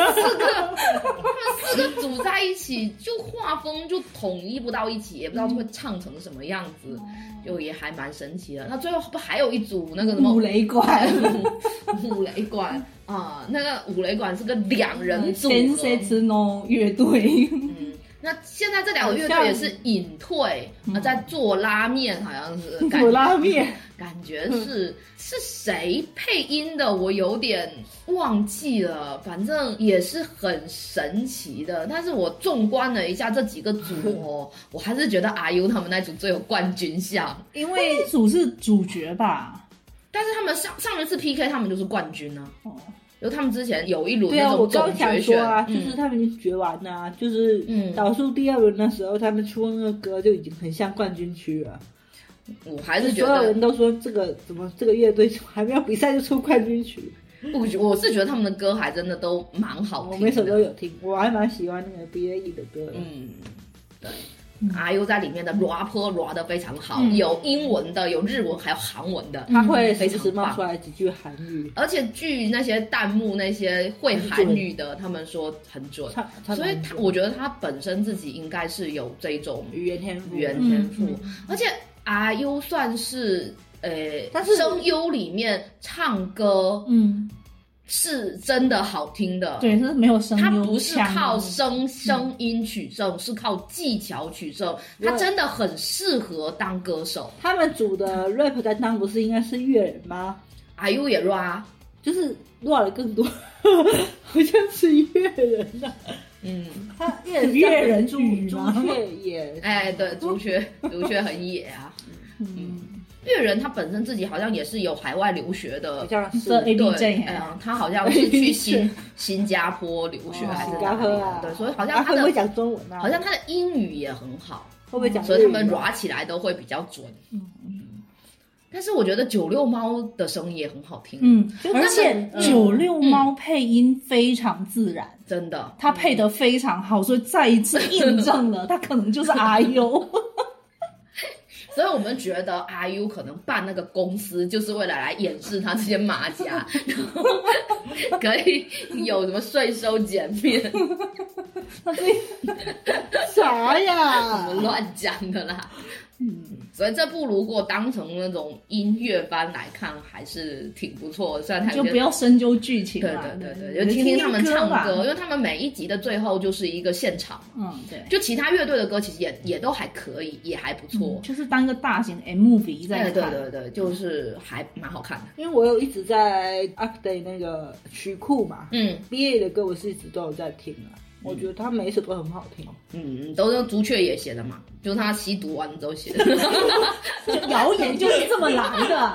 Speaker 2: 4个组在一起，就画风就统一不到一起，也不知道会唱成什么样子，就也还蛮神奇的。那最后不还有一组那个什么
Speaker 3: 五雷管，
Speaker 2: 五雷管啊，那个五雷管是个2人组
Speaker 3: 先生の乐队。
Speaker 2: 那现在这2个乐队也是隐退，在做拉面，好像是
Speaker 1: 做拉面，
Speaker 2: 感觉是谁配音的，我有点忘记了，反正也是很神奇的。但是我纵观了一下这几个组我还是觉得 IU 他们那组最有冠军相，
Speaker 3: 因为那组是主角吧，
Speaker 2: 但是他们上一次 PK 他们就是冠军啊。就他们之前有一轮那种总决选
Speaker 1: 就是他们已经决完了啊，就是倒数第2轮的时候，他们出那个歌就已经很像冠军区了。
Speaker 2: 我还是觉得
Speaker 1: 所有人都说这个怎么这个乐队还没有比赛就出冠军曲。
Speaker 2: 我是觉得他们的歌还真的都蛮好听的，
Speaker 1: 我每首都有听，我还蛮喜欢那个 BAE 的歌的。
Speaker 2: 对。IU 在里面的 rap 得非常好，有英文的，有日文，还有韩文的，
Speaker 1: 他会随时冒出来几句韩语，
Speaker 2: 而且据那些弹幕那些会韩语的，他们说很准，所以我觉得他本身自己应该是有这种
Speaker 1: 语言天
Speaker 2: 赋，而且 IU 算是声优里面唱歌，是真的好听的，
Speaker 3: 对，是没有声优，
Speaker 2: 他不是靠声音取胜，是靠技巧取胜，他真的很适合当歌手。
Speaker 1: 他们组的 rap 担当不是应该是乐人吗
Speaker 2: ？IU 也 rap，
Speaker 1: 就是 rap 的更多，好像是乐人啊。他
Speaker 3: 乐人语吗？
Speaker 1: 朱雀也，
Speaker 2: 对，朱雀很野啊。乐人他本身自己好像也是有海外留学的，
Speaker 3: 是 ABJ，
Speaker 2: 他好像是去新加坡留学还是哪里对，所以好像他
Speaker 1: 会讲中文啊，
Speaker 2: 好像他的英语也很好，
Speaker 1: 会不会讲？
Speaker 2: 所以他们 rap 起来都会比较准。但是我觉得96猫的声音也很好听，
Speaker 3: 而且96猫配音非常自然，
Speaker 2: 真的，
Speaker 3: 他配得非常好，所以再一次印证了他可能就是 IU。
Speaker 2: 所以我们觉得 IU 可能办那个公司就是为了来掩饰他这些马甲，然后可以有什么税收减免。
Speaker 3: 他这
Speaker 1: 啥呀？
Speaker 2: 我们乱讲的啦。所以这部如果当成那种音乐番来看，还是挺不错的。虽然
Speaker 3: 就不要深究剧情啦，
Speaker 2: 对，就听听他们唱歌，因为他们每一集的最后就是一个现场。
Speaker 3: 对，
Speaker 2: 就其他乐队的歌其实也都还可以，也还不错。
Speaker 3: 就是当一个大型 MV 在看。
Speaker 2: 对，就是还蛮好看的。
Speaker 1: 因为我有一直在 update 那个曲库嘛，BA 的歌我是一直都有在听啊。我觉得他每一首都很好听，
Speaker 2: 都是朱雀也写的嘛，就是他吸毒完之后写的，
Speaker 3: 谣言就是这么来的。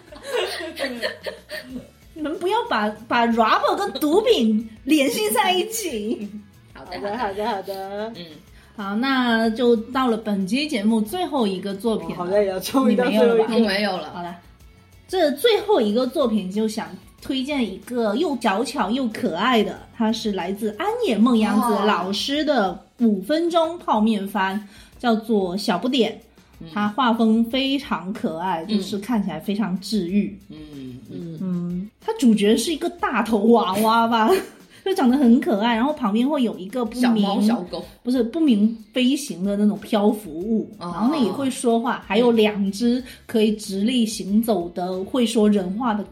Speaker 3: 你们不要把 rap 跟毒品联系在一起。
Speaker 2: 好
Speaker 1: 的。
Speaker 3: 好，那就到了本期节目最后一个作品。
Speaker 1: 好累啊，终于到最后一个，
Speaker 2: 没有了。
Speaker 3: 好了，这最后一个作品就想推荐一个又小巧又可爱的，它是来自安野梦洋子老师的5分钟泡面番，叫做小不点。它画风非常可爱，就是看起来非常治愈。它主角是一个大头娃娃吧，就长得很可爱，然后旁边会有一个
Speaker 2: 小猫小狗，
Speaker 3: 不是不明飞行的那种漂浮物，然后呢也会说话，还有2只可以直立行走的会说人话的狗。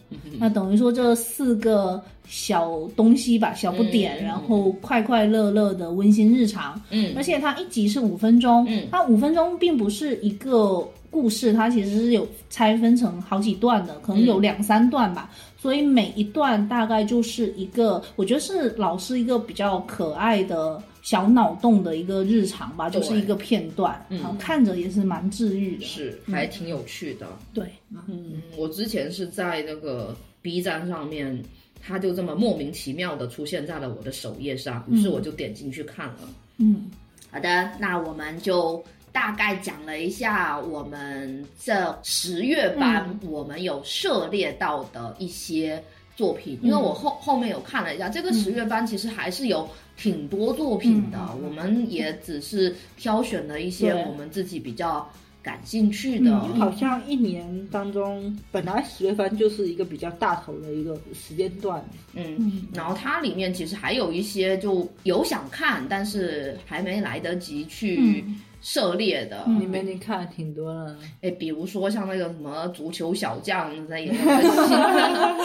Speaker 3: 那等于说这4个小东西吧，小不点，然后快快乐乐的温馨日常。而且它1集是5分钟，它5分钟并不是一个故事，它其实是有拆分成好几段的，可能有2-3段吧。所以每一段大概就是一个，我觉得是老师一个比较可爱的小脑洞的一个日常吧，就是一个片段，然后看着也是蛮治愈的，
Speaker 2: 是还挺有趣的。
Speaker 3: 对，
Speaker 2: 我之前是在那个 B 站上面，它就这么莫名其妙的出现在了我的首页上，于是我就点进去看了。好的，那我们就大概讲了一下我们这10月班我们有涉猎到的一些作品，因为我后面有看了一下，这个10月班其实还是有挺多作品的，我们也只是挑选了一些我们自己比较感兴趣的。
Speaker 1: 好像1年当中，本来10月番就是一个比较大头的一个时间段。
Speaker 2: 然后它里面其实还有一些就有想看，但是还没来得及去涉猎的。
Speaker 1: 你们已经看了挺多了。
Speaker 2: 比如说像那个什么足球小将在演的新的。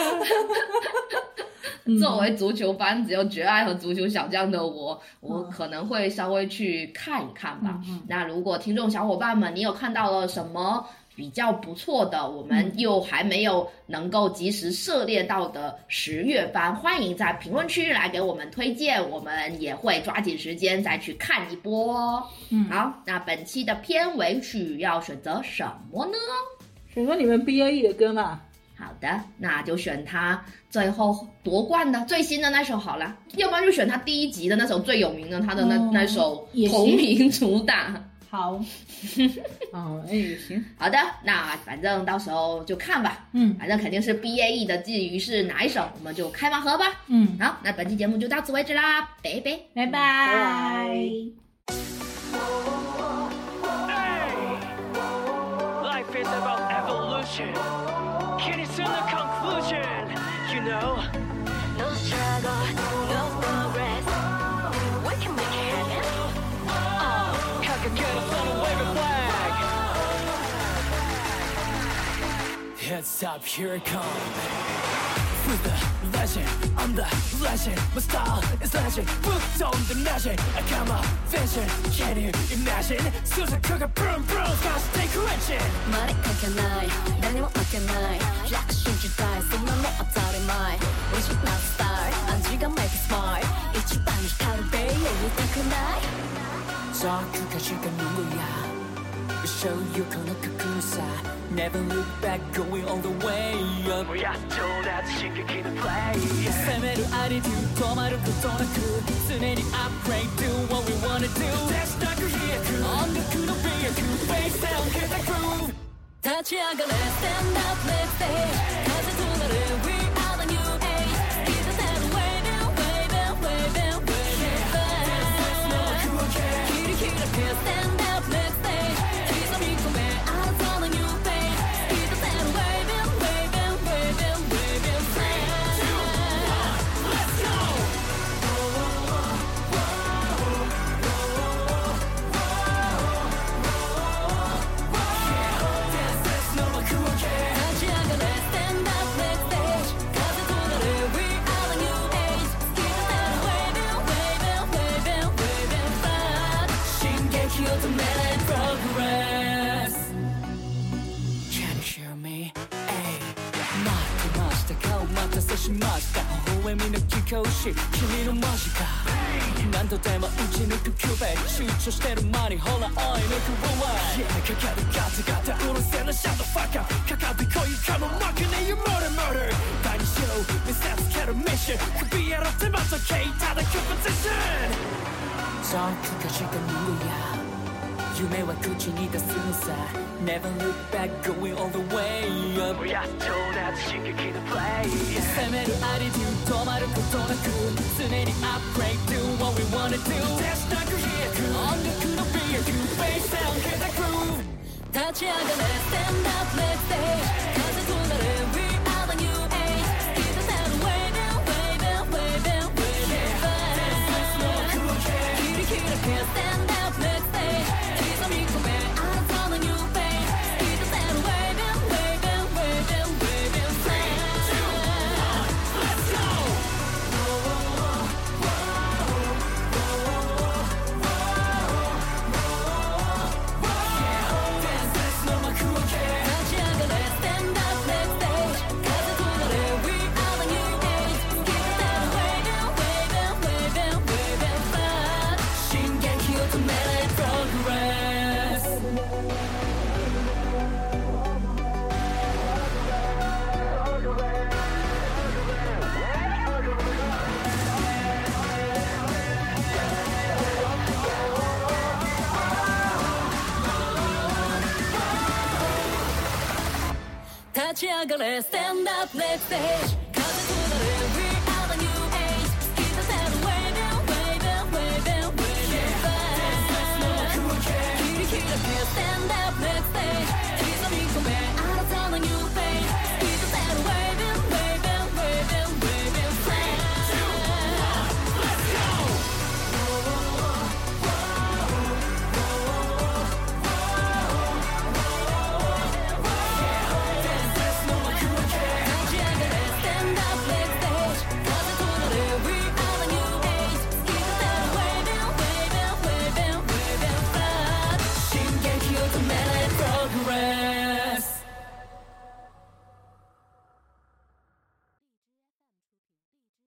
Speaker 2: 作为足球班只有绝爱和足球小将的我可能会稍微去看一看吧。那如果听众小伙伴们你有看到了什么比较不错的，我们又还没有能够及时涉猎到的10月番，欢迎在评论区来给我们推荐，我们也会抓紧时间再去看一波哦。好，那本期的片尾曲要选择什么呢？
Speaker 1: 选择你们 BAE 的歌嘛。
Speaker 2: 好的，那就选他最后夺冠的最新的那首好了，要不然就选他第1集的那首最有名的，他的那首同名主打。
Speaker 3: 好，
Speaker 1: 也行。
Speaker 2: 好的，那反正到时候就看吧。反正肯定是 BAE 的，至于是哪一首，我们就开盲盒吧。好，那本期节目就到此为止啦，拜拜，
Speaker 3: 拜拜。
Speaker 4: Life is about evolution. Can you see the conclusion? You know, no struggle, no progress. We can make it happen. Cock a kettle on a waving flag. Heads up, here it comes. Who's the legend? I'm the legend. My style is legend. Booked on the legend. I got my vision. Can you imagine? Susan Cook, boom, boom. Gotta stay quenching.
Speaker 5: 말이 깎여나이 날 못 맡겨나이 약신주다이 손만 못 앞다리 마이 오직 나 star 안지가 make it smart 이치방이 카르베 You think tonight
Speaker 4: 저 그까지가 누구야 We show you gonna kukusa Never look back going all the way up 우리 아직도 나 진격히는 play攻めるattitude止まることなく常に upgrade do what we wanna do That's not good here 音楽の美学 Face down hit the groove 立ち上がれ stand up let's stay 風となれ We are the new age 突き出せる waving waving waving waving flag キリキラけ stand up let's stay 刻み込め新たな new phase 突き出せる waving waving waving waving flag Let's go Stand up, let's stage 風となれ We are the new age 突き出せる waving waving waving waving flag 進撃を止めない progress Can you hear me? 待ってましたかお待たせしました微笑みの貴公子君の文字が何度でも打ち抜くキューベ集中してる間にほら追い抜く Yeah かかる風がうるせえなシャドウファッカーかかってこいかも負けねえよ Murder Murder 第二章見せつけるミッション首やろってまたケイタだコンペティションそうかしか無理や夢は口に出すのさ Never look back going all the way up We are still that 進撃の play 攻めるアリテュー止まることなく常に upgrade do what we wanna do That's not good here 音楽の美学 Face down hit the groove 立ち上がれ Stand up let's stay 風となれ We are the new age 突き出せる waving waving waving waving flag キリキラけ Stand up let's stay 刻み込め新たな new phase 突き出せる waving waving waving waving flag
Speaker 5: 立ち上がれ Stand up next stage 風となれ We are the new age 突き立てる Waving waving waving waving fast 切り開け Stand up next stage